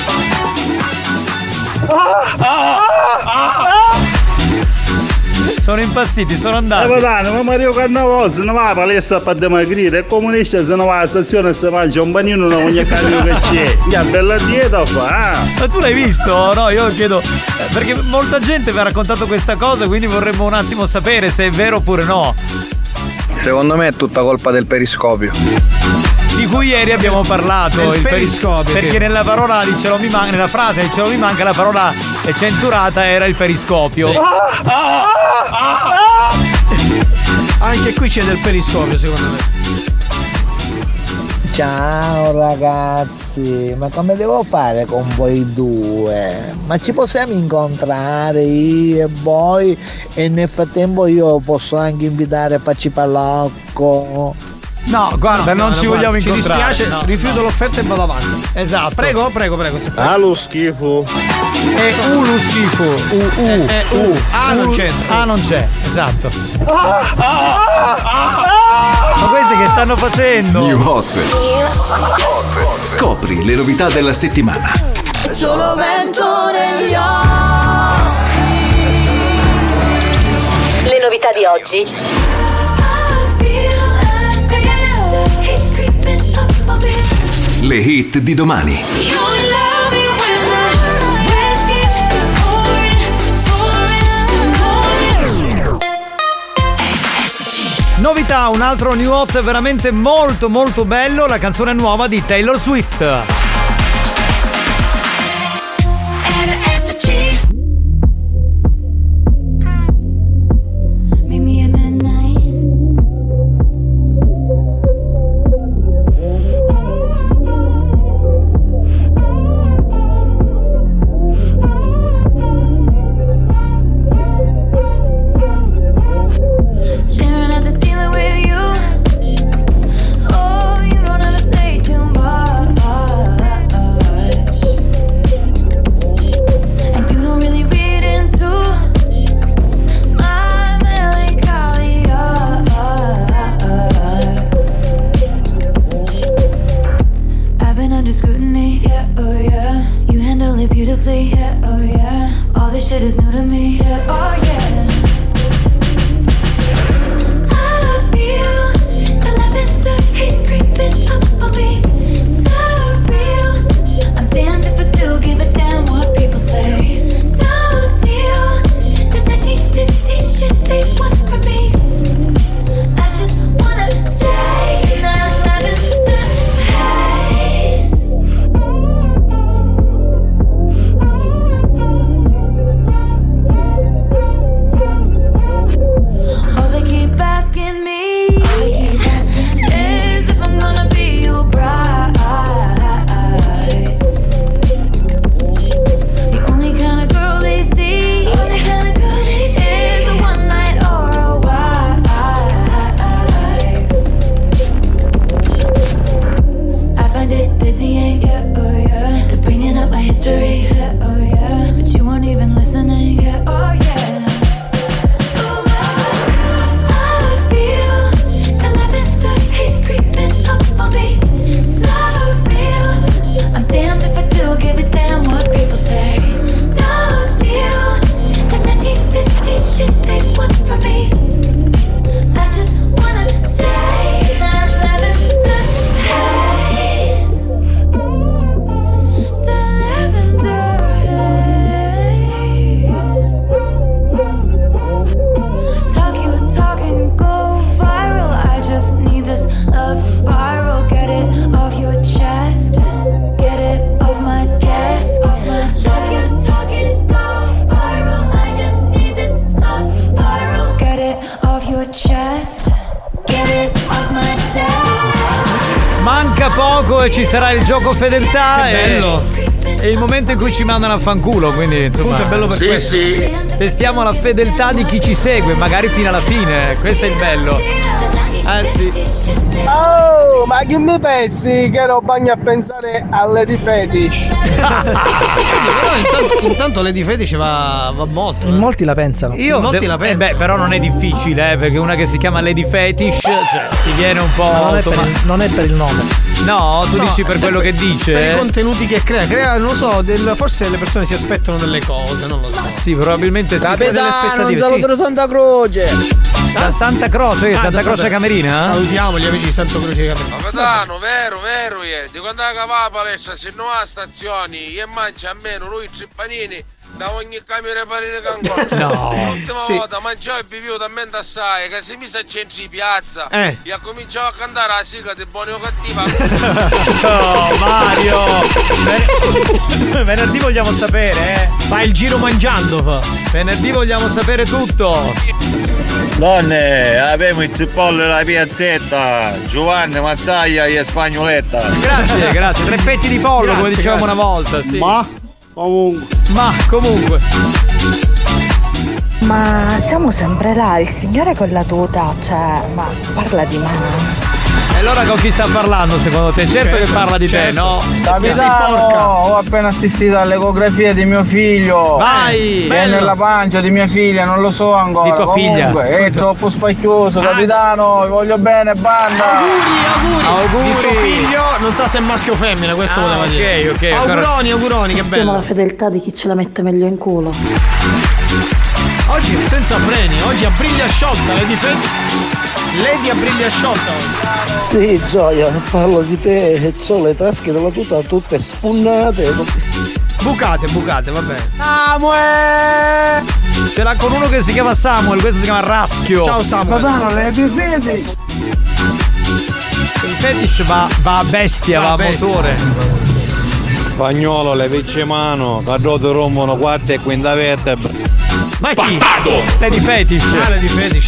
Sono impazziti, sono andati. Ma Mario Cannavò se ne va a palestra per dimagrire, il comunista se ne va alla stazione e si mangia un panino una ogni cambio che c'è. Che bella dieta fa. Ma tu l'hai visto? No, io chiedo perché molta gente mi ha raccontato questa cosa, quindi vorremmo un attimo sapere se è vero oppure no. Secondo me è tutta colpa del periscopio. di cui ieri abbiamo parlato, il periscopio, perché sì. nella parola di "ce lo mi manca", nella frase "ce lo mi manca", la parola censurata era il periscopio. Sì. Anche qui c'è del periscopio, secondo me. Ciao ragazzi, ma come devo fare con voi due? Ma ci possiamo incontrare io e voi e nel frattempo io posso anche invitare Facci Palocco? No, guarda, non ci vogliamo ci incontrare. dispiace, no. rifiuto l'offerta e vado avanti. Esatto. Prego. Lo schifo. È lo schifo. Non c'entra. Non c'è, esatto. Ma questi che stanno facendo? New Hot. Scopri le novità della settimana. Solo vento negli occhi. Le novità di oggi. Le hit di domani. Novità, un altro new hot veramente molto molto bello, la canzone nuova di Taylor Swift. Manca poco e ci sarà il gioco fedeltà. Che bello. È il momento in cui ci mandano a fanculo, quindi insomma è bello per questo. Sì. Testiamo la fedeltà di chi ci segue, magari fino alla fine. Questo è il bello. Sì. Oh, ma che mi pensi che ero bagno a pensare a Lady Fetish? Però intanto Lady Fetish va molto. In molti la pensano. Molti la pensano. Beh, però non è difficile, perché una che si chiama Lady Fetish, cioè, ti viene un po'. Non è per il nome. No, tu dici per quello che dice. Per i contenuti che crea, non lo so, forse le persone si aspettano delle cose, non lo so. Sì, probabilmente sì. Capitano, un saluto da Santa Croce. Da Santa Croce, Santa Croce Camerina? Salutiamo gli amici di Santa Croce Camerina. Capitano, vero, di quando va a palestra, se non ha stazioni, e mangia almeno lui i panini, da ogni camera parere cancoggio. No. L'ultima volta mangiavo e bevevo talmente assai che se mi sta centro di piazza e ha cominciato a cantare la sigla di Buoni o Cattiva. No, Mario. Venerdì vogliamo sapere, Fai il giro mangiando. Venerdì vogliamo sapere tutto. Donne, abbiamo il cipolle la piazzetta. Giovanni, Mazzaglia e Spagnoletta. Grazie. 3 petti di pollo, come dicevamo una volta, sì. Ma comunque. Ma siamo sempre là, il signore con la tuta, cioè, ma parla di me. E allora con chi sta parlando secondo te? Certo che parla di te, no? Capitano, ho appena assistito all'ecografia di mio figlio. Vai! È nella pancia di mia figlia, non lo so ancora. Di tua figlia? È troppo spacchioso, capitano, vi voglio bene, banda. Auguri. Di suo figlio, non so se è maschio o femmina, questo voleva dire. Ok. Auguroni, che bello. Abbiamo la fedeltà di chi ce la mette meglio in culo. Oggi è senza freni, oggi a briglia sciolta, Lady a briglia sciolta. Sì, Gioia, parlo di te e c'ho le tasche della tuta tutte spunnate. Bucate, va bene. Ce l'ha con uno che si chiama Samuel, questo si chiama Raschio. Ciao Samuel. Capitano, Lady Fetish. Il fetish va a bestia, va a motore. Spagnolo, le vecchie mano, cadrote rompono quarta e quinta vertebra. Ma chi? Lady Fetish. Lady Fetish.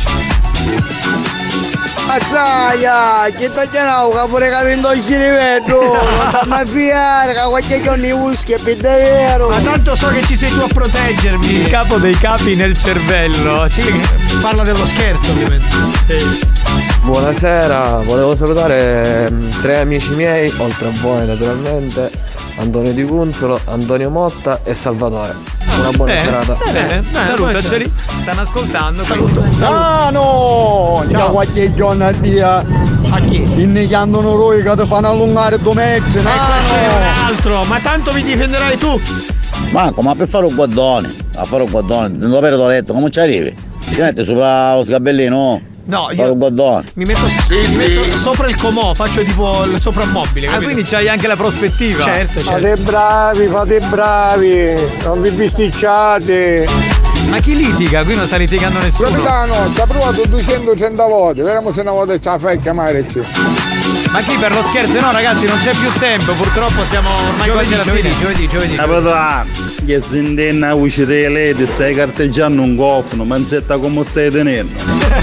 Mazzaia, che tagliano che pure capendo il cinevetto, non sta mai fiare, che qualche giorno i whisky è per davvero. Ma tanto so che ci sei tu a proteggermi. Il capo dei capi nel cervello. Sì, parla dello scherzo ovviamente. Sì. Buonasera, volevo salutare 3 amici miei, oltre a voi naturalmente, Antonio Di Cunzolo, Antonio Motta e Salvatore. Una buona serata. Salutaceli, stanno ascoltando. Saluto. Ah no! Da qualche giorno a dia. A chi? Inneggiando noi che ti fanno allungare 2 metri. C'è un altro, ma tanto mi difenderai tu. Manco, ma per fare un guardone, non lo per letto, come ci arrivi? Ti metti sopra lo sgabellino? No, io mi metto sopra il comò, faccio tipo il soprammobile. Ah, quindi c'hai anche la prospettiva. Certo. Fate bravi, non vi bisticciate. Ma chi litiga? Qui non sta litigando nessuno. Capitano, ci ha provato 230 volte, vediamo se una volta ce la fai chiamare. Ma chi per lo scherzo? No ragazzi, non c'è più tempo, purtroppo siamo ormai quasi alla fine. Giovedì. Che se intenna voce delle lady, stai carteggiando un cofano, manzetta come stai tenendo?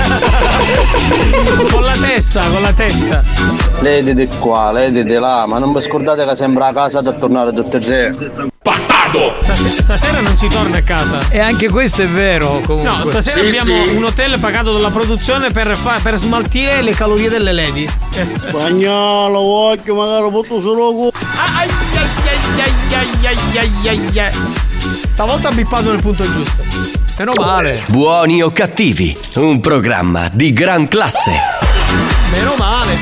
Con la testa. Lady di qua, lady di là, ma non vi scordate che sembra a casa da tornare tutte e 3. Bastardo! Stasera non si torna a casa. E anche questo è vero comunque. No, stasera abbiamo un hotel pagato dalla produzione per smaltire le calorie delle lady. Spagnolo, occhio, magari posso solo Stavolta ha bippato nel punto giusto. Meno male. Buoni o cattivi, un programma di gran classe. Meno male.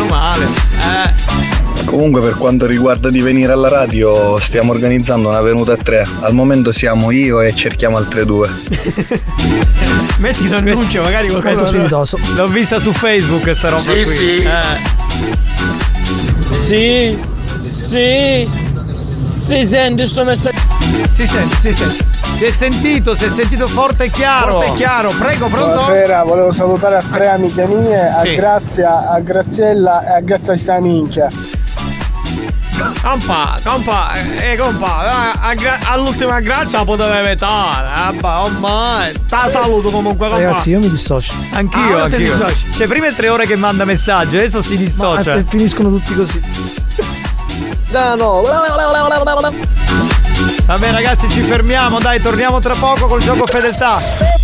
Comunque per quanto riguarda di venire alla radio stiamo organizzando una venuta a 3. Al momento siamo io e cerchiamo altre 2. Metti l'annuncio, magari qualcosa spiritoso. L'ho vista su Facebook sta roba qui. Sì. Si sente sto messaggio. Si sente. Si è sentito forte e chiaro. Prego, pronto? Buonasera, volevo salutare a 3 amiche mie, a Grazia, a Graziella e a Grazia Stanincia. Compa, all'ultima Grazia la poteva evitare. Ormai. Saluto comunque, compa. Ragazzi, io mi dissocio. Anch'io. Cioè, prima è 3 ore che manda messaggio, adesso si dissocia. Ma finiscono tutti così. No. Vabbè ragazzi, ci fermiamo, dai, torniamo tra poco col gioco fedeltà.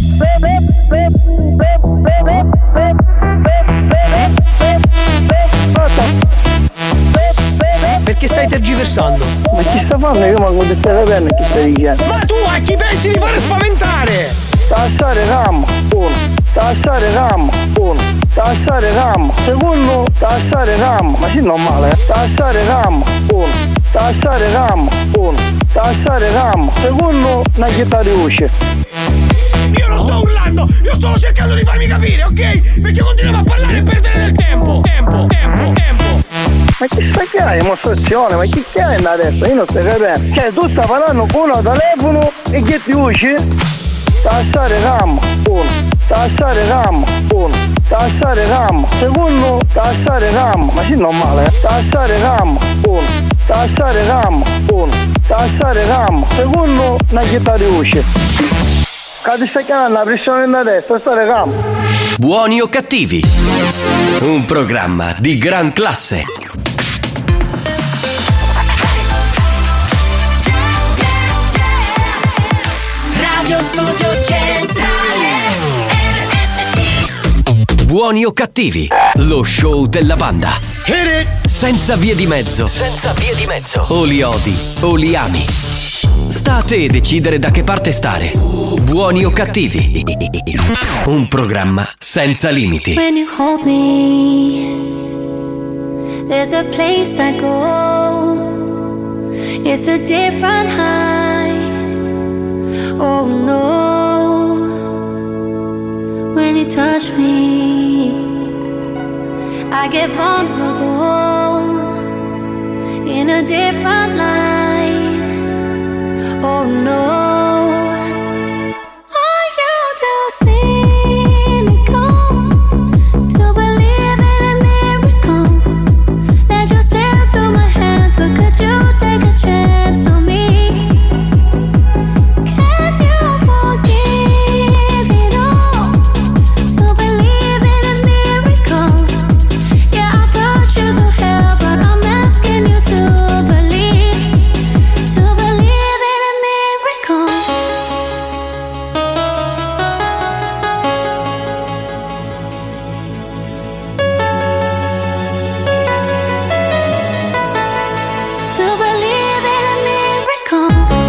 Perché stai tergiversando? Ma chi sta fanno? Io manco di stai capendo chi stai dicendo. Ma tu a chi pensi di fare spaventare? Tassare RAM, 1. Tassare RAM, 1. Tassare RAM, secondo. Tassare RAM, ma sì normale. Tassare RAM, 1. Tassare RAM, 1. Tassare RAM, secondo una chitarra di voce. Io non sto urlando, io sto cercando di farmi capire, ok? Perché continuiamo a parlare e perdere del tempo. Ma che sta che hai dimostrazione? Ma chi hai adesso? Io non sto capendo. Cioè tu stai parlando con uno telefono e che ti usci? Tassare RAM, 1. Tassare RAM, 1. Tassare RAM, secondo. Tassare RAM, ma sì normale. Tassare RAM, 1. Tassare RAM, 1. Tassare RAM, secondo. Una chitarra di usci. Cade stai chiamando la pressione da destra, tassare RAM. Buoni o cattivi? Un programma di gran classe. Radio Studio Centrale RSC. Buoni o cattivi? Lo show della banda. Senza vie di mezzo. Senza vie di mezzo. O li odi o li ami. Sta a te decidere da che parte stare. Buoni o cattivi? Un programma senza limiti. When you hold me, there's a place I go. It's a different high. Oh no. When you touch me, I get vulnerable in a different light. Oh no. Are you too cynical to believe in a miracle that just slipped through my hands? But could you take a chance on me? Can you forgive it all to believe in a miracle? Yeah, I brought you to hell, but I'm asking you to believe in a miracle. To believe in a miracle.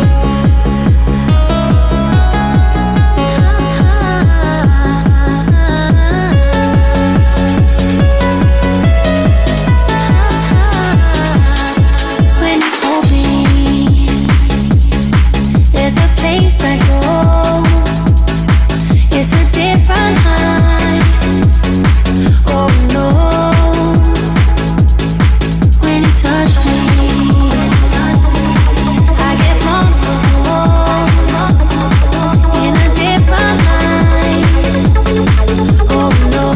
When you hold me, there's a place I go. It's a different high. Oh no. When you touch me, I get vulnerable in a different light. Oh no.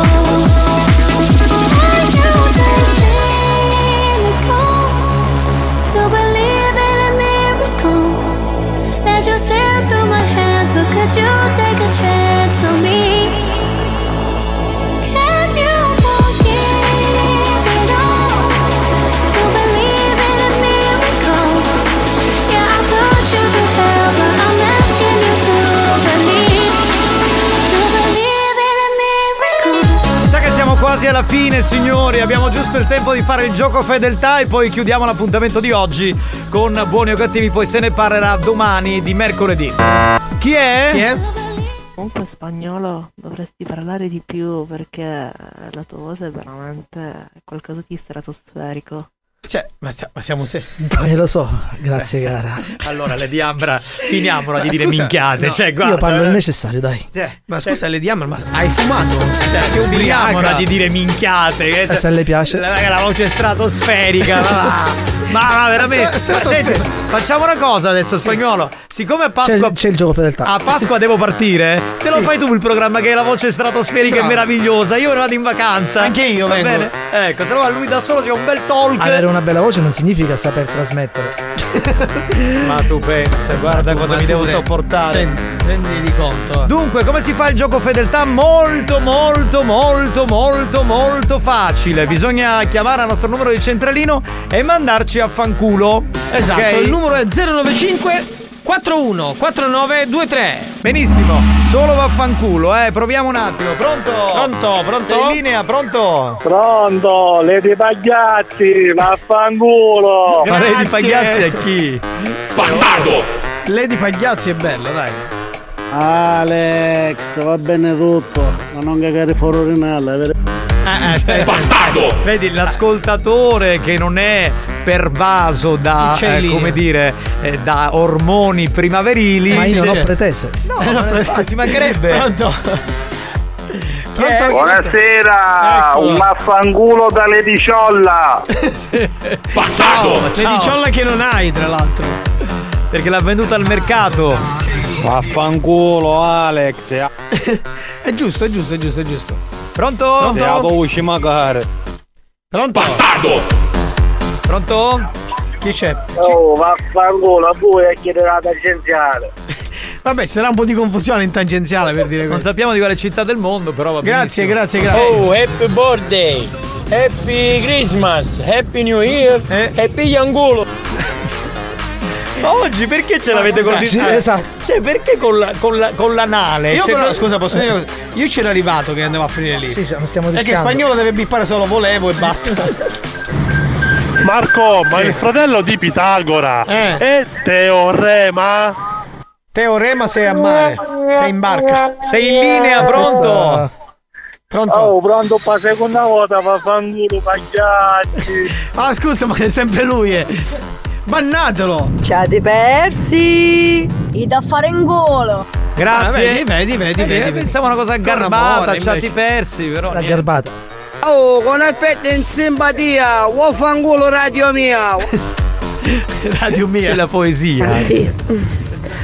Are you just cynical to believe in a miracle that just slipped through my hands? But could you take a chance on me? Can you forgive it all to believe in a miracle? Yeah, I brought you to hell, but I'm asking you to believe in a miracle. Sa che siamo quasi alla fine, signori. Abbiamo giusto il tempo di fare il gioco fedeltà e poi chiudiamo l'appuntamento di oggi con Buoni o Cattivi. Poi se ne parlerà domani di mercoledì. Chi è? Chi è? Comunque spagnolo dovresti parlare di più perché la tua voce è veramente qualcosa di stratosferico. Cioè, ma siamo lo so, grazie cara. Allora, Lady Ambra, finiamola di dire scusa, minchiate. no, Cioè, guarda, Io parlo il necessario, dai. Ma scusa, Lady Ambra, ma hai fumato? Cioè, finiamola di dire minchiate. Se le piace. La voce stratosferica. ma veramente. Senti, facciamo una cosa adesso, spagnolo. Siccome a Pasqua C'è il gioco fedeltà. A Pasqua devo partire. Te lo fai tu il programma che è la voce stratosferica e meravigliosa. Io vado in vacanza. Anche io va vengo. bene? Ecco, se no lui da solo c'è un bel talk. Avere una bella voce non significa saper trasmettere. Ma tu pensa, guarda cosa mi devo sopportare. Senti, renditi conto. Dunque, come si fa il gioco fedeltà? Molto facile. Bisogna chiamare al nostro numero di centralino e mandarci a fanculo. Esatto, okay? Il numero è 095 41 4923. Benissimo, solo vaffanculo, proviamo un attimo. Pronto? Pronto? Sei in linea, pronto? Pronto, Lady Pagliazzi, vaffanculo. Ma Lady Pagliazzi è chi? Bastardo! Lady Pagliazzi è bello, dai. Alex, va bene tutto, ma non cagare fuori urinale. Stai bastardo! Vedi, l'ascoltatore che non è pervaso da come dire da ormoni primaverili. Ma io non ho pretese. No, ci mancherebbe. Pronto? Buonasera, Eccola. un vaffanculo da Lediciolla. Bastardo! Lediciolla che non hai, tra l'altro. Perché l'ha venduta al mercato. Vaffanculo Alex. È giusto. Pronto? Se la voce magari. Pronto? Bastardo! Pronto? Chi c'è? Oh, vaffanculo, a voi a chiedere la tangenziale. Vabbè, sarà un po' di confusione in tangenziale per dire questo. Non sappiamo di quale città del mondo, però va benissimo. Grazie. Oh, happy birthday, happy Christmas, happy New Year, happy Yangulo. Oggi perché ce l'avete con esatto. Cioè, perché con l'anale? Io però, scusa, posso dire cosa? Io c'ero arrivato che andavo a finire lì. Sì, stiamo È che rischiando. spagnolo deve bippare solo volevo e basta. Marco, ma il fratello di Pitagora è Teorema? Teorema sei a mare, sei in barca, sei in linea, pronto? Pronto? Oh, pronto per la seconda volta, vaffanculo, pagliacci. Ah, scusa, ma è sempre lui, Bannatelo! Ciao persi! I da fare in golo! Grazie! Vedi. Pensavo una cosa garbata, ciati persi, però. La garbata. Oh, con effetto in simpatia, vaffanculo radio mia! Radio mia! C'è la poesia. Sì.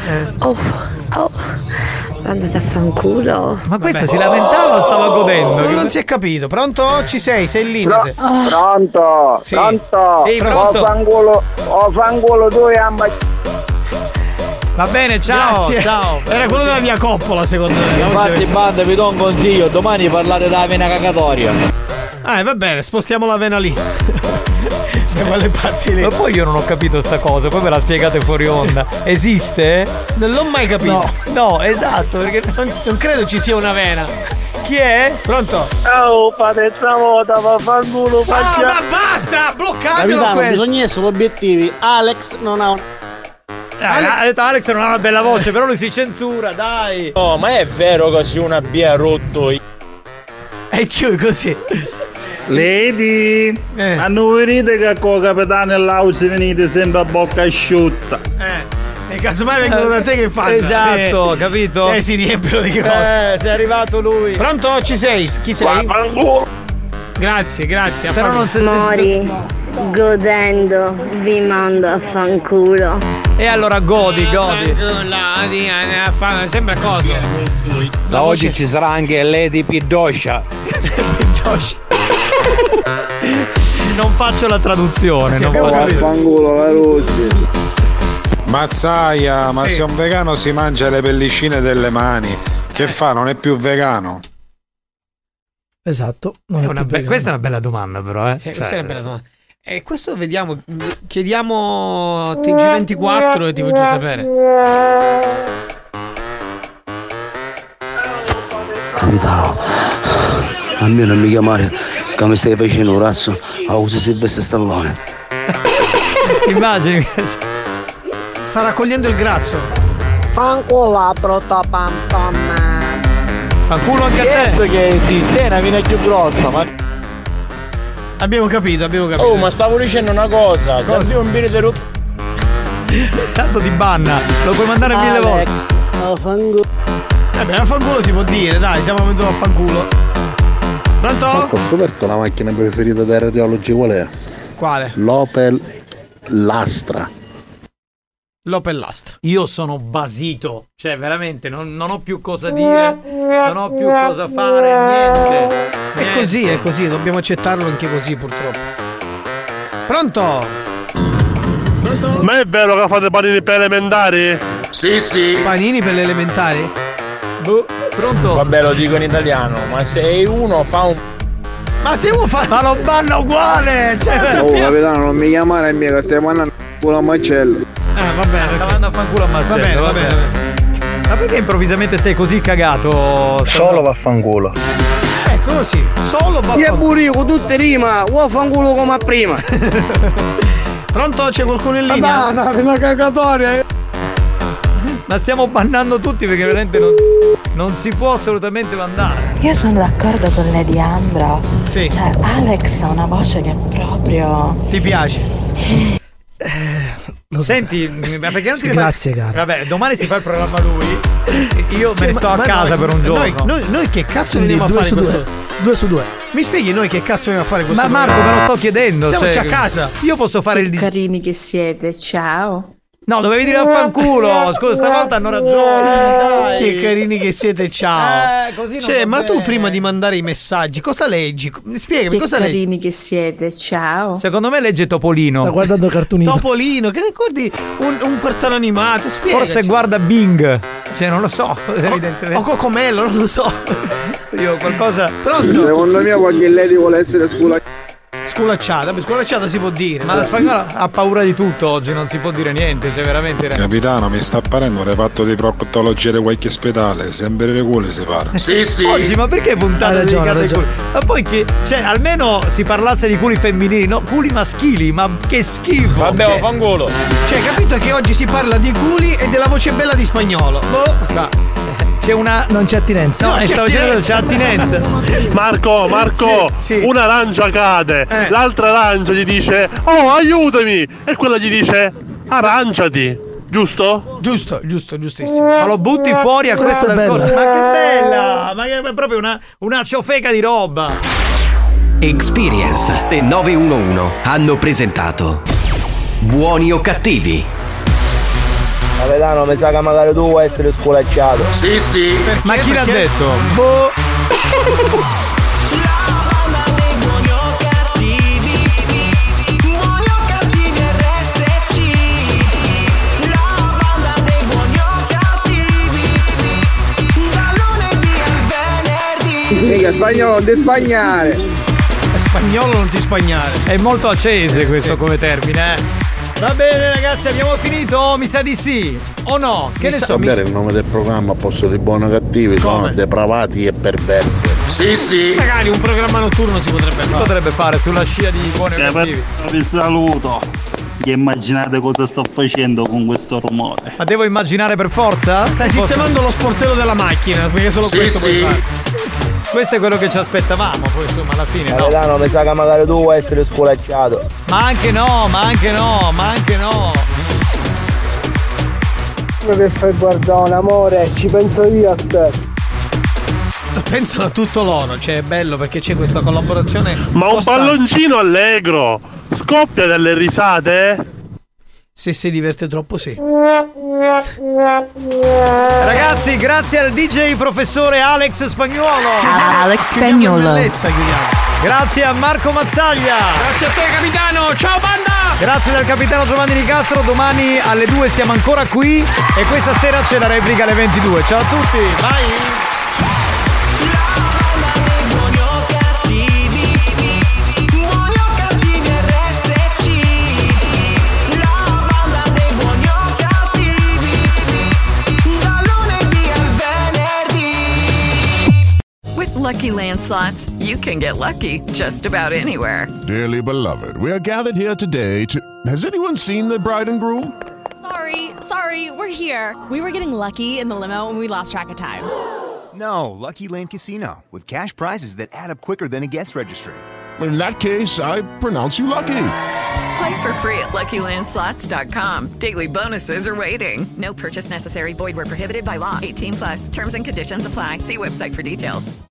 Andate a fanculo. Ma questa si lamentava o stava godendo? Non si è capito. Pronto? Ci sei in linea. Pronto? Sì. Pronto? Sì, pronto. Vaffanculo tu e amba. Va bene, ciao. Grazie. Ciao. Era quello della mia coppola, secondo me. Infatti, banda, vi do un consiglio: domani parlate della vena cagatoria. Va bene, spostiamo la vena lì. Quelle parti lì. Ma poi io non ho capito sta cosa, poi me la spiegate fuori onda. Esiste? Non l'ho mai capito. No, esatto, perché non credo ci sia una vena. Chi è? Pronto? Oh, fate stavolta, vaffanculo, ma basta, bloccatelo Capitano, questo. bisogna essere obiettivi. Alex non ha un... Ha detto Alex non ha una bella voce, però lui si censura, dai. Oh, ma è vero che se uno abbia rotto E chiudi così. Lady, hanno vedete che con capitano e l'house venite sempre a bocca asciutta. E casomai vengono da te che fanno. Esatto, capito? Cioè si riempiono di cose. Sei arrivato lui. Pronto? Ci sei? Chi sei? Grazie. Però non si Mori, godendo, vi mando a fanculo. E allora godi. Sembra cosa? Da oggi ci sarà anche Lady Pidoscia. Non faccio la traduzione. Vaffanculo la Rossi. Mazzaia, ma Sì. se un vegano si mangia le pellicine delle mani, che fa? Non è più vegano? Esatto. Questa è una bella domanda, però. Sì, questa è una bella domanda. E questo vediamo. Chiediamo TG24 e ti voglio sapere. Capitano, a me non mi chiamare che mi stai facendo un razzo a uso Silvestre Stallone. Immagini. Sta raccogliendo il grasso. Fanculo, brutto panzone. Fanculo anche a te. Certo che esiste, è una vena più grossa, ma. Abbiamo capito. Oh, ma stavo dicendo una cosa. Se abbiamo un birra rotto. Tanto ti banna, lo puoi mandare 1000 volte. Vabbè, a fanculo si può dire, dai, siamo venuti a fanculo. Pronto? Marco, ho scoperto la macchina preferita dai radiologi qual è? Quale? L'Opel Lastra. L'Opel Lastra. Io sono basito, cioè veramente non ho più cosa dire, non ho più cosa fare, niente. È così, dobbiamo accettarlo anche così purtroppo. Pronto? Ma è vero che fate panini per elementari? Sì. Panini per le elementari? Pronto? Vabbè, lo dico in italiano, ma se uno fa un... Ma se uno fa... Ma lo banna uguale! Cioè, Oh, capitano, non mi chiamare a me che stai mandando culo a Marcello. va bene. Sta andando a fanculo a Marcello. Va bene. Ma perché improvvisamente sei così cagato? Solo vaffanculo. Ecco sì, solo Io burico, tutte rima, vaffanculo come a prima. Pronto? C'è qualcuno in linea? Una cagatoria. La stiamo bannando tutti perché veramente non si può assolutamente mandare. Io sono d'accordo con Lady Andra. Sì. Cioè, Alex ha una voce che proprio. Ti piace? Senti, perché non ti Grazie, cara. Vabbè, domani si fa il programma lui. Io me ne sto a casa per un giorno. Noi che cazzo veniamo a fare questo? 2 su 2. Mi spieghi noi che cazzo veniamo a fare questo? Ma Marco, me lo sto chiedendo. Andiamoci a casa. Io posso fare il carini che siete, ciao. No, dovevi dire affanculo. Scusa, stavolta hanno ragione. Dai. Che carini che siete, ciao. Così non ma va tu bene. prima di mandare i messaggi, cosa leggi? Spiegami, Che cosa leggi? carini che siete, ciao. Secondo me legge Topolino. Sta guardando cartonino. Topolino, che ne ricordi un cartone animato? Spiegaci. Forse guarda Bing. Cioè, non lo so, evidentemente. O Cocomello, non lo so. Io qualcosa. Pronto? Secondo me qualche lady vuole essere Sculacciata, sculacciata si può dire. Ma la spagnola ha paura di tutto oggi, non si può dire niente, cioè veramente. Capitano, mi sta apparendo un reparto di proctologia di qualche ospedale, sempre le cuole si pare. Sì. Oggi, ma perché puntare Hai ragione, di hai ragione. culi? Ma poi che, cioè, almeno si parlasse di culi femminili, no? Culi maschili, ma che schifo. Vabbè, fangolo. Cioè, capito che oggi si parla di culi e della voce bella di spagnolo. C'è una. Non c'è attinenza. No, stavo dicendo c'è attinenza. Marco, Sì. un'arancia cade, l'altra arancia gli dice "Oh, aiutami!" e quella gli dice "Arrangiati", giusto? Giustissimo. Ma lo butti fuori a questa Questa è del bella. corso. Ma che bella! Ma che è proprio una ciofeca di roba. Experience e 911 hanno presentato Buoni o cattivi? Capitano, mi sa che magari tu vuoi essere sculacciato. Sì. Ma chi l'ha detto? Boh. Mica spagnolo, non ti spagnare. Spagnolo non ti spagnare. È molto accese questo come termine, Va bene ragazzi, abbiamo finito? Mi sa di sì. O no? Che ne so? Cambiare il nome del programma a posto di buoni o cattivi. Sono depravati e perversi. Sì. Magari un programma notturno si potrebbe fare. Potrebbe fare sulla scia di buoni o cattivi. Vi saluto. Che immaginate cosa sto facendo con questo rumore? Ma devo immaginare per forza? Stai sistemando lo sportello della macchina, perché solo questo puoi fare. Questo è quello che ci aspettavamo, poi insomma alla fine no. Capitano, mi sa che magari tu vuoi essere sculacciato. Ma anche no. Che fai guardare, amore, ci penso io a te. Pensano a tutto loro, cioè è bello perché c'è questa collaborazione. Ma un palloncino allegro scoppia delle risate? Se si diverte troppo, sì. Ragazzi, grazie al DJ professore Alex Spagnuolo. Alex Spagnuolo. Grazie a Marco Mazzaglia. Grazie a te, capitano. Ciao, banda. Grazie dal capitano Giovanni Nicastro. Domani alle 2 siamo ancora qui. E questa sera c'è la replica alle 22. Ciao a tutti. Bye. Lucky Land Slots, you can get lucky just about anywhere. Dearly beloved, we are gathered here today to... Has anyone seen the bride and groom? Sorry, we're here. We were getting lucky in the limo and we lost track of time. No, Lucky Land Casino, with cash prizes that add up quicker than a guest registry. In that case, I pronounce you lucky. Play for free at LuckyLandSlots.com. Daily bonuses are waiting. No purchase necessary. Void where prohibited by law. 18+. Terms and conditions apply. See website for details.